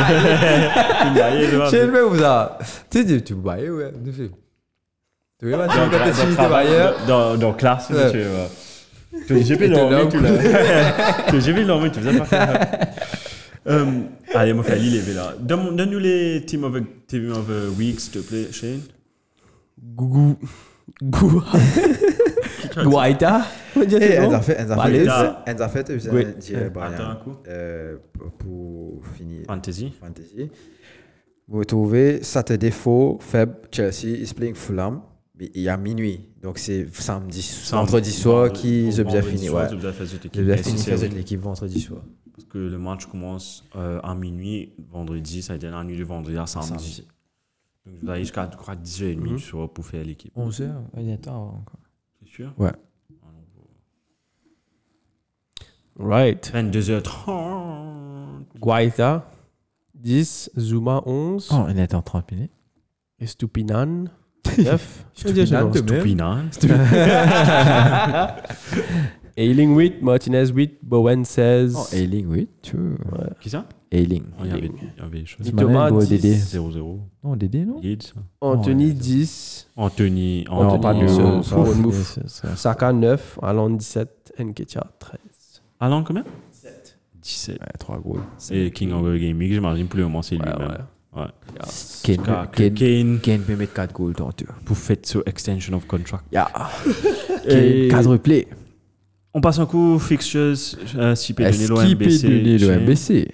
ne sais vous ça. Tu dis tu bailles ouais. Tu vois, tu vas te suivre bailler dans classe, j'ai vu l'homme, tu faisais pas faire. Allez, moi, fais lever là. Donne-nous les team of the week, s'il te plaît, Shane. Guaita. Elle a fait Attends un coup. pour finir. Fantasy. Vous trouvez Saturday Four, Feb, Chelsea is playing Fulham. Il y a minuit. Donc c'est vendredi soir qui je bien fini. Ouais. Je bien fini faire l'équipe vendredi soir. Parce que le match commence à minuit, vendredi, ça a été la nuit du vendredi à samedi. Donc vous allez jusqu'à 10h30 pour faire l'équipe. 11h, il y a temps encore. C'est sûr? Ouais. Right. 22h30. Guaita 10, Zuma 11. Oh, il est en 30 minutes. Estupinan 9. Stupinan. Ailing 8, Martinez 8, Bowen 16. Oh, Ailing, oui, tu veux. Ouais. Qui ça? Ailing. Il y avait des choses. Thomas 10. 0-0. Non, Dédé, non? Leeds. Anthony 10. Anthony. Non, pas de Saka 9. Alan 17. Nketiah 13. Alan combien? 17. Ouais, 3 goals. Et King of the Game Week, j'imagine pour le moment, c'est lui-même. Ouais. Kane peut mettre 4 goals dans tout. Pour faire ce extension of contract. Yeah. Cadre play. On passe un coup fixtures si peut donner l'OMBC.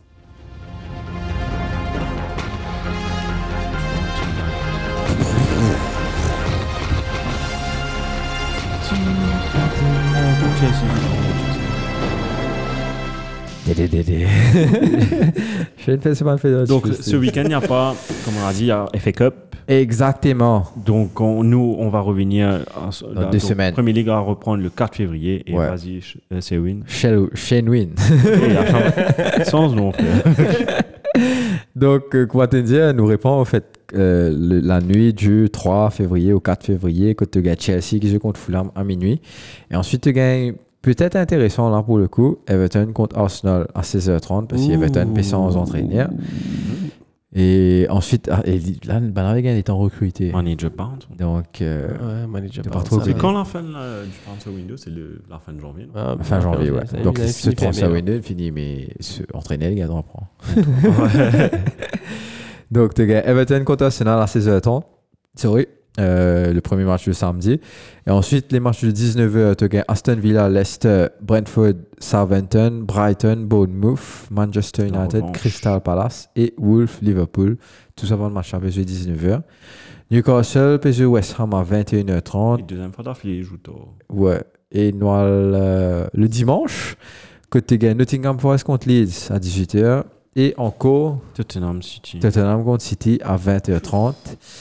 Donc ce week-end, il n'y a pas, comme on a dit, il y a FA Cup. Exactement. Donc nous, on va revenir dans 2 semaines. Premier Ligue va reprendre le 4 février. Et vas-y, c'est Win. Shane Win. Sans nom, frère. Donc, quoi te dire, nous répond en fait la nuit du 3 février au 4 février, quand tu gagnes Chelsea qui joue contre Fulham à minuit. Et ensuite, tu gagnes, peut-être intéressant là pour le coup, Everton contre Arsenal à 16h30, parce qu'Everton peut sans entraîner. Et ensuite, là, Banavega est en recruté. Manager Pound. Donc, Manager Pound. C'est quand la fin du transfer window? C'est la fin de janvier. Fin janvier, ouais. Donc, ce transfer window finit, mais entraîner, les gars, doivent apprendre. Donc, tu gagnes Everton contre Arsenal à 16h30. Sorry. Le premier match le samedi. Et ensuite, les matchs de 19h, tu as Aston Villa, Leicester, Brentford, Southampton, Brighton, Bournemouth, Manchester United, Crystal Palace et Wolves, Liverpool. Tout ça avant le match à PSG 19h. Newcastle, PSG West Ham à 21h30. Et deuxième fois d'affilée, il joue tôt. Ouais. Et le dimanche, côté gain Nottingham Forest contre Leeds à 18h. Et encore Tottenham City. Tottenham contre City à 20h30.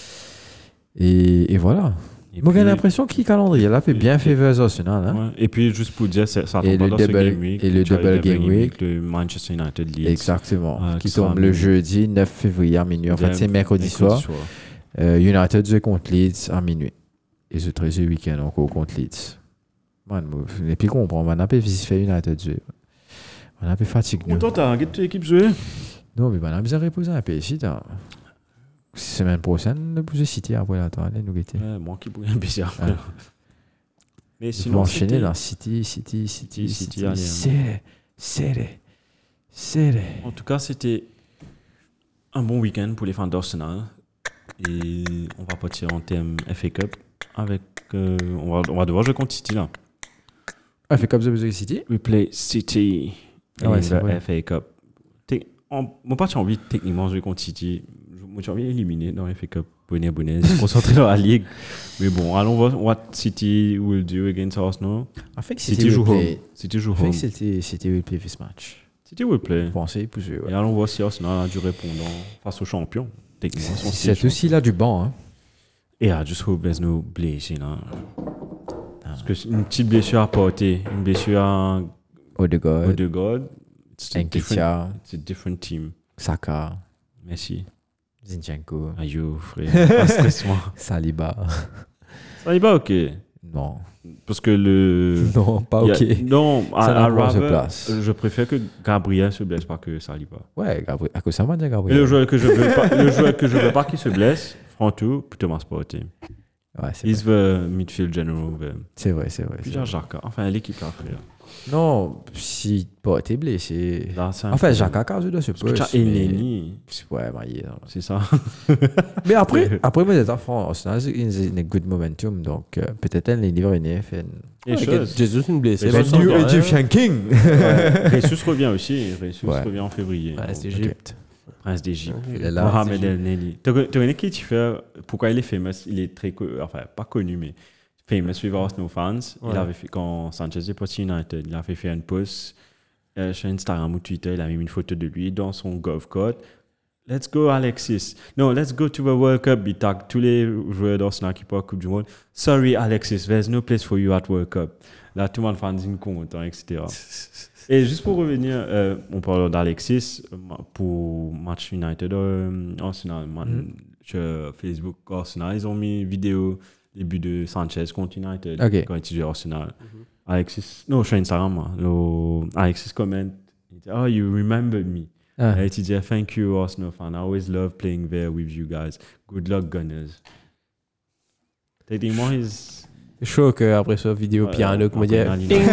Et voilà. Moi, j'ai l'impression qu'il calendrier là fait bien faveur Arsenal. Hein? Ouais. Et puis, juste pour dire, ça tombe Et pas le dans ce double- game week. et le Tu as double game week. Le Manchester United Leeds. Exactement. Qui qui sera tombe le minuit. jeudi 9 février à minuit. En fait, c'est mercredi soir. United joue contre Leeds à minuit. Et ce 13 week-end encore contre Leeds. Man, et puis comprend, on a pas fait United jouer. On a pas fatigué. Toi, t'as une équipe jouée? Non, mais on a besoin de reposer un peu ici. Semaine prochaine, nous pouvons City après la temps. Nous guetter. Ouais, moi qui pourrais bizarre. Ouais. Mais On sinon, va enchaîner c'était- dans City. allez, Serré. En tout cas, c'était un bon week-end pour les fans d'Arsenal. Et on va partir en thème FA Cup avec. On va devoir jouer contre City là. Ah, fait comme ça, vous City? We play City Ah ouais, in c'est the vrai. FA Cup. Moi, pas j'ai envie de techniquement jouer contre City. Moi, j'ai envie d'éliminer dans la FA Cup. Bonnet, se concentrer dans la ligue. Mais bon, allons voir what City will do against Arsenal. I think City joue home. City joue I home. think City will play this match. City will play. Pensez, pour jouer. Et allons voir si Arsenal a du répondant face aux champions. Techniquement, son style C'est aussi là du banc. Hein. Et I just hope there's no blessing. Là. Parce que c'est une petite blessure à porter, une blessure à Odegaard, Odegaard, it's a Nketiah, different team. Saka, Merci. Zinchenko, Aïe, frère. Pas stress-moi. Saliba. Ça y va, ok. Non. Parce que le. Non, pas il y a- ok. Non, Ça n'a pas sa rather, place. je préfère que Gabriel se blesse pas que Saliba. Ouais, Gabriel. À cause ça m'a dit Et Gabriel. le joueur que je veux pas qu'il se blesse, Frantou, Thomas Partey. Ouais, c'est He's vrai. the midfield general. C'est vrai. Puis Jacques. Enfin, l'équipe là, frère. Non, si pas été blessé. Là, c'est un En fait, peu- Jacques Akar, je dois se Parce que tu as Elneny. Ouais, bah, il est là. C'est ça. Mais après, moi, j'étais en France. Il a un good momentum. Donc, peut-être elle est livrée une FN. Et chose. Jésus, une blessée. Mais Vincent New Guérin. Egyptian King. Ressus revient aussi. Ressus Ouais. revient en février. Ouais, c'est Donc, Égypte. Prince d'Égypte. Il est là. Mohamed El Neni. Tu connais qui tu fais? Pourquoi il est famous? Il est très enfin pas connu, mais famous with Arsenal fans. Ouais. Il avait fait quand Sanchez est parti United, il avait fait un post sur Instagram ou Twitter. Il a mis une photo de lui dans son golf cart. Let's go Alexis. No, let's go to the World Cup. Il tag tous les joueurs d'Arsenal qui partent Coupe du Monde. Sorry Alexis, there's no place for you at World Cup. Là, tout le monde fait une compte, etc. Et juste pour revenir, on parle d'Alexis pour match United Arsenal. Sur Facebook Arsenal, ils ont mis une vidéo début de Sanchez contre United quand il jouait Arsenal. Alexis, non, sur Instagram, Alexis comment, il dit, oh, you remembered me. Et il dit, thank you Arsenal fan, I always love playing there with you guys. Good luck Gunners. Techniquement, he's... C'est chaud qu'après ça, vidéo piano, comme on dit.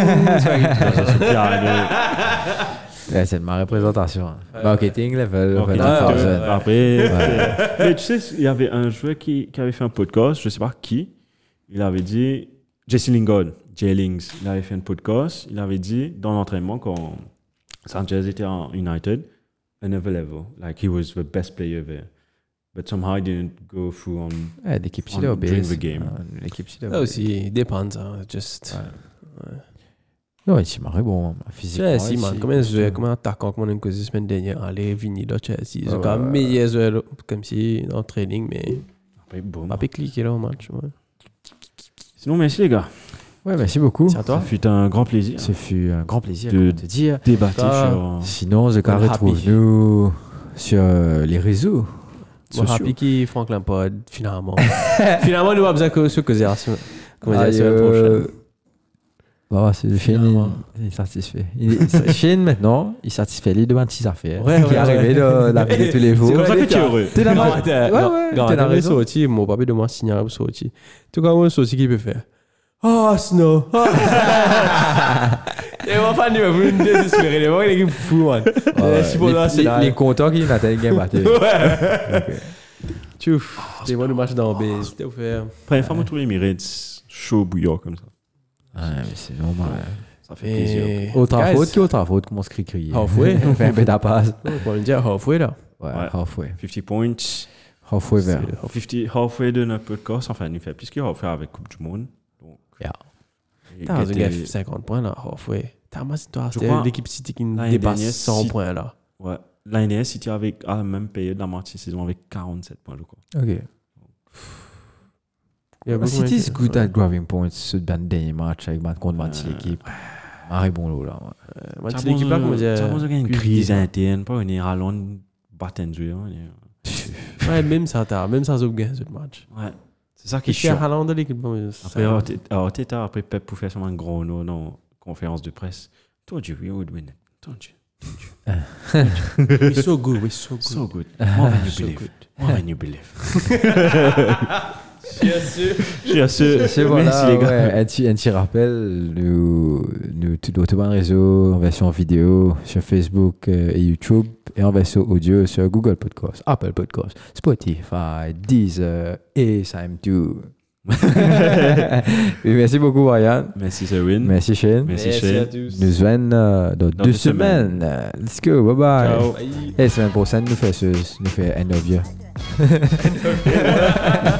Ouais, c'est de ma représentation. Marketing level. Après, mais tu sais, il y avait un joueur qui avait fait un podcast, je ne sais pas qui, il avait dit, Jesse Lingard, Jay Lings, il avait fait un podcast, il avait dit dans l'entraînement quand Sanchez était en United, another level, like he was the best player there. But somehow he didn't go through on l'équipe on during the game. L'équipe Ça aussi, il dépend, ça. Just. Ouais, c'est marré bon. Physiquement. Chelsea, man. Comment un attaquant, comme on a une cause la semaine dernière, allez, Vini, là, Chelsea. Ils ont quand même meilleur joueur, comme si, dans le training, mais. Après, boum. Pas cliquer là au match. Ouais. Sinon, merci les gars. Ouais, merci beaucoup. C'est à toi. Ça fut un grand plaisir Ce fut un grand plaisir de de te dire. débattre Ça, sur... Sinon, je Happy. retrouve-nous sur les réseaux Moi, sociaux. happy qui Frank Lampard, finalement. Finalement, nous avons besoin que ce que c'est la semaine prochaine. Bah, c'est le Shane, il est satisfait. Shane, maintenant, il satisfait les demandes de ses affaires. Ouais, qui est arrivé de la vie de tous les jours. C'est comme ça que tu es heureux. T'es là, Non, ouais, t'es la raison. sorti, mon papa de moi signaler pour sortir. Tout comme moi, sorti, qui peut faire? Ah, Snow! Et mon fan, il va vouloir me désespérer. Il va il est fou, man. Les contents qui n'atteignent game battu. Tchouf, c'est moi le match dans B, c'était offert. Première fois, moi, tous les Emirates chaud bouillant comme ça. Ouais, mais c'est vraiment. Ça fait plaisir. Autre faute, comment se crier. Halfway. On fait un peu d'apasse. On va dire halfway là. Ouais, halfway. 50 points. Halfway vers. 50 halfway de notre podcast. Enfin, il fait plus qu'il halfway avec Coupe du Monde. Donc, Yeah. T'as un gars 50 points là, halfway. T'as ma toi, c'était l'équipe City qui l'année dépasse dernière, 100 points là. Ouais. L'année dernière, City a même payé de la moitié saison avec 47 points, je crois. Ok. City is good at grabbing points ce dernier match avec contre l'équipe. Marie bon là. C'est l'équipe là, comment dire. Ça a une crise interne, pas une rallonge batten jouer. Ouais, même ça, ça gagne ce match. Ouais. C'est ça qui est chiant. Il y a Haaland de l'équipe. Après Pep pour faire un gros nom dans conférence de presse. Told you we would win it. Told you. We're so good. So good. More than you believe. Je suis sûr. Merci les gars. Un petit rappel, nous tous les réseaux en version vidéo sur Facebook et YouTube et en version audio sur Google Podcast, Apple Podcast, Spotify, Deezer et Sam2. Merci beaucoup Ryan. Merci Sherwin. Merci Shane. Merci Shane. Nous joignent dans 2 semaines. Let's go, bye bye. Ciao. Et semaine prochaine nous fait End of Year.